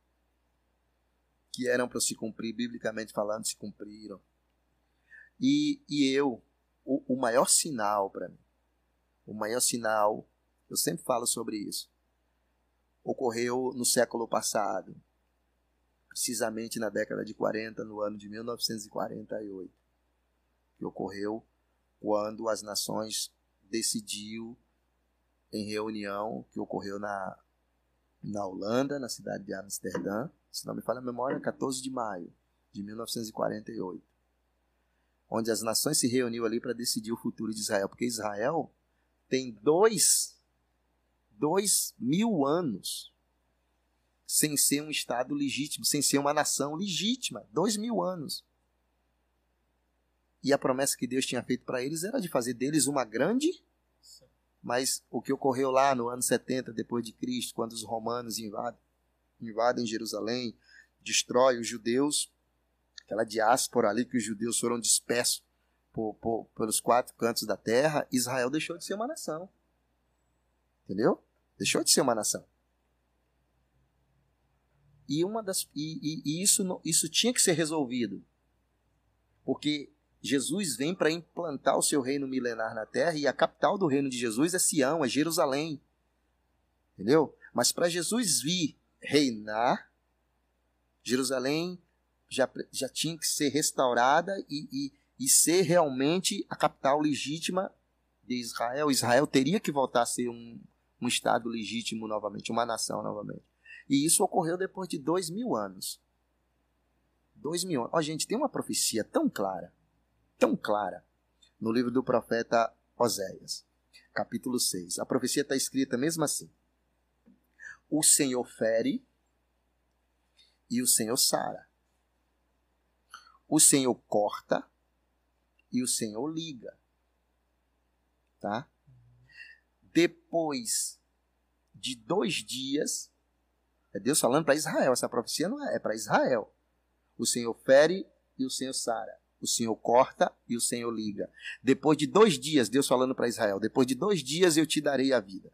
[SPEAKER 3] que eram para se cumprir, biblicamente falando, se cumpriram. E, e eu, o, o maior sinal para mim, o maior sinal, eu sempre falo sobre isso, ocorreu no século passado, precisamente na década de quarenta, no ano de mil novecentos e quarenta e oito, que ocorreu quando as nações decidiu em reunião, que ocorreu na, na Holanda, na cidade de Amsterdã, se não me falha a memória, quatorze de maio de mil novecentos e quarenta e oito, onde as nações se reuniram ali para decidir o futuro de Israel, porque Israel tem dois, dois mil anos sem ser um Estado legítimo, sem ser uma nação legítima, dois mil anos. E a promessa que Deus tinha feito para eles era de fazer deles uma grande, mas o que ocorreu lá no ano setenta depois de Cristo, quando os romanos invadem, invadem Jerusalém, destrói os judeus, aquela diáspora ali que os judeus foram dispersos por, por, pelos quatro cantos da terra, Israel deixou de ser uma nação. Entendeu? Deixou de ser uma nação. E, uma das, e, e, e isso, isso tinha que ser resolvido. Porque Jesus vem para implantar o seu reino milenar na terra e a capital do reino de Jesus é Sião, é Jerusalém. Entendeu? Mas para Jesus vir reinar, Jerusalém já, já tinha que ser restaurada e, e, e ser realmente a capital legítima de Israel. Israel teria que voltar a ser um, um Estado legítimo novamente, uma nação novamente. E isso ocorreu depois de dois mil anos. Dois mil anos. Ó, gente, tem uma profecia tão clara, tão clara, no livro do profeta Oséias, capítulo seis. A profecia está escrita mesmo assim: o Senhor fere e o Senhor sara. O Senhor corta e o Senhor liga. Tá? Depois de dois dias, é Deus falando para Israel, essa profecia não é, é para Israel. O Senhor fere e o Senhor sara. O Senhor corta e o Senhor liga. Depois de dois dias, Deus falando para Israel, depois de dois dias eu te darei a vida.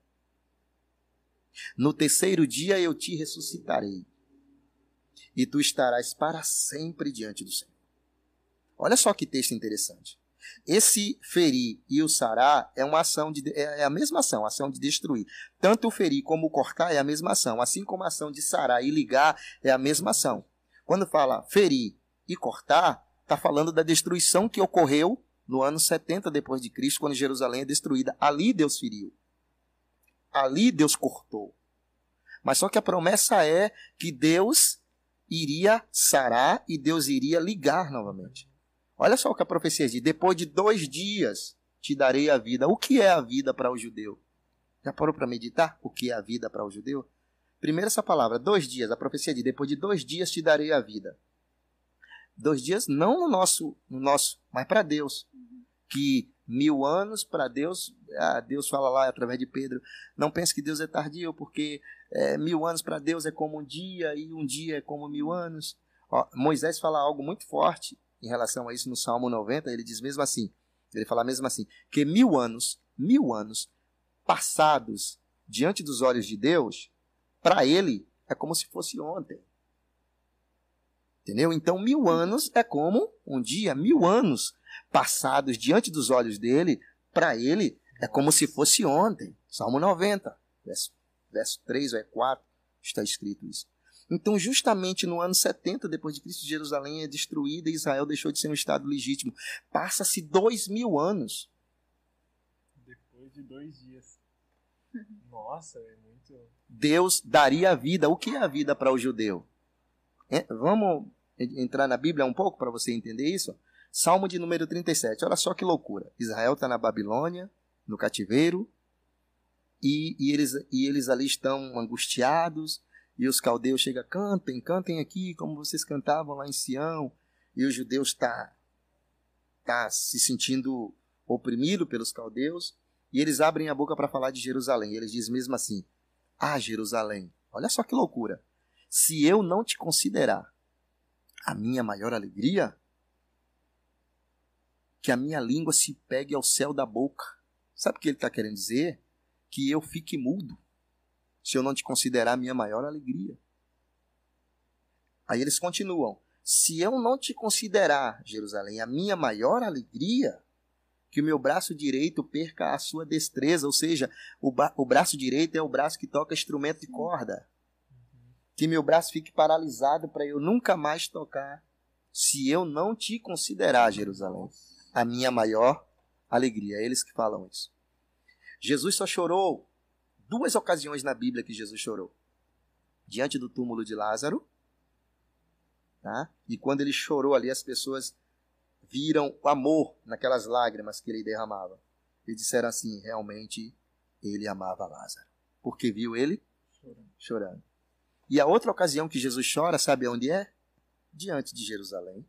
[SPEAKER 3] No terceiro dia eu te ressuscitarei. E tu estarás para sempre diante do Senhor. Olha só que texto interessante. Esse ferir e o sarar é uma ação de, é a mesma ação, a ação de destruir. Tanto o ferir como o cortar é a mesma ação, assim como a ação de sarar e ligar é a mesma ação. Quando fala ferir e cortar, está falando da destruição que ocorreu no ano setenta depois de Cristo, quando Jerusalém é destruída. Ali Deus feriu. Ali Deus cortou. Mas só que a promessa é que Deus iria sarar e Deus iria ligar novamente. Olha só o que a profecia diz: depois de dois dias te darei a vida. O que é a vida para o judeu? Já parou para meditar o que é a vida para o judeu? Primeiro essa palavra, dois dias. A profecia diz: depois de dois dias te darei a vida. Dois dias não no nosso, no nosso, mas para Deus. Que mil anos para Deus, ah, Deus fala lá através de Pedro, não pense que Deus é tardio, porque é, mil anos para Deus é como um dia e um dia é como mil anos. Ó, Moisés fala algo muito forte em relação a isso no Salmo noventa, ele diz mesmo assim: Ele fala mesmo assim, que mil anos, mil anos passados diante dos olhos de Deus, para ele é como se fosse ontem. Entendeu? Então, mil anos é como um dia, mil anos passados diante dos olhos dele, para ele é como se fosse ontem. Salmo noventa, verso, verso três ou quatro, está escrito isso. Então, justamente no ano setenta depois de Cristo, Jerusalém é destruída e Israel deixou de ser um estado legítimo. Passa-se dois mil anos.
[SPEAKER 2] Depois de dois dias. Nossa, é muito...
[SPEAKER 3] Deus daria a vida. O que é a vida para o judeu? É, vamos entrar na Bíblia um pouco para você entender isso? Salmo de número trinta e sete. Olha só que loucura. Israel está na Babilônia, no cativeiro, e, e, eles, e eles ali estão angustiados, e os caldeus chegam, cantem, cantem aqui, como vocês cantavam lá em Sião, e os judeus estão tá, tá se sentindo oprimidos pelos caldeus, e eles abrem a boca para falar de Jerusalém. E eles dizem mesmo assim, ah, Jerusalém, olha só que loucura, se eu não te considerar a minha maior alegria, que a minha língua se pegue ao céu da boca. Sabe o que ele está querendo dizer? Que eu fique mudo, se eu não te considerar a minha maior alegria. Aí eles continuam, se eu não te considerar, Jerusalém, a minha maior alegria, que o meu braço direito perca a sua destreza, ou seja, o, ba- o braço direito é o braço que toca instrumento de corda. Que meu braço fique paralisado para eu nunca mais tocar, se eu não te considerar, Jerusalém, a minha maior alegria. É eles que falam isso. Jesus só chorou duas ocasiões na Bíblia que Jesus chorou. Diante do túmulo de Lázaro, tá? E quando ele chorou ali, as pessoas viram o amor naquelas lágrimas que ele derramava. E disseram assim, realmente ele amava Lázaro. Porque viu ele chorando. chorando. E a outra ocasião que Jesus chora, sabe onde é? Diante de Jerusalém.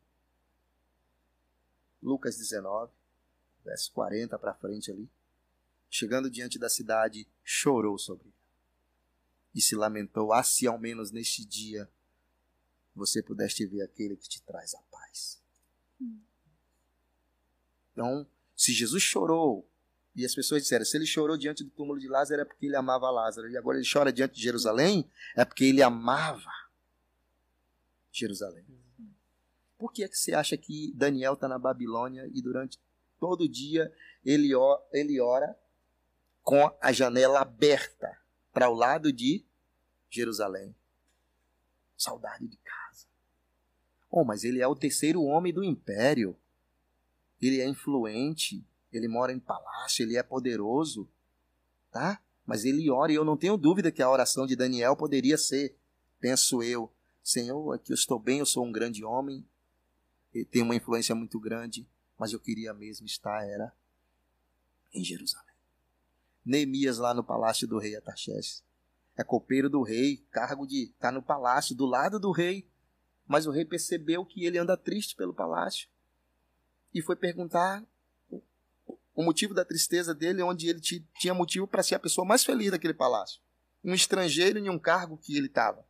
[SPEAKER 3] Lucas dezenove, verso quarenta para frente ali. Chegando diante da cidade, chorou sobre ela. E se lamentou, ah, se ao menos neste dia você pudeste ver aquele que te traz a paz. Hum. Então, se Jesus chorou, e as pessoas disseram, se ele chorou diante do túmulo de Lázaro é porque ele amava Lázaro, e agora ele chora diante de Jerusalém, é porque ele amava Jerusalém. Por que é que você acha que Daniel está na Babilônia e durante todo o dia ele ora, ele ora com a janela aberta para o lado de Jerusalém? Saudade de casa. Oh, mas ele é o terceiro homem do império. Ele é influente, ele mora em palácio, ele é poderoso, tá? Mas ele ora, e eu não tenho dúvida que a oração de Daniel poderia ser, penso eu, Senhor, aqui eu estou bem, eu sou um grande homem, tenho uma influência muito grande, mas eu queria mesmo estar, era em Jerusalém. Neemias lá no palácio do rei Artaxerxes, é copeiro do rei, cargo de estar tá no palácio, do lado do rei, mas o rei percebeu que ele anda triste pelo palácio, e foi perguntar o motivo da tristeza dele, onde ele t- tinha motivo para ser a pessoa mais feliz daquele palácio. Um estrangeiro em um cargo que ele estava.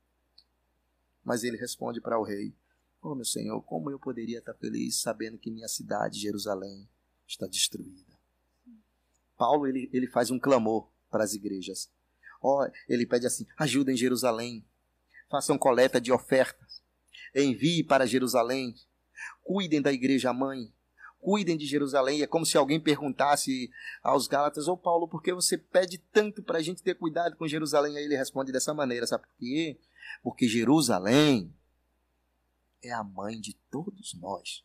[SPEAKER 3] Mas ele responde para o rei, oh meu senhor, como eu poderia estar feliz sabendo que minha cidade, Jerusalém, está destruída? Paulo, ele, ele faz um clamor para as igrejas. Oh, ele pede assim, ajuda em Jerusalém, façam coleta de ofertas, envie para Jerusalém, cuidem da igreja mãe, cuidem de Jerusalém. É como se alguém perguntasse aos Gálatas, ô Paulo, por que você pede tanto para a gente ter cuidado com Jerusalém? Aí ele responde dessa maneira, sabe por quê? Porque Jerusalém é a mãe de todos nós.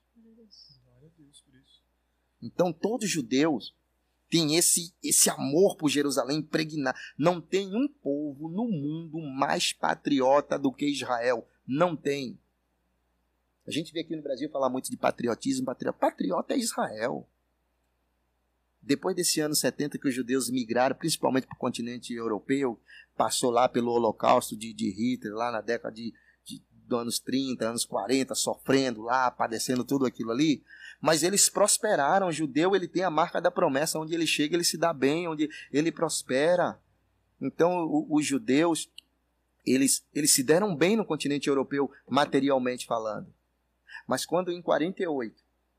[SPEAKER 3] Então todos os judeus têm esse, esse amor por Jerusalém impregnado. Não tem um povo no mundo mais patriota do que Israel. Não tem. A gente vê aqui no Brasil falar muito de patriotismo. Patriota, patriota é Israel. Depois desse ano setenta que os judeus migraram, principalmente para o continente europeu, passou lá pelo holocausto de, de Hitler, lá na década de, de, dos anos trinta, anos quarenta, sofrendo lá, padecendo tudo aquilo ali. Mas eles prosperaram. O judeu, ele tem a marca da promessa. Onde ele chega, ele se dá bem, onde ele prospera. Então, o, os judeus, eles, eles se deram bem no continente europeu, materialmente falando. Mas quando em quarenta e oito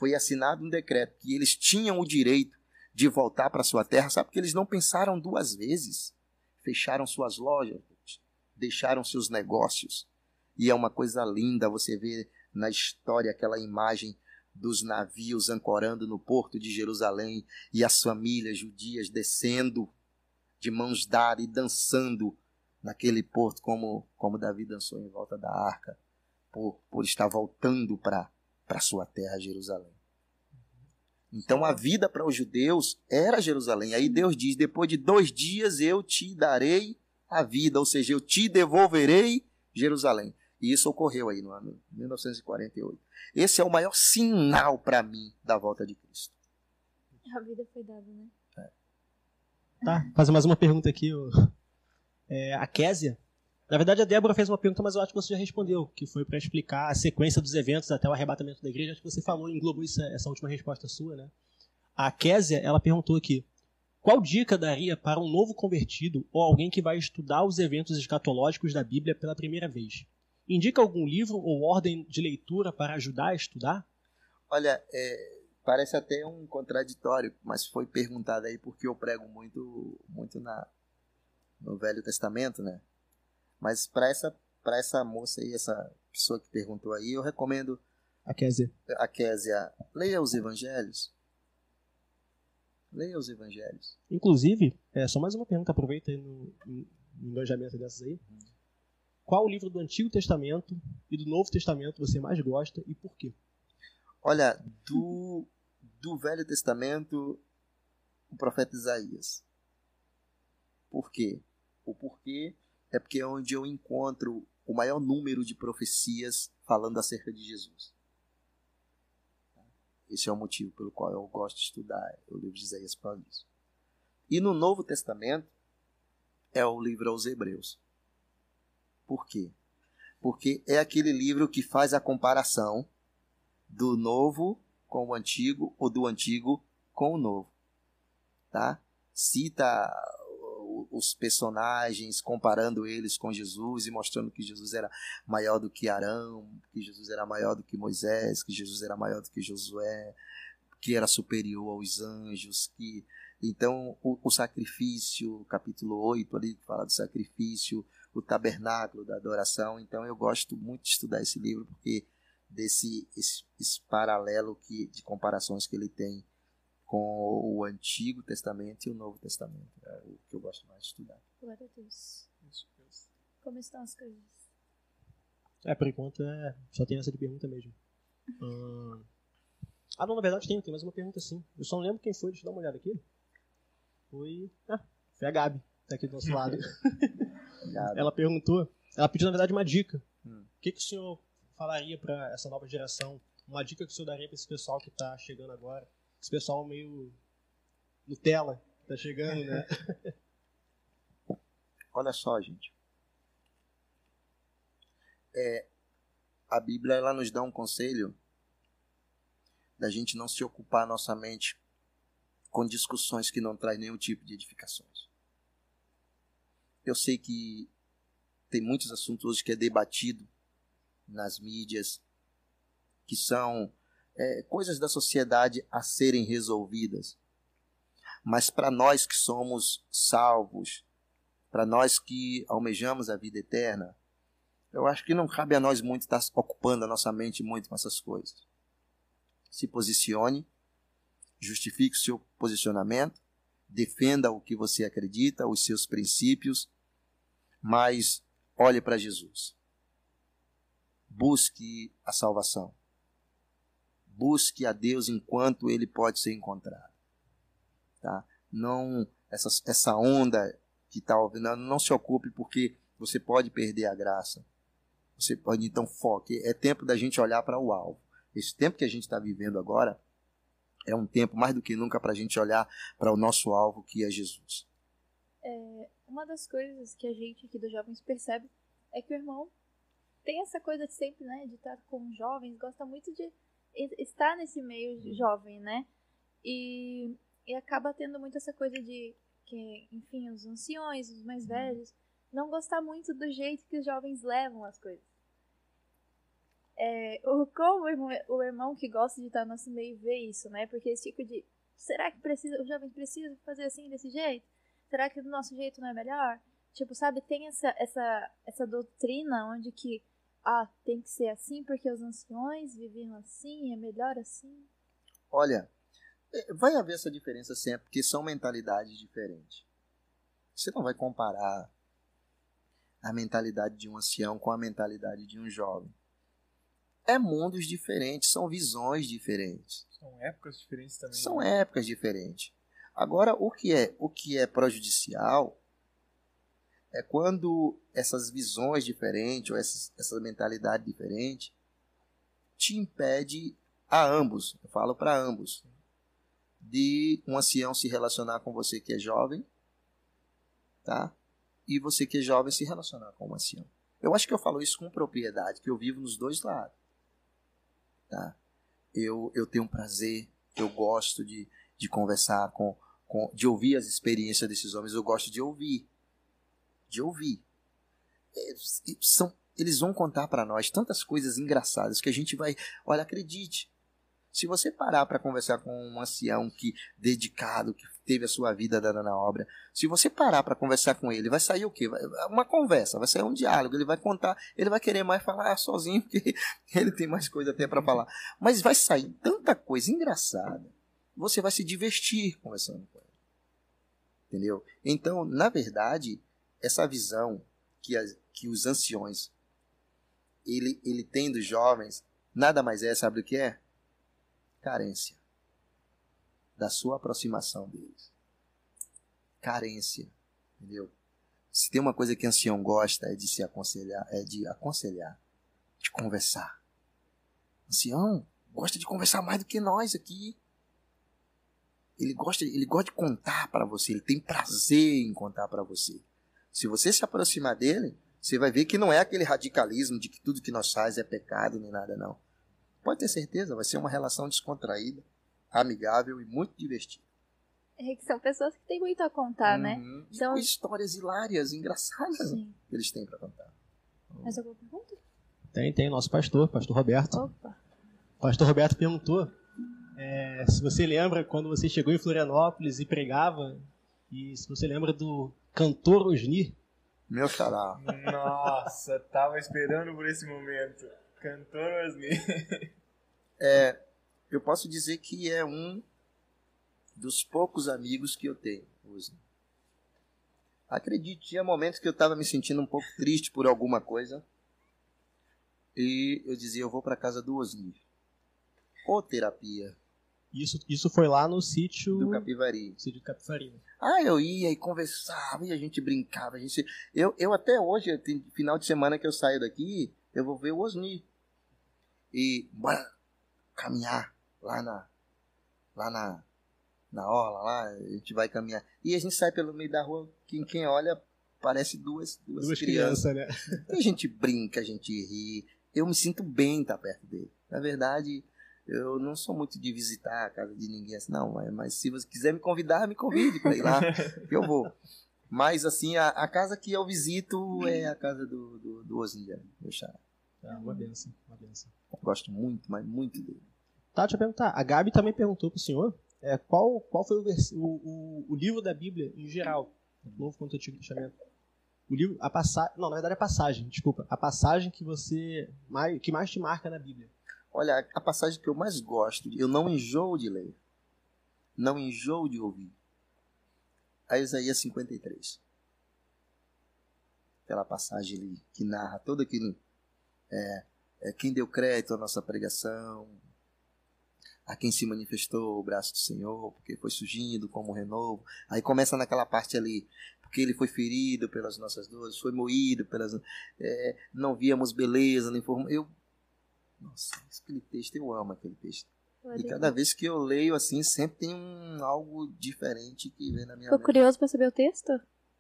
[SPEAKER 3] foi assinado um decreto que eles tinham o direito de voltar para sua terra, sabe? Porque eles não pensaram duas vezes. Fecharam suas lojas, deixaram seus negócios. E é uma coisa linda você ver na história aquela imagem dos navios ancorando no porto de Jerusalém e as famílias judias descendo de mãos dadas e dançando naquele porto, como, como Davi dançou em volta da arca, por, por estar voltando para a sua terra, Jerusalém. Então a vida para os judeus era Jerusalém. Aí Deus diz, depois de dois dias eu te darei a vida, ou seja, eu te devolverei Jerusalém. E isso ocorreu aí no ano mil novecentos e quarenta e oito. Esse é o maior sinal para mim da volta de Cristo.
[SPEAKER 4] A vida foi dada, né?
[SPEAKER 3] É.
[SPEAKER 5] Tá, fazer mais uma pergunta aqui. É, a Késia. Na verdade, a Débora fez uma pergunta, mas eu acho que você já respondeu, que foi para explicar a sequência dos eventos até o arrebatamento da igreja. Acho que você falou, englobou isso, essa última resposta sua, né? A Késia, ela perguntou aqui, qual dica daria para um novo convertido ou alguém que vai estudar os eventos escatológicos da Bíblia pela primeira vez? Indica algum livro ou ordem de leitura para ajudar a estudar?
[SPEAKER 3] Olha, é, parece até um contraditório, mas foi perguntado aí porque eu prego muito, muito na, no Velho Testamento, né? Mas para essa, para essa moça aí, essa pessoa que perguntou aí, eu recomendo
[SPEAKER 5] a Késia.
[SPEAKER 3] A Késia, leia os evangelhos. Leia os evangelhos.
[SPEAKER 5] Inclusive, é, só mais uma pergunta, aproveita aí no, no engajamento dessas aí. Hum. Qual livro do Antigo Testamento e do Novo Testamento você mais gosta e por quê?
[SPEAKER 3] Olha, do, do Velho Testamento, o profeta Isaías. Por quê? O porquê é porque é onde eu encontro o maior número de profecias falando acerca de Jesus. Esse é o motivo pelo qual eu gosto de estudar o livro de Isaías por causa disso. E no Novo Testamento é o livro aos Hebreus. Por quê? Porque é aquele livro que faz a comparação do novo com o antigo ou do antigo com o novo. Tá? Cita os personagens, comparando eles com Jesus e mostrando que Jesus era maior do que Arão, que Jesus era maior do que Moisés, que Jesus era maior do que Josué, que era superior aos anjos, que então o, o sacrifício, capítulo oito ali, que fala do sacrifício, o tabernáculo da adoração. Então eu gosto muito de estudar esse livro porque desse esse, esse paralelo que, de comparações que ele tem com o Antigo Testamento e o Novo Testamento. É o que eu gosto mais de estudar.
[SPEAKER 4] Glória a Deus. Como estão as coisas?
[SPEAKER 5] É, por enquanto é, só tem essa de pergunta mesmo. hum... Ah, não, na verdade tem, tem mais uma pergunta sim. Eu só não lembro quem foi, deixa eu dar uma olhada aqui. Foi... Ah, foi a Gabi, tá aqui do nosso lado. Ela perguntou, ela pediu na verdade uma dica. Hum. O que, que o senhor falaria para essa nova geração? Uma dica que o senhor daria para esse pessoal que tá chegando agora? Esse pessoal meio Nutella, que tá chegando, né?
[SPEAKER 3] Olha só, gente. É, a Bíblia ela nos dá um conselho da gente não se ocupar nossa mente com discussões que não trazem nenhum tipo de edificações. Eu sei que tem muitos assuntos hoje que é debatido nas mídias, que são é, coisas da sociedade a serem resolvidas. Mas para nós que somos salvos, para nós que almejamos a vida eterna, eu acho que não cabe a nós muito estar ocupando a nossa mente muito com essas coisas. Se posicione, justifique o seu posicionamento, defenda o que você acredita, os seus princípios, mas olhe para Jesus. Busque a salvação. Busque a Deus enquanto Ele pode ser encontrado. Tá? Não, essa, essa onda que está ouvindo, não se ocupe porque você pode perder a graça. Você pode, então, foque. É tempo da gente olhar para o alvo. Esse tempo que a gente está vivendo agora é um tempo mais do que nunca para a gente olhar para o nosso alvo, que é Jesus.
[SPEAKER 4] É, uma das coisas que a gente aqui dos jovens percebe é que o irmão tem essa coisa de sempre, né, de estar com jovens, gosta muito de estar nesse meio jovem, né? E, e acaba tendo muito essa coisa de que, enfim, os anciões, os mais velhos, não gostar muito do jeito que os jovens levam as coisas. é, o, como o irmão, o irmão que gosta de estar no nosso meio vê isso, né? Porque esse tipo de... Será que precisa, o jovem precisa fazer assim, desse jeito? Será que do nosso jeito não é melhor? Tipo, sabe, tem essa, essa, essa doutrina onde que, ah, tem que ser assim porque os anciões viviam assim, é melhor assim.
[SPEAKER 3] Olha, vai haver essa diferença sempre, porque são mentalidades diferentes. Você não vai comparar a mentalidade de um ancião com a mentalidade de um jovem. É mundos diferentes, são visões diferentes.
[SPEAKER 2] São épocas diferentes também.
[SPEAKER 3] São
[SPEAKER 2] né?
[SPEAKER 3] épocas diferentes. Agora, o que é, o que é prejudicial é quando essas visões diferentes, ou essa, essa mentalidade diferente, te impede a ambos, eu falo para ambos, de um ancião se relacionar com você que é jovem, tá? E você que é jovem se relacionar com um ancião. Eu acho que eu falo isso com propriedade, que eu vivo nos dois lados. Tá? Eu, eu tenho um prazer, eu gosto de, de conversar, com, com, de ouvir as experiências desses homens, eu gosto de ouvir. De ouvir. Eles, são, eles vão contar para nós tantas coisas engraçadas que a gente vai... Olha, acredite, se você parar para conversar com um ancião que dedicado, que teve a sua vida dada na obra, se você parar para conversar com ele, vai sair o quê? Vai, uma conversa, vai sair um diálogo, ele vai contar, ele vai querer mais falar sozinho, porque ele tem mais coisa até para falar. Mas vai sair tanta coisa engraçada, você vai se divertir conversando com ele. Entendeu? Então, na verdade, essa visão que, as, que os anciões ele, ele tem dos jovens, nada mais é, sabe o que é? Carência da sua aproximação deles. Carência, entendeu? Se tem uma coisa que o ancião gosta é de se aconselhar, é de aconselhar, de conversar. O ancião gosta de conversar mais do que nós aqui. Ele gosta, ele gosta de contar para você, ele tem prazer em contar para você. Se você se aproximar dele, você vai ver que não é aquele radicalismo de que tudo que nós faz é pecado nem nada, não. Pode ter certeza, vai ser uma relação descontraída, amigável e muito divertida.
[SPEAKER 4] É que são pessoas que têm muito a contar,
[SPEAKER 3] uhum.
[SPEAKER 4] né?
[SPEAKER 3] Então, histórias hilárias, engraçadas,
[SPEAKER 4] sim.
[SPEAKER 3] que eles têm para contar.
[SPEAKER 4] Mais alguma pergunta?
[SPEAKER 5] Tem, tem. Nosso pastor, pastor Roberto.
[SPEAKER 4] Opa.
[SPEAKER 5] O pastor Roberto perguntou é, se você lembra quando você chegou em Florianópolis e pregava, e se você lembra do cantor Osni.
[SPEAKER 3] Meu xará.
[SPEAKER 2] Nossa, tava esperando por esse momento. Cantor Osni.
[SPEAKER 3] É, eu posso dizer que é um dos poucos amigos que eu tenho, Osni. Acredite, tinha momentos que eu estava me sentindo um pouco triste por alguma coisa. E eu dizia, eu vou para casa do Osni. Ô terapia.
[SPEAKER 5] Isso, isso foi lá no sítio...
[SPEAKER 3] Do Capivari.
[SPEAKER 5] Sítio do Capivari.
[SPEAKER 3] Ah, eu ia e conversava, e a gente brincava. A gente... Eu, eu até hoje, tem final de semana que eu saio daqui, eu vou ver o Osni. E bora caminhar lá na... Lá na... Na orla, lá, a gente vai caminhar. E a gente sai pelo meio da rua, quem, quem olha, parece duas, duas,
[SPEAKER 5] Duas
[SPEAKER 3] crianças.
[SPEAKER 5] crianças, né?
[SPEAKER 3] E a gente brinca, a gente ri. Eu me sinto bem estar perto dele. Na verdade, eu não sou muito de visitar a casa de ninguém assim, não. Mas, mas se você quiser me convidar, me convide para ir lá, que eu vou. Mas, assim, a, a casa que eu visito é a casa do, do, do Osni, meu xará.
[SPEAKER 5] Ah, uma benção, uma benção.
[SPEAKER 3] Gosto muito, mas muito dele.
[SPEAKER 5] Tá, deixa eu perguntar. A Gabi também perguntou pro senhor é, qual, qual foi o, vers... o, o, o livro da Bíblia em geral, Novo quanto Antigo Testamento. O livro, a passagem, não, na verdade a passagem, desculpa, a passagem que você mais, que mais te marca na Bíblia.
[SPEAKER 3] Olha, a passagem que eu mais gosto, eu não enjoo de ler, não enjoo de ouvir, é Isaías cinquenta e três. Aquela passagem ali que narra todo aquilo, é, é, quem deu crédito à nossa pregação, a quem se manifestou o braço do Senhor, porque foi surgindo como renovo. Aí começa naquela parte ali, porque ele foi ferido pelas nossas dores, foi moído pelas... É, não víamos beleza, nem forma... Eu, nossa, aquele texto, eu amo aquele texto. E cada vez que eu leio assim, sempre tem um, algo diferente que vem na minha
[SPEAKER 4] mente. Ficou curioso para saber o texto?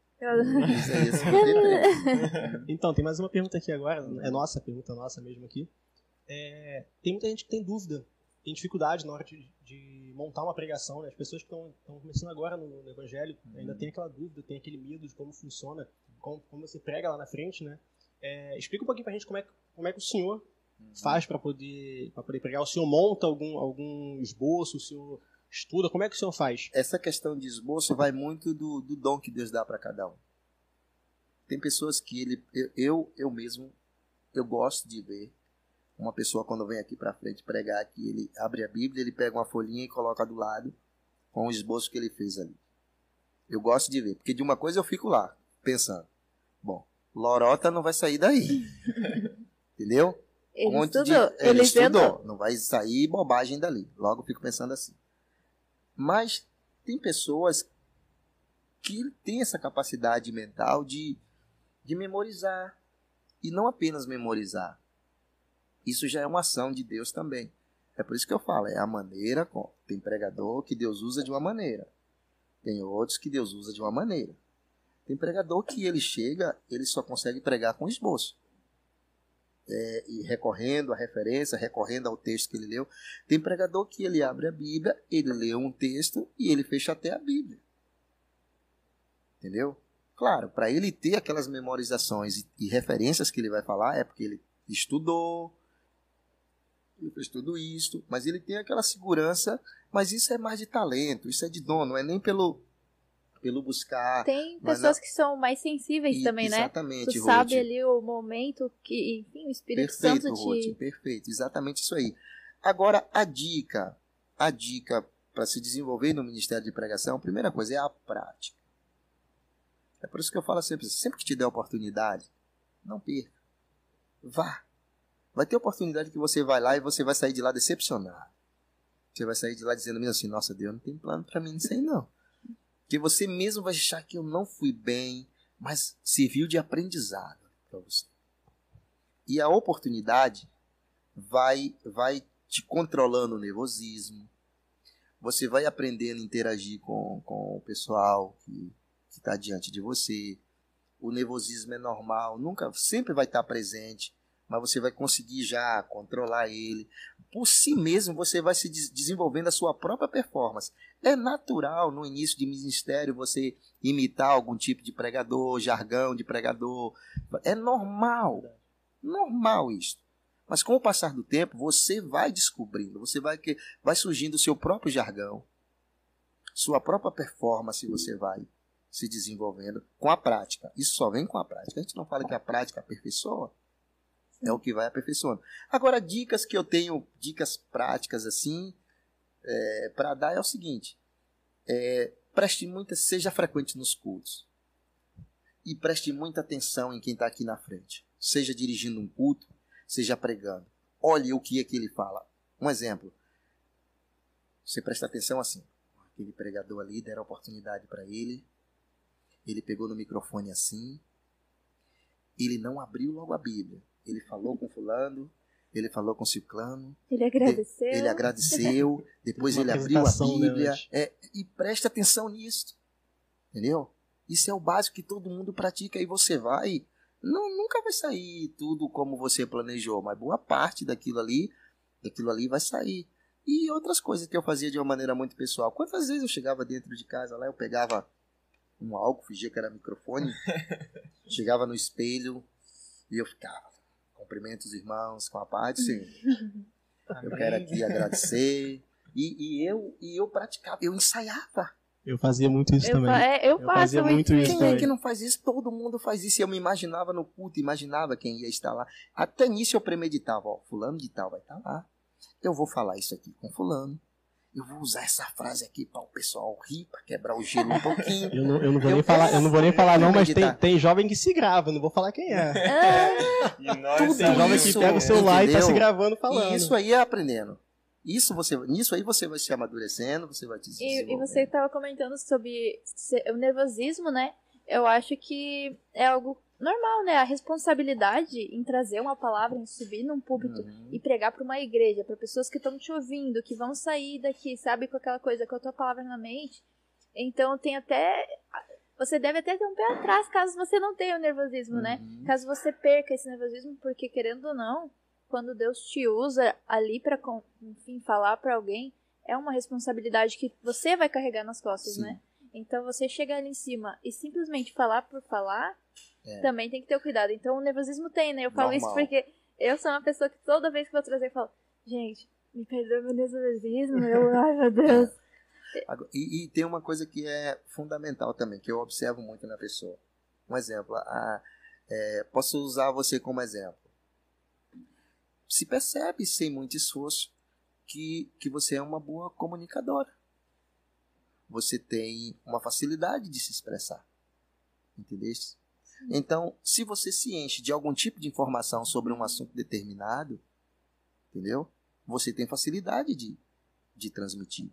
[SPEAKER 5] Então, tem mais uma pergunta aqui agora, é nossa, pergunta nossa mesmo aqui. É, tem muita gente que tem dúvida, tem dificuldade na hora de, de montar uma pregação, né? As pessoas que estão começando agora no, no Evangelho ainda tem aquela dúvida, tem aquele medo de como funciona, como, como você prega lá na frente, né? É, explica um pouquinho pra gente como é, como é que o senhor faz para poder, para poder pregar? O senhor monta algum, algum esboço? O senhor estuda? Como é que o senhor faz?
[SPEAKER 3] Essa questão de esboço vai muito do, do dom que Deus dá para cada um. Tem pessoas que ele, eu, eu, eu mesmo, eu gosto de ver uma pessoa quando vem aqui para frente pregar, que ele abre a Bíblia, ele pega uma folhinha e coloca do lado com o esboço que ele fez ali. Eu gosto de ver, porque de uma coisa eu fico lá, pensando, bom, lorota não vai sair daí. Entendeu?
[SPEAKER 4] Ele
[SPEAKER 3] Conte
[SPEAKER 4] estudou.
[SPEAKER 3] de, ele,
[SPEAKER 4] ele
[SPEAKER 3] estudou,
[SPEAKER 4] inventou.
[SPEAKER 3] não vai sair bobagem dali. Logo eu fico pensando assim. Mas tem pessoas que têm essa capacidade mental de, de memorizar. E não apenas memorizar. Isso já é uma ação de Deus também. É por isso que eu falo, é a maneira, tem pregador que Deus usa de uma maneira. Tem outros que Deus usa de uma maneira. Tem pregador que ele chega, ele só consegue pregar com esboço. É, e recorrendo à referência, recorrendo ao texto que ele leu. Tem pregador que ele abre a Bíblia, ele lê um texto e ele fecha até a Bíblia. Entendeu? Claro, para ele ter aquelas memorizações e, e referências que ele vai falar, é porque ele estudou, ele fez tudo isso, mas ele tem aquela segurança, mas isso é mais de talento, isso é de dom, não é nem pelo, pelo buscar.
[SPEAKER 4] Tem
[SPEAKER 3] mas
[SPEAKER 4] pessoas
[SPEAKER 3] não-
[SPEAKER 4] que são mais sensíveis
[SPEAKER 3] E-
[SPEAKER 4] também, né?
[SPEAKER 3] Exatamente,
[SPEAKER 4] Tu sabe
[SPEAKER 3] Ruth.
[SPEAKER 4] ali o momento que, enfim, o Espírito
[SPEAKER 3] Perfeito,
[SPEAKER 4] Santo te...
[SPEAKER 3] Ruth, perfeito, exatamente isso aí. Agora, a dica, a dica para se desenvolver no Ministério de Pregação, a primeira coisa é a prática. É por isso que eu falo sempre, sempre que te der oportunidade, não perca. Vá. Vai ter oportunidade que você vai lá e você vai sair de lá decepcionado. Você vai sair de lá dizendo mesmo assim, nossa, Deus não tem plano para mim nisso aí não. Porque você mesmo vai achar que eu não fui bem, mas serviu de aprendizado para você. E a oportunidade vai, vai te controlando o nervosismo. Você vai aprendendo a interagir com, com o pessoal que está diante de você. O nervosismo é normal, nunca, sempre vai estar presente, mas você vai conseguir já controlar ele. Por si mesmo, você vai se des- desenvolvendo a sua própria performance. É natural no início de ministério você imitar algum tipo de pregador, jargão de pregador. É normal. Normal isso. Mas com o passar do tempo, você vai descobrindo, você vai, que, vai surgindo o seu próprio jargão, sua própria performance você vai se desenvolvendo com a prática. Isso só vem com a prática. A gente não fala que a prática aperfeiçoa, é o que vai aperfeiçoando. Agora, dicas que eu tenho, dicas práticas assim, é, para dar é o seguinte, é, preste muita, seja frequente nos cultos e preste muita atenção em quem está aqui na frente, seja dirigindo um culto, seja pregando. Olhe o que é que ele fala. Um exemplo, você presta atenção assim, aquele pregador ali, deram oportunidade para ele, ele pegou no microfone assim, ele não abriu logo a Bíblia, ele falou com fulano, ele falou com ciclano,
[SPEAKER 4] Ele agradeceu.
[SPEAKER 3] ele agradeceu, depois
[SPEAKER 5] Uma
[SPEAKER 3] ele abriu a
[SPEAKER 5] apresentação, né,
[SPEAKER 3] Bíblia,
[SPEAKER 5] antes.
[SPEAKER 3] é, e preste atenção nisso, entendeu? Isso é o básico que todo mundo pratica, e você vai, não, nunca vai sair tudo como você planejou, mas boa parte daquilo ali, daquilo ali vai sair. E outras coisas que eu fazia de uma maneira muito pessoal. Quantas vezes eu chegava dentro de casa lá, eu pegava um álcool, fingia que era microfone, chegava no espelho e eu ficava, cumprimento os irmãos com a paz do Senhor. Eu quero aqui agradecer. E, e, eu, e eu praticava, eu ensaiava.
[SPEAKER 5] Eu fazia muito isso
[SPEAKER 4] Eu,
[SPEAKER 5] também.
[SPEAKER 4] fa- é, eu
[SPEAKER 5] Eu
[SPEAKER 4] faço
[SPEAKER 5] fazia muito isso
[SPEAKER 3] Quem é
[SPEAKER 5] também.
[SPEAKER 3] que não faz isso? Todo mundo faz isso. E eu me imaginava no culto, imaginava quem ia estar lá. Até nisso eu premeditava, ó, fulano de tal vai estar lá. Eu vou falar isso aqui com fulano. Eu vou usar essa frase aqui para o pessoal rir, para quebrar o gelo um pouquinho.
[SPEAKER 5] Eu não, eu não vou
[SPEAKER 3] Eu
[SPEAKER 5] nem falar, eu não vou nem falar não, mas tem,
[SPEAKER 3] premeditar.
[SPEAKER 5] tem jovem que se grava, não vou falar quem é.
[SPEAKER 4] Ah,
[SPEAKER 2] E nós
[SPEAKER 3] Tudo
[SPEAKER 5] Tem jovem que
[SPEAKER 3] isso,
[SPEAKER 5] pega o celular e tá
[SPEAKER 3] entendeu?
[SPEAKER 5] se gravando falando.
[SPEAKER 3] E isso aí é aprendendo. Isso você, nisso aí você vai se amadurecendo, você vai te
[SPEAKER 4] e, e
[SPEAKER 3] desenvolvendo.
[SPEAKER 4] você estava comentando sobre se- o nervosismo, né? Eu acho que é algo normal, né? A responsabilidade em trazer uma palavra, em subir num púlpito
[SPEAKER 3] Uhum.
[SPEAKER 4] e pregar para uma igreja, para pessoas que estão te ouvindo, que vão sair daqui, sabe, com aquela coisa, com a tua palavra na mente. Então tem até... Você deve até ter um pé atrás caso você não tenha o nervosismo, né?
[SPEAKER 3] Uhum.
[SPEAKER 4] Caso você perca esse nervosismo, porque querendo ou não, quando Deus te usa ali para, enfim, falar para alguém, é uma responsabilidade que você vai carregar nas costas,
[SPEAKER 3] Sim.
[SPEAKER 4] né? Então você chegar ali em cima e simplesmente falar por falar,
[SPEAKER 3] É.
[SPEAKER 4] também tem que ter o cuidado. Então o nervosismo tem, né? Eu falo isso
[SPEAKER 3] Normal.
[SPEAKER 4] porque eu sou uma pessoa que toda vez que vou trazer, eu falo, gente, me perdoa meu nervosismo, eu, ai meu Deus.
[SPEAKER 3] Agora, e, e tem uma coisa que é fundamental também, que eu observo muito na pessoa. Um exemplo, a, é, posso usar você como exemplo. Se percebe, sem muito esforço, que, que você é uma boa comunicadora. Você tem uma facilidade de se expressar. Entendeu? Então, se você se enche de algum tipo de informação sobre um assunto determinado, entendeu? Você tem facilidade de, de transmitir.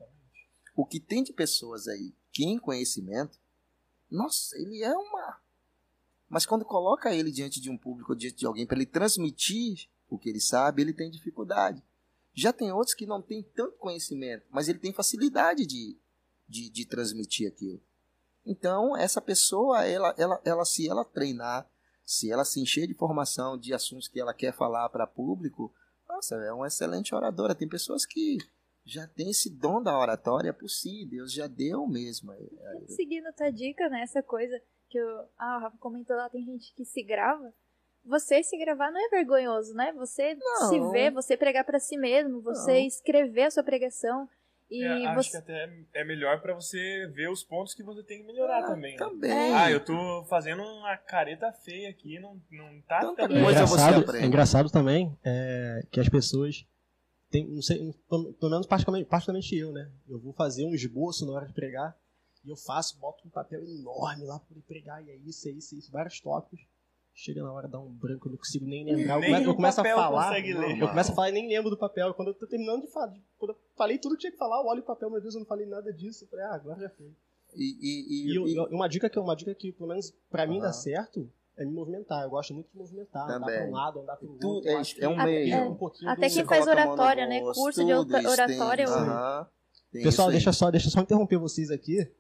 [SPEAKER 3] O que tem de pessoas aí que em conhecimento, nossa, ele é uma... Mas quando coloca ele diante de um público, diante de alguém, para ele transmitir o que ele sabe, ele tem dificuldade. Já tem outros que não têm tanto conhecimento, mas ele tem facilidade de, de, de transmitir aquilo. Então, essa pessoa, ela, ela, ela, se ela treinar, se ela se encher de informação de assuntos que ela quer falar para público, nossa, é uma excelente oradora. Tem pessoas que já têm esse dom da oratória por si, Deus já deu mesmo.
[SPEAKER 4] Seguindo a tua dica, né, essa coisa que eu, ah, o Rafa comentou lá, tem gente que se grava. Você se gravar não é vergonhoso, né? Você
[SPEAKER 3] não.
[SPEAKER 4] se ver, você pregar para si mesmo, você não. escrever a sua pregação. E
[SPEAKER 2] é, acho
[SPEAKER 4] você...
[SPEAKER 2] que até é melhor pra você ver os pontos que você tem que melhorar
[SPEAKER 3] ah,
[SPEAKER 2] também.
[SPEAKER 3] Também.
[SPEAKER 2] Né? Ah, eu tô fazendo uma careta feia aqui, não, não tá
[SPEAKER 3] Tanta
[SPEAKER 2] também.
[SPEAKER 3] coisa
[SPEAKER 5] é
[SPEAKER 3] você
[SPEAKER 5] engraçado,
[SPEAKER 3] aprende.
[SPEAKER 5] é engraçado também é, que as pessoas tem, não sei, pelo menos particularmente, particularmente eu, né? Eu vou fazer um esboço na hora de pregar e eu faço, boto um papel enorme lá pra pregar e é isso, é isso, é isso, vários tópicos. Chega na hora, dá um branco, eu não consigo nem lembrar.
[SPEAKER 2] Nem
[SPEAKER 5] eu começo, eu começo a falar.
[SPEAKER 2] Ler,
[SPEAKER 5] eu começo a falar e nem lembro do papel. Quando eu tô terminando de falar, quando eu falei tudo que tinha que falar, eu olho o papel, meu Deus, eu não falei nada disso. Eu falei, ah, agora já foi.
[SPEAKER 3] E, e,
[SPEAKER 5] E,
[SPEAKER 3] e,
[SPEAKER 5] eu- uma, dica que, uma dica que, pelo menos pra mim,
[SPEAKER 3] Aham.
[SPEAKER 5] dá certo é me movimentar. Eu gosto muito de movimentar, andar
[SPEAKER 3] Também.
[SPEAKER 5] pra um lado, andar pro
[SPEAKER 3] Tu-
[SPEAKER 5] outro.
[SPEAKER 3] é-
[SPEAKER 5] Eu acho que
[SPEAKER 3] é um
[SPEAKER 5] perca
[SPEAKER 3] meio.
[SPEAKER 5] um pouquinho
[SPEAKER 4] Até
[SPEAKER 5] do-
[SPEAKER 4] quem
[SPEAKER 3] Você
[SPEAKER 4] faz
[SPEAKER 3] coloca a mão no
[SPEAKER 4] oratória, né?
[SPEAKER 3] rosto,
[SPEAKER 4] Curso de
[SPEAKER 3] tudo,
[SPEAKER 4] ora-
[SPEAKER 3] isso
[SPEAKER 4] oratória.
[SPEAKER 3] tem-
[SPEAKER 4] eu-
[SPEAKER 3] aham, tem
[SPEAKER 5] Pessoal,
[SPEAKER 3] isso aí.
[SPEAKER 5] deixa só, deixa só interromper vocês aqui,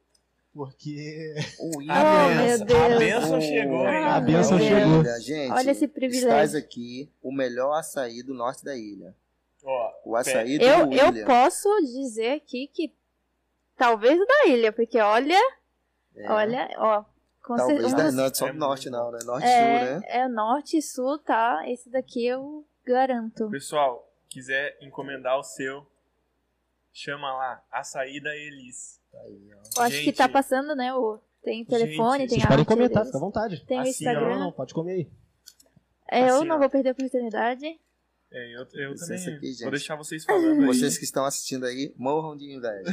[SPEAKER 5] porque
[SPEAKER 3] O
[SPEAKER 2] A
[SPEAKER 4] Oh,
[SPEAKER 3] William-
[SPEAKER 4] meu
[SPEAKER 2] benção,
[SPEAKER 4] Deus.
[SPEAKER 2] a benção chegou, hein?
[SPEAKER 4] Ah,
[SPEAKER 5] a benção
[SPEAKER 4] meu
[SPEAKER 5] chegou.
[SPEAKER 4] Deus.
[SPEAKER 3] Gente,
[SPEAKER 4] Olha esse privilégio.
[SPEAKER 3] estás aqui o melhor açaí do norte da ilha.
[SPEAKER 2] Ó,
[SPEAKER 3] O açaí do
[SPEAKER 4] Eu,
[SPEAKER 3] William.
[SPEAKER 4] eu posso dizer aqui que talvez o da ilha, porque olha,
[SPEAKER 3] É,
[SPEAKER 4] olha, ó. com
[SPEAKER 3] talvez
[SPEAKER 4] cer- um
[SPEAKER 3] da,
[SPEAKER 4] dos-
[SPEAKER 3] não é só
[SPEAKER 2] É
[SPEAKER 3] do norte
[SPEAKER 2] muito
[SPEAKER 3] não, né? Norte
[SPEAKER 4] é,
[SPEAKER 3] sul, né?
[SPEAKER 4] é norte e sul, tá? Esse daqui eu garanto.
[SPEAKER 2] pessoal, quiser encomendar o seu, chama lá, açaí da Elis.
[SPEAKER 3] Aí, ó.
[SPEAKER 4] Eu acho que
[SPEAKER 2] Gente.
[SPEAKER 4] tá passando, né? O, tem telefone,
[SPEAKER 2] Gente,
[SPEAKER 4] tem
[SPEAKER 5] vocês
[SPEAKER 4] a
[SPEAKER 5] podem
[SPEAKER 4] arte
[SPEAKER 5] comentar,
[SPEAKER 4] deles.
[SPEAKER 5] fica à vontade.
[SPEAKER 4] Tem o
[SPEAKER 2] Assim, ó.
[SPEAKER 4] Instagram.
[SPEAKER 5] Não, não, pode comer aí.
[SPEAKER 4] É, eu
[SPEAKER 2] Assim,
[SPEAKER 4] não
[SPEAKER 2] ó.
[SPEAKER 4] vou perder a oportunidade.
[SPEAKER 2] É, eu, eu
[SPEAKER 3] Esse-
[SPEAKER 2] também
[SPEAKER 3] esse aqui, gente.
[SPEAKER 2] vou deixar vocês falando aí.
[SPEAKER 3] Vocês que estão assistindo aí, morram de inveja.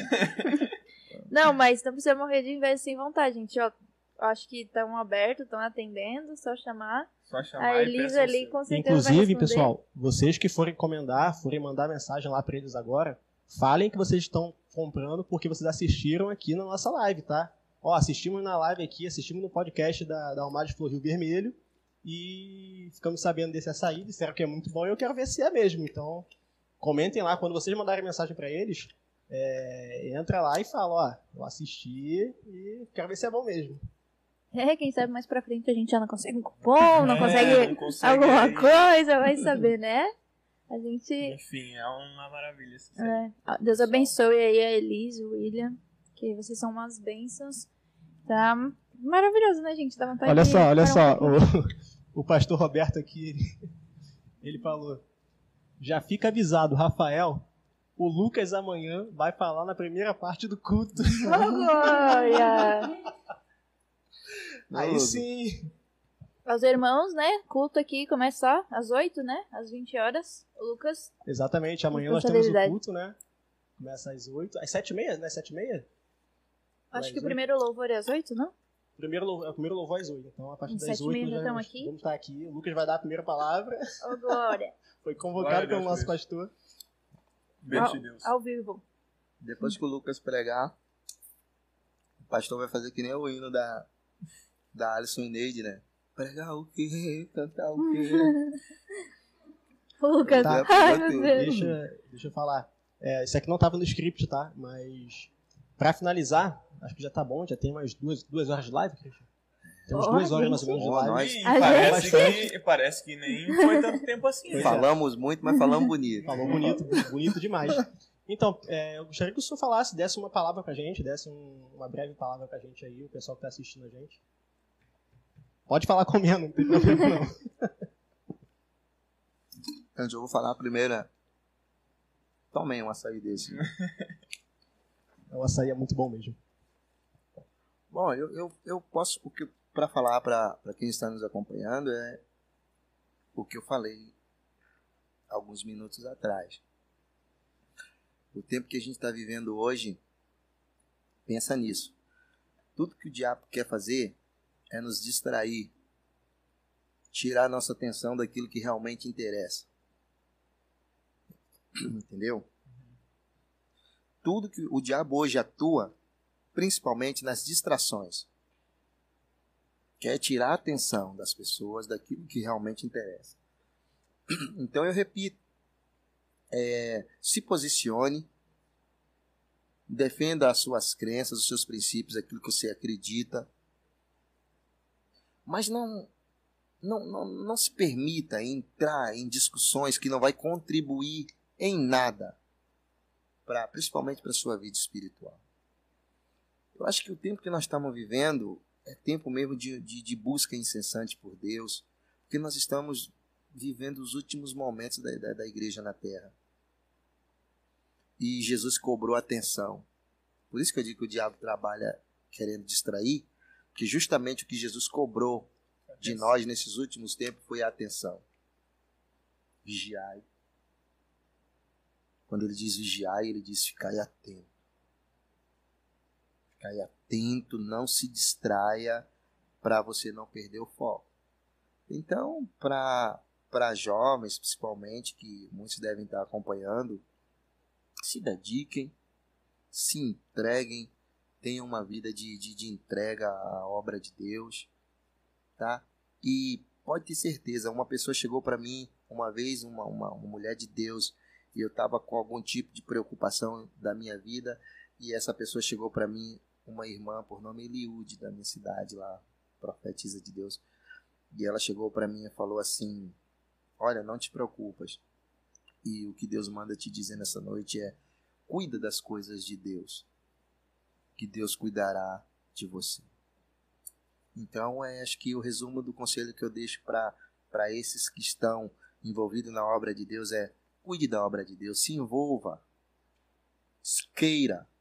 [SPEAKER 4] Não, mas não precisa morrer de inveja sem vontade, gente. Ó, acho que estão abertos, estão atendendo, só chamar.
[SPEAKER 2] Só chamar
[SPEAKER 4] A
[SPEAKER 2] e
[SPEAKER 4] Elisa
[SPEAKER 2] peça o
[SPEAKER 4] ali
[SPEAKER 2] seu.
[SPEAKER 4] com certeza vai
[SPEAKER 5] Inclusive,
[SPEAKER 4] responder.
[SPEAKER 5] pessoal, vocês que forem encomendar, forem mandar mensagem lá pra eles agora, falem que vocês estão comprando porque vocês assistiram aqui na nossa live, tá? Ó, assistimos na live aqui, assistimos no podcast da, da Almada de Flor Rio Vermelho e ficamos sabendo desse açaí, disseram que é muito bom e eu quero ver se é mesmo. Então, comentem lá, quando vocês mandarem mensagem pra eles, é, entra lá e fala, ó, eu assisti e quero ver se é bom mesmo.
[SPEAKER 4] É, quem sabe mais pra frente a gente já não consegue um cupom, não
[SPEAKER 2] É,
[SPEAKER 4] consegue
[SPEAKER 2] não consegue
[SPEAKER 4] alguma
[SPEAKER 2] aí.
[SPEAKER 4] coisa, vai saber, né? A gente...
[SPEAKER 2] Enfim, é uma maravilha. esse açaí.
[SPEAKER 4] É, Deus abençoe aí a Elise, o William, que vocês são umas bênçãos. Tá maravilhoso, né, gente? Dá vontade
[SPEAKER 5] Olha
[SPEAKER 4] de
[SPEAKER 5] só, olha
[SPEAKER 4] parar um
[SPEAKER 5] só,
[SPEAKER 4] pouquinho.
[SPEAKER 5] o, o pastor Roberto aqui, ele, ele falou, já fica avisado, Rafael, o Lucas amanhã vai falar na primeira parte do culto.
[SPEAKER 4] Oh, glória!
[SPEAKER 5] Aí
[SPEAKER 3] Logo.
[SPEAKER 5] sim.
[SPEAKER 4] Aos irmãos, né? Culto aqui começa às oito, né? Às vinte horas. O Lucas.
[SPEAKER 5] Exatamente, amanhã nós temos o
[SPEAKER 4] Responsabilidade.
[SPEAKER 5] culto, né? Começa às oito, às sete e meia, né? Sete e meia?
[SPEAKER 4] Acho
[SPEAKER 5] Às
[SPEAKER 4] que o
[SPEAKER 5] oito?
[SPEAKER 4] primeiro louvor é às oito, não?
[SPEAKER 5] Primeiro, lou- é o primeiro louvor às oito, então a partir
[SPEAKER 4] Às
[SPEAKER 5] das
[SPEAKER 4] sete e
[SPEAKER 5] oito
[SPEAKER 4] meia
[SPEAKER 5] nós
[SPEAKER 4] já
[SPEAKER 5] já
[SPEAKER 4] estamos
[SPEAKER 5] vamos,
[SPEAKER 4] aqui?
[SPEAKER 5] vamos estar aqui. O Lucas vai dar a primeira palavra,
[SPEAKER 4] Oh, glória!
[SPEAKER 5] foi
[SPEAKER 2] Glória a
[SPEAKER 5] convocado
[SPEAKER 2] Deus
[SPEAKER 5] pelo nosso
[SPEAKER 2] por isso.
[SPEAKER 5] pastor.
[SPEAKER 2] Beijo
[SPEAKER 4] ao,
[SPEAKER 2] de Deus.
[SPEAKER 4] ao vivo.
[SPEAKER 3] Depois que o Lucas pregar, o pastor vai fazer que nem o hino da, da Alisson e Neide, né? Pregar o quê? Cantar o quê?
[SPEAKER 4] O Lucas.
[SPEAKER 5] Tá.
[SPEAKER 4] Ai, meu Deus.
[SPEAKER 5] Deixa, deixa eu falar. É, isso aqui não estava no script, tá? Mas pra finalizar, acho que já tá bom, já tem mais duas, duas horas de live, Christian? Temos
[SPEAKER 4] Ó,
[SPEAKER 5] duas horas
[SPEAKER 4] gente.
[SPEAKER 5] mais ou menos de
[SPEAKER 3] Ó,
[SPEAKER 5] live.
[SPEAKER 3] nós-
[SPEAKER 2] E
[SPEAKER 4] A
[SPEAKER 2] parece,
[SPEAKER 5] gente-
[SPEAKER 2] que, parece que nem foi tanto tempo assim.
[SPEAKER 5] Pois
[SPEAKER 2] né?
[SPEAKER 5] é.
[SPEAKER 3] Falamos muito, mas falamos bonito.
[SPEAKER 5] Falou bonito, bonito demais. Então, é, eu gostaria que o senhor falasse, desse uma palavra pra gente, desse um- uma breve palavra pra gente aí, o pessoal que tá assistindo a gente. Pode falar comendo, não tem problema não.
[SPEAKER 3] Antes eu vou falar a primeira. Tomem um açaí desse.
[SPEAKER 5] O açaí é muito bom mesmo.
[SPEAKER 3] Bom, eu, eu, eu posso, o que para falar para quem está nos acompanhando é o que eu falei alguns minutos atrás. O tempo que a gente está vivendo hoje, pensa nisso. Tudo que o diabo quer fazer é nos distrair, tirar nossa atenção daquilo que realmente interessa. Entendeu? Tudo que o diabo hoje atua, principalmente nas distrações, quer tirar a atenção das pessoas daquilo que realmente interessa. Então eu repito, é, se posicione, defenda as suas crenças, os seus princípios, aquilo que você acredita, mas não, não, não, não se permita entrar em discussões que não vai contribuir em nada, pra, principalmente para a sua vida espiritual. Eu acho que o tempo que nós estamos vivendo é tempo mesmo de, de, de busca incessante por Deus, porque nós estamos vivendo os últimos momentos da, da, da igreja na Terra. E Jesus cobrou atenção. Por isso que eu digo que o diabo trabalha querendo distrair, porque justamente o que Jesus cobrou de nós nesses últimos tempos foi a atenção. Vigiai. Quando ele diz vigiai, ele diz ficai atento. Ficai atento, não se distraia para você não perder o foco. Então, para para jovens, principalmente, que muitos devem estar acompanhando, se dediquem, se entreguem, tenham uma vida de, de, de entrega à obra de Deus, tá? E pode ter certeza, uma pessoa chegou para mim uma vez, uma, uma, uma mulher de Deus, e eu estava com algum tipo de preocupação da minha vida, e essa pessoa chegou para mim, uma irmã por nome Eliude, da minha cidade lá, profetisa de Deus, e ela chegou para mim e falou assim, olha, não te preocupas, e o que Deus manda te dizer nessa noite é, cuida das coisas de Deus, que Deus cuidará de você. Então, é, acho que o resumo do conselho que eu deixo para esses que estão envolvidos na obra de Deus é, cuide da obra de Deus, se envolva, queira,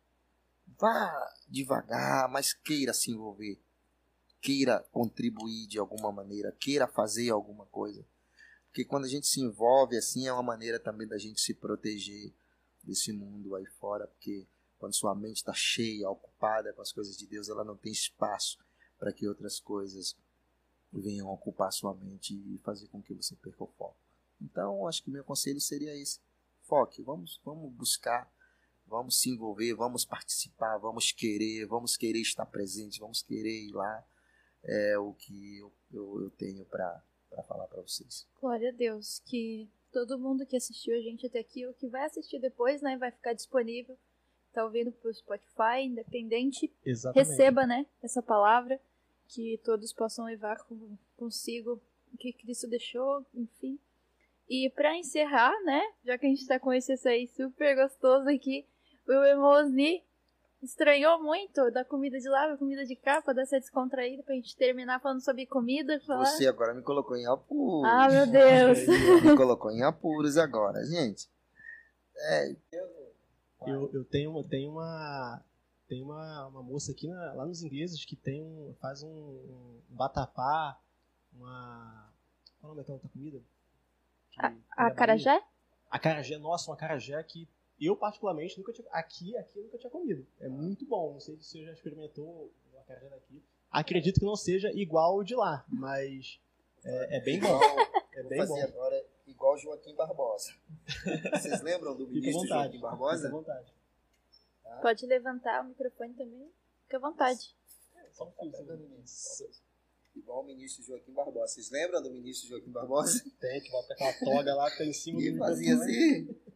[SPEAKER 3] vá devagar, mas queira se envolver, queira contribuir de alguma maneira, queira fazer alguma coisa. Porque quando a gente se envolve assim, é uma maneira também da gente se proteger desse mundo aí fora, porque quando sua mente está cheia, ocupada com as coisas de Deus, ela não tem espaço para que outras coisas venham ocupar sua mente e fazer com que você perca o foco. Então, acho que meu conselho seria esse. Foque, vamos, vamos buscar, vamos se envolver, vamos participar, vamos querer, vamos querer estar presente, vamos querer ir lá. É o que eu, eu, eu tenho para falar para vocês.
[SPEAKER 4] Glória a Deus, que todo mundo que assistiu a gente até aqui, ou que vai assistir depois, né, vai ficar disponível, tá ouvindo pro Spotify, independente,
[SPEAKER 5] Exatamente.
[SPEAKER 4] Receba, né, essa palavra, que todos possam levar com, consigo o que Cristo deixou, enfim. E pra encerrar, né, já que a gente tá com esse açaí super gostoso aqui, o Emosni estranhou muito da comida de lá, da comida de cá, pra dar essa descontraída, pra gente terminar falando sobre comida. Falar...
[SPEAKER 3] Você agora me colocou em apuros.
[SPEAKER 4] Ah, meu Deus.
[SPEAKER 3] Me colocou em apuros agora, gente. É...
[SPEAKER 5] Eu, eu tenho, tenho uma... Tem uma, uma moça aqui na, lá nos ingleses que tem um, faz um, um vatapá, uma... Qual é o nome daquela outra comida? Que,
[SPEAKER 4] A, a acarajé?
[SPEAKER 5] Acarajé, nossa, um acarajé que eu particularmente nunca tinha... Aqui, aqui eu nunca tinha comido. É muito bom, não sei se você já experimentou o acarajé daqui. Acredito que não seja igual o de lá, mas é, é bem bom. É bem
[SPEAKER 3] Vou fazer
[SPEAKER 5] bom.
[SPEAKER 3] agora igual Joaquim Barbosa. Vocês lembram do ministro Joaquim Barbosa?
[SPEAKER 5] Fica à vontade.
[SPEAKER 3] Tá?
[SPEAKER 4] Pode levantar o microfone também. Fica à vontade.
[SPEAKER 5] É, só um fiozinho.
[SPEAKER 3] Igual o ministro Joaquim Barbosa. Vocês lembram do ministro Joaquim Barbosa?
[SPEAKER 5] Tem que botar aquela toga lá que tá em cima
[SPEAKER 3] E
[SPEAKER 5] do
[SPEAKER 3] fazia
[SPEAKER 5] microfone.
[SPEAKER 3] assim.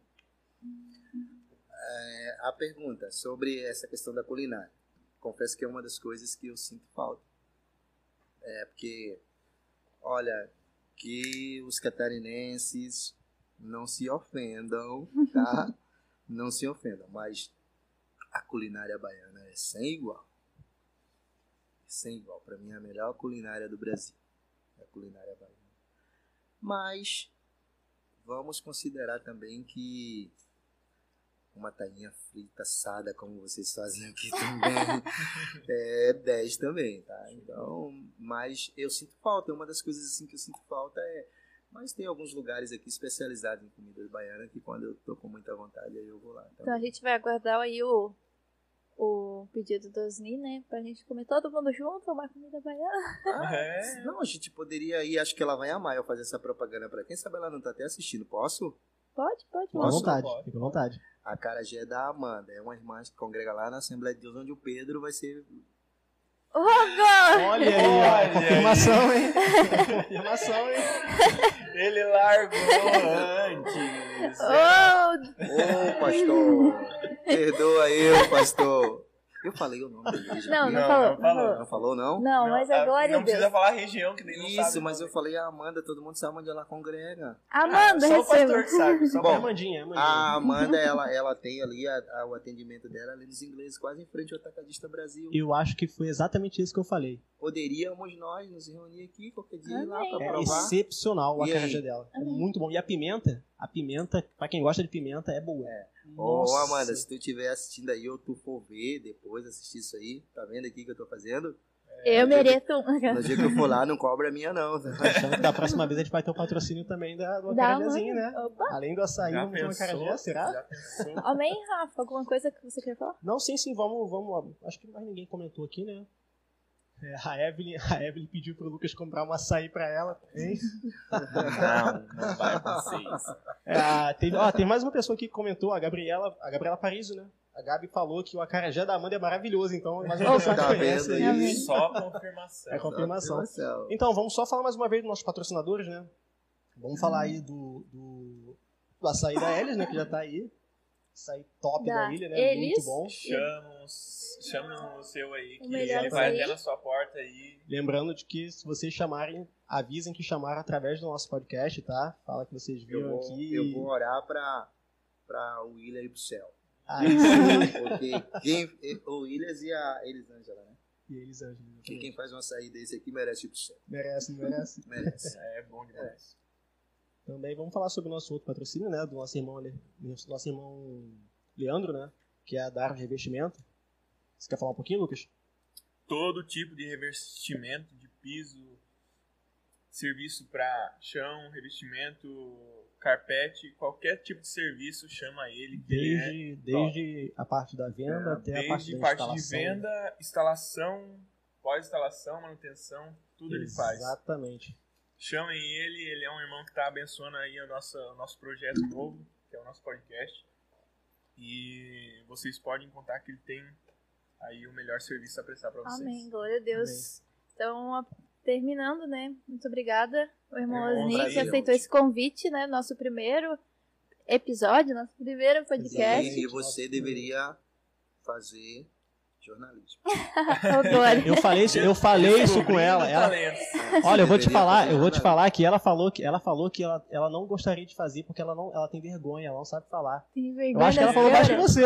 [SPEAKER 3] É, a pergunta sobre essa questão da culinária. Confesso que é uma das coisas que eu sinto falta. É porque, olha, que os catarinenses não se ofendam, tá? Não se ofendam, mas a culinária baiana é sem igual. Sem igual. Para mim é a melhor culinária do Brasil. É a culinária baiana. Mas vamos considerar também que uma tainha frita assada, como vocês fazem aqui também, é dez também, tá? Então, mas eu sinto falta, uma das coisas assim que eu sinto falta é, mas tem alguns lugares aqui especializados em comida baiana que quando eu tô com muita vontade, aí eu vou lá.
[SPEAKER 4] Então a gente vai aguardar aí o, o pedido do Osni, né? Pra gente comer todo mundo junto, uma comida baiana.
[SPEAKER 3] Ah,
[SPEAKER 2] É.
[SPEAKER 3] Não, a gente poderia ir, acho que ela vai amar eu fazer essa propaganda pra quem sabe ela não tá até assistindo, posso?
[SPEAKER 4] Pode, pode.
[SPEAKER 5] Fica à
[SPEAKER 3] Posso?
[SPEAKER 5] vontade,
[SPEAKER 2] Pode.
[SPEAKER 5] fica à vontade.
[SPEAKER 3] A acarajé é da Amanda, é uma irmã que congrega lá na Assembleia de Deus, onde o Pedro vai ser...
[SPEAKER 4] Ô, God!
[SPEAKER 5] Olha aí, ó,
[SPEAKER 2] Olha aí.
[SPEAKER 5] confirmação, hein? Confirmação, hein?
[SPEAKER 2] Ele largou antes.
[SPEAKER 4] Ô,
[SPEAKER 3] Ô, pastor, perdoa eu, pastor. Eu falei o nome da igreja.
[SPEAKER 4] Não,
[SPEAKER 3] aqui.
[SPEAKER 4] não,
[SPEAKER 2] Não,
[SPEAKER 4] falou.
[SPEAKER 2] não falou.
[SPEAKER 3] Não falou, não?
[SPEAKER 4] Não, mas é
[SPEAKER 2] ah,
[SPEAKER 4] glória a
[SPEAKER 2] Não
[SPEAKER 4] Deus.
[SPEAKER 2] precisa falar a região, que nem não sabe.
[SPEAKER 3] Isso, mas eu falei a Amanda, todo mundo sabe onde ela congrega.
[SPEAKER 4] Amanda,
[SPEAKER 2] Ah, só o pastor
[SPEAKER 4] receba.
[SPEAKER 2] que sabe. Só
[SPEAKER 5] É
[SPEAKER 3] Bom,
[SPEAKER 5] a Amandinha, é a Amandinha.
[SPEAKER 3] A Amanda, ela, ela tem ali a- a- o atendimento dela ali nos ingleses, quase em frente ao Atacadista Brasil.
[SPEAKER 5] Eu acho que foi exatamente isso que eu falei.
[SPEAKER 3] Poderíamos nós nos reunir aqui qualquer dia ir lá
[SPEAKER 4] Amém.
[SPEAKER 3] pra
[SPEAKER 5] É
[SPEAKER 3] provar.
[SPEAKER 5] excepcional o
[SPEAKER 3] E
[SPEAKER 5] acarajé
[SPEAKER 3] aí?
[SPEAKER 5] dela. É muito bom. E a pimenta, a pimenta, pra quem gosta de pimenta, é boa.
[SPEAKER 3] Ô,
[SPEAKER 5] Nossa.
[SPEAKER 3] Amanda, se tu estiver assistindo aí, ou tu for ver depois, assistir isso aí, tá vendo aqui que eu tô fazendo?
[SPEAKER 4] Eu mereço um.
[SPEAKER 3] No dia que eu for lá, não cobra a minha não. Tá?
[SPEAKER 5] Achando que da próxima vez a gente vai ter o patrocínio também da, do
[SPEAKER 4] Dá
[SPEAKER 5] acarajézinho,
[SPEAKER 4] uma-
[SPEAKER 5] né?
[SPEAKER 4] Opa.
[SPEAKER 5] Além do açaí,
[SPEAKER 2] Já
[SPEAKER 5] vamos ter um
[SPEAKER 2] pensou?
[SPEAKER 5] acarajé, será?
[SPEAKER 2] Já pensou?
[SPEAKER 4] Amém, Rafa? Alguma coisa que você quer falar?
[SPEAKER 5] Não, sim, sim, vamos, vamos. Acho que mais ninguém comentou aqui, né? É, a, Evelyn, a Evelyn pediu pro Lucas comprar um açaí pra ela. Hein?
[SPEAKER 2] Não, não vai acontecer isso.
[SPEAKER 5] É, a- teve, ó, tem mais uma pessoa aqui que comentou, a Gabriela, a Gabriela Parizo, né? A Gabi falou que o acarajé da Amanda é maravilhoso, então mais uma
[SPEAKER 4] Opa.
[SPEAKER 5] pessoa que
[SPEAKER 3] Tá
[SPEAKER 5] conhece
[SPEAKER 3] vendo
[SPEAKER 5] aí.
[SPEAKER 4] Amém.
[SPEAKER 2] Só confirmação.
[SPEAKER 5] É confirmação.
[SPEAKER 3] Confirmação.
[SPEAKER 5] Então, vamos só falar mais uma vez dos nossos patrocinadores, né? Vamos falar aí do, do, do açaí da Elis, né? Que já tá aí. Açaí top da,
[SPEAKER 4] Da
[SPEAKER 5] ilha, né?
[SPEAKER 4] Elis.
[SPEAKER 5] Muito bom.
[SPEAKER 2] Chama, chama o seu aí,
[SPEAKER 4] O
[SPEAKER 2] que
[SPEAKER 4] melhor
[SPEAKER 2] ele vai
[SPEAKER 4] açaí.
[SPEAKER 2] até na sua porta aí.
[SPEAKER 5] Lembrando de que se vocês chamarem, avisem que chamaram através do nosso podcast, tá? Fala que vocês
[SPEAKER 3] Eu
[SPEAKER 5] viram
[SPEAKER 3] vou,
[SPEAKER 5] aqui.
[SPEAKER 3] eu vou orar pra, pra o William ir pro céu.
[SPEAKER 5] Aí sim.
[SPEAKER 3] Porque quem, o Williams e a Elisângela, né?
[SPEAKER 5] E eles, Ângelo,
[SPEAKER 3] Que quem faz um açaí desse aqui merece ir pro céu.
[SPEAKER 5] merece, não merece?
[SPEAKER 3] Merece.
[SPEAKER 2] É bom demais.
[SPEAKER 5] Também vamos falar sobre o nosso outro patrocínio, né? Do nosso irmão, Le- nosso irmão Leandro, né? Que é a Dar Revestimento. Você quer falar um pouquinho, Lucas?
[SPEAKER 2] Todo tipo de revestimento de piso, serviço para chão, revestimento, carpete, qualquer tipo de serviço, chama ele. Que ele é
[SPEAKER 5] Desde, desde a parte da venda
[SPEAKER 3] É,
[SPEAKER 5] até a parte
[SPEAKER 2] desde
[SPEAKER 5] da
[SPEAKER 2] parte de
[SPEAKER 5] instalação.
[SPEAKER 2] venda, instalação, pós-instalação, manutenção, tudo ele faz.
[SPEAKER 5] Exatamente.
[SPEAKER 2] Chamem ele, ele é um irmão que está abençoando aí o nosso, o nosso projeto novo, que é o nosso podcast. E vocês podem contar que ele tem aí o melhor serviço a prestar para vocês.
[SPEAKER 4] Amém, glória a Deus. Então, a- terminando, né? Muito obrigada, o irmão
[SPEAKER 2] Irmão,
[SPEAKER 4] Osni, que
[SPEAKER 3] prazer,
[SPEAKER 4] aceitou
[SPEAKER 3] Ruth.
[SPEAKER 4] esse convite, né? Nosso primeiro episódio, nosso primeiro podcast.
[SPEAKER 3] E, e você deveria fazer jornalismo.
[SPEAKER 4] Ô, glória.
[SPEAKER 5] Eu falei isso, eu falei isso com ela. ela
[SPEAKER 2] Talentos.
[SPEAKER 5] olha, eu vou te
[SPEAKER 3] Deveria
[SPEAKER 5] falar,
[SPEAKER 3] fazer
[SPEAKER 5] eu vou te
[SPEAKER 3] jornalismo.
[SPEAKER 5] falar que ela falou que ela falou que ela, ela não gostaria de fazer porque ela não, ela tem vergonha, ela não sabe falar.
[SPEAKER 4] Tem
[SPEAKER 5] Eu
[SPEAKER 4] vergonha
[SPEAKER 5] acho que ela
[SPEAKER 4] da
[SPEAKER 5] falou mais que
[SPEAKER 4] câmera?
[SPEAKER 5] você.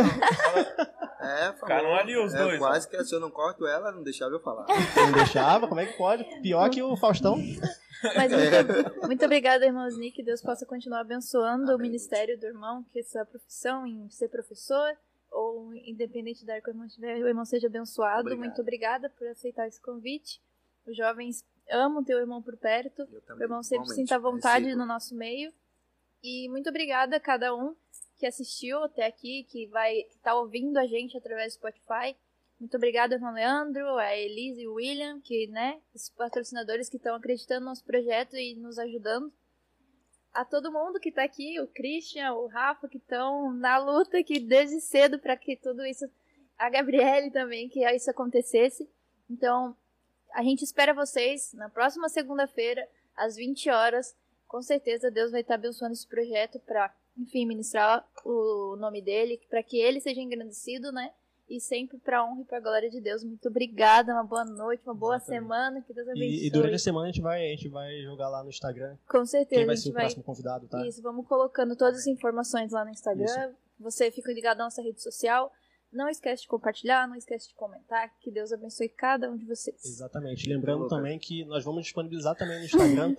[SPEAKER 3] É, falou.
[SPEAKER 2] Ficaram ali os
[SPEAKER 3] é,
[SPEAKER 2] dois,
[SPEAKER 3] Quase que se eu não corto ela, não deixava eu falar.
[SPEAKER 5] Não deixava, como é que pode? Pior que o Faustão.
[SPEAKER 4] Mas muito, muito obrigada, irmão Osni, que Deus possa continuar abençoando o
[SPEAKER 3] Amém.
[SPEAKER 4] ministério do irmão, que essa profissão em ser professor, ou independente da área que o irmão estiver, o irmão seja abençoado.
[SPEAKER 3] Obrigado.
[SPEAKER 4] Muito obrigada por aceitar esse convite. Os jovens amam ter o irmão por perto.
[SPEAKER 3] Eu
[SPEAKER 4] O
[SPEAKER 3] também,
[SPEAKER 4] irmão sempre
[SPEAKER 3] igualmente.
[SPEAKER 4] sinta à vontade
[SPEAKER 3] Recíproco.
[SPEAKER 4] no nosso meio. E muito obrigada a cada um que assistiu até aqui, que vai que tá ouvindo a gente através do Spotify. Muito obrigada, irmão Leandro, a Elise e o William, que, né, os patrocinadores que estão acreditando no nosso projeto e nos ajudando. A todo mundo que tá aqui, o Christian, o Rafa, que estão na luta que desde cedo para que tudo isso, a Gabriele também, que isso acontecesse. Então, a gente espera vocês na próxima segunda-feira, às vinte horas. Com certeza Deus vai estar abençoando esse projeto para, enfim, ministrar o nome dele, para que ele seja engrandecido, né? E sempre para honra e para glória de Deus. Muito obrigada, uma boa noite, uma boa
[SPEAKER 5] Exatamente.
[SPEAKER 4] semana, que Deus abençoe.
[SPEAKER 5] E, e durante a semana a gente vai, a gente vai jogar lá no Instagram
[SPEAKER 4] Com certeza,
[SPEAKER 5] quem vai
[SPEAKER 4] a
[SPEAKER 5] ser
[SPEAKER 4] gente
[SPEAKER 5] o
[SPEAKER 4] vai...
[SPEAKER 5] próximo convidado, tá?
[SPEAKER 4] Isso, vamos colocando todas as informações lá no Instagram.
[SPEAKER 5] Isso.
[SPEAKER 4] Você fica ligado na nossa rede social. Não esquece de compartilhar, não esquece de comentar. Que Deus abençoe cada um de vocês.
[SPEAKER 5] Exatamente. Lembrando
[SPEAKER 3] Lucas.
[SPEAKER 5] também que nós vamos disponibilizar também no Instagram, tá?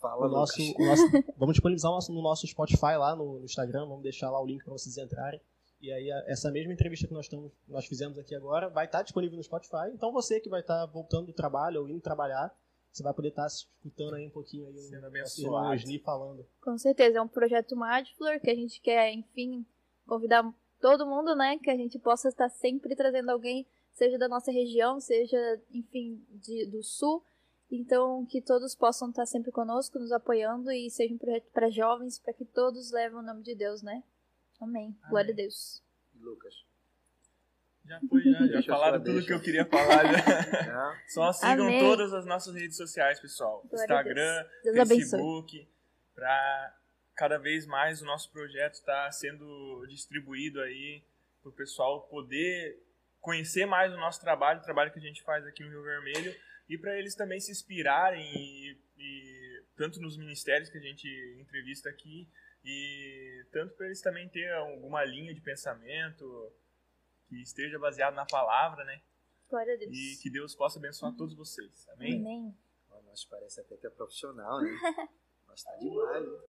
[SPEAKER 3] Fala,
[SPEAKER 5] o nosso,
[SPEAKER 3] Lucas.
[SPEAKER 5] o nosso, vamos disponibilizar o nosso, no nosso Spotify lá no, no Instagram, vamos deixar lá o link para vocês entrarem. E aí a, essa mesma entrevista que nós, estamos, nós fizemos aqui agora vai estar disponível no Spotify. Então você que vai estar voltando do trabalho ou indo trabalhar, você vai poder estar escutando aí um pouquinho aí
[SPEAKER 2] Sendo
[SPEAKER 5] o
[SPEAKER 2] abençoado.
[SPEAKER 5] o Osni falando.
[SPEAKER 4] Com certeza, é um projeto Madflor que a gente quer, enfim, convidar todo mundo, né? Que a gente possa estar sempre trazendo alguém, seja da nossa região, seja, enfim, de, do sul. Então, que todos possam estar sempre conosco, nos apoiando e seja um projeto para jovens, para que todos levem o nome de Deus, né? Amém.
[SPEAKER 2] Amém.
[SPEAKER 4] Glória a Deus.
[SPEAKER 3] Lucas.
[SPEAKER 2] Já foi, já, já
[SPEAKER 3] Deixa a
[SPEAKER 2] falaram
[SPEAKER 3] sua
[SPEAKER 2] tudo
[SPEAKER 3] deixa.
[SPEAKER 2] que eu queria falar. Já.
[SPEAKER 3] Tá?
[SPEAKER 2] Só sigam
[SPEAKER 4] Amém.
[SPEAKER 2] todas as nossas redes sociais, pessoal.
[SPEAKER 4] Glória a
[SPEAKER 2] Instagram,
[SPEAKER 4] Deus abençoe.
[SPEAKER 2] Facebook, para cada vez mais o nosso projeto estar sendo distribuído aí para o pessoal poder conhecer mais o nosso trabalho, o trabalho que a gente faz aqui no Rio Vermelho, e para eles também se inspirarem, e, e, tanto nos ministérios que a gente entrevista aqui, e tanto para eles também ter alguma linha de pensamento que esteja baseado na palavra, né?
[SPEAKER 4] Glória a Deus.
[SPEAKER 2] E que Deus possa abençoar todos vocês. Amém?
[SPEAKER 4] Amém.
[SPEAKER 3] Ó, nós parece até que é profissional, né? Mas tá demais.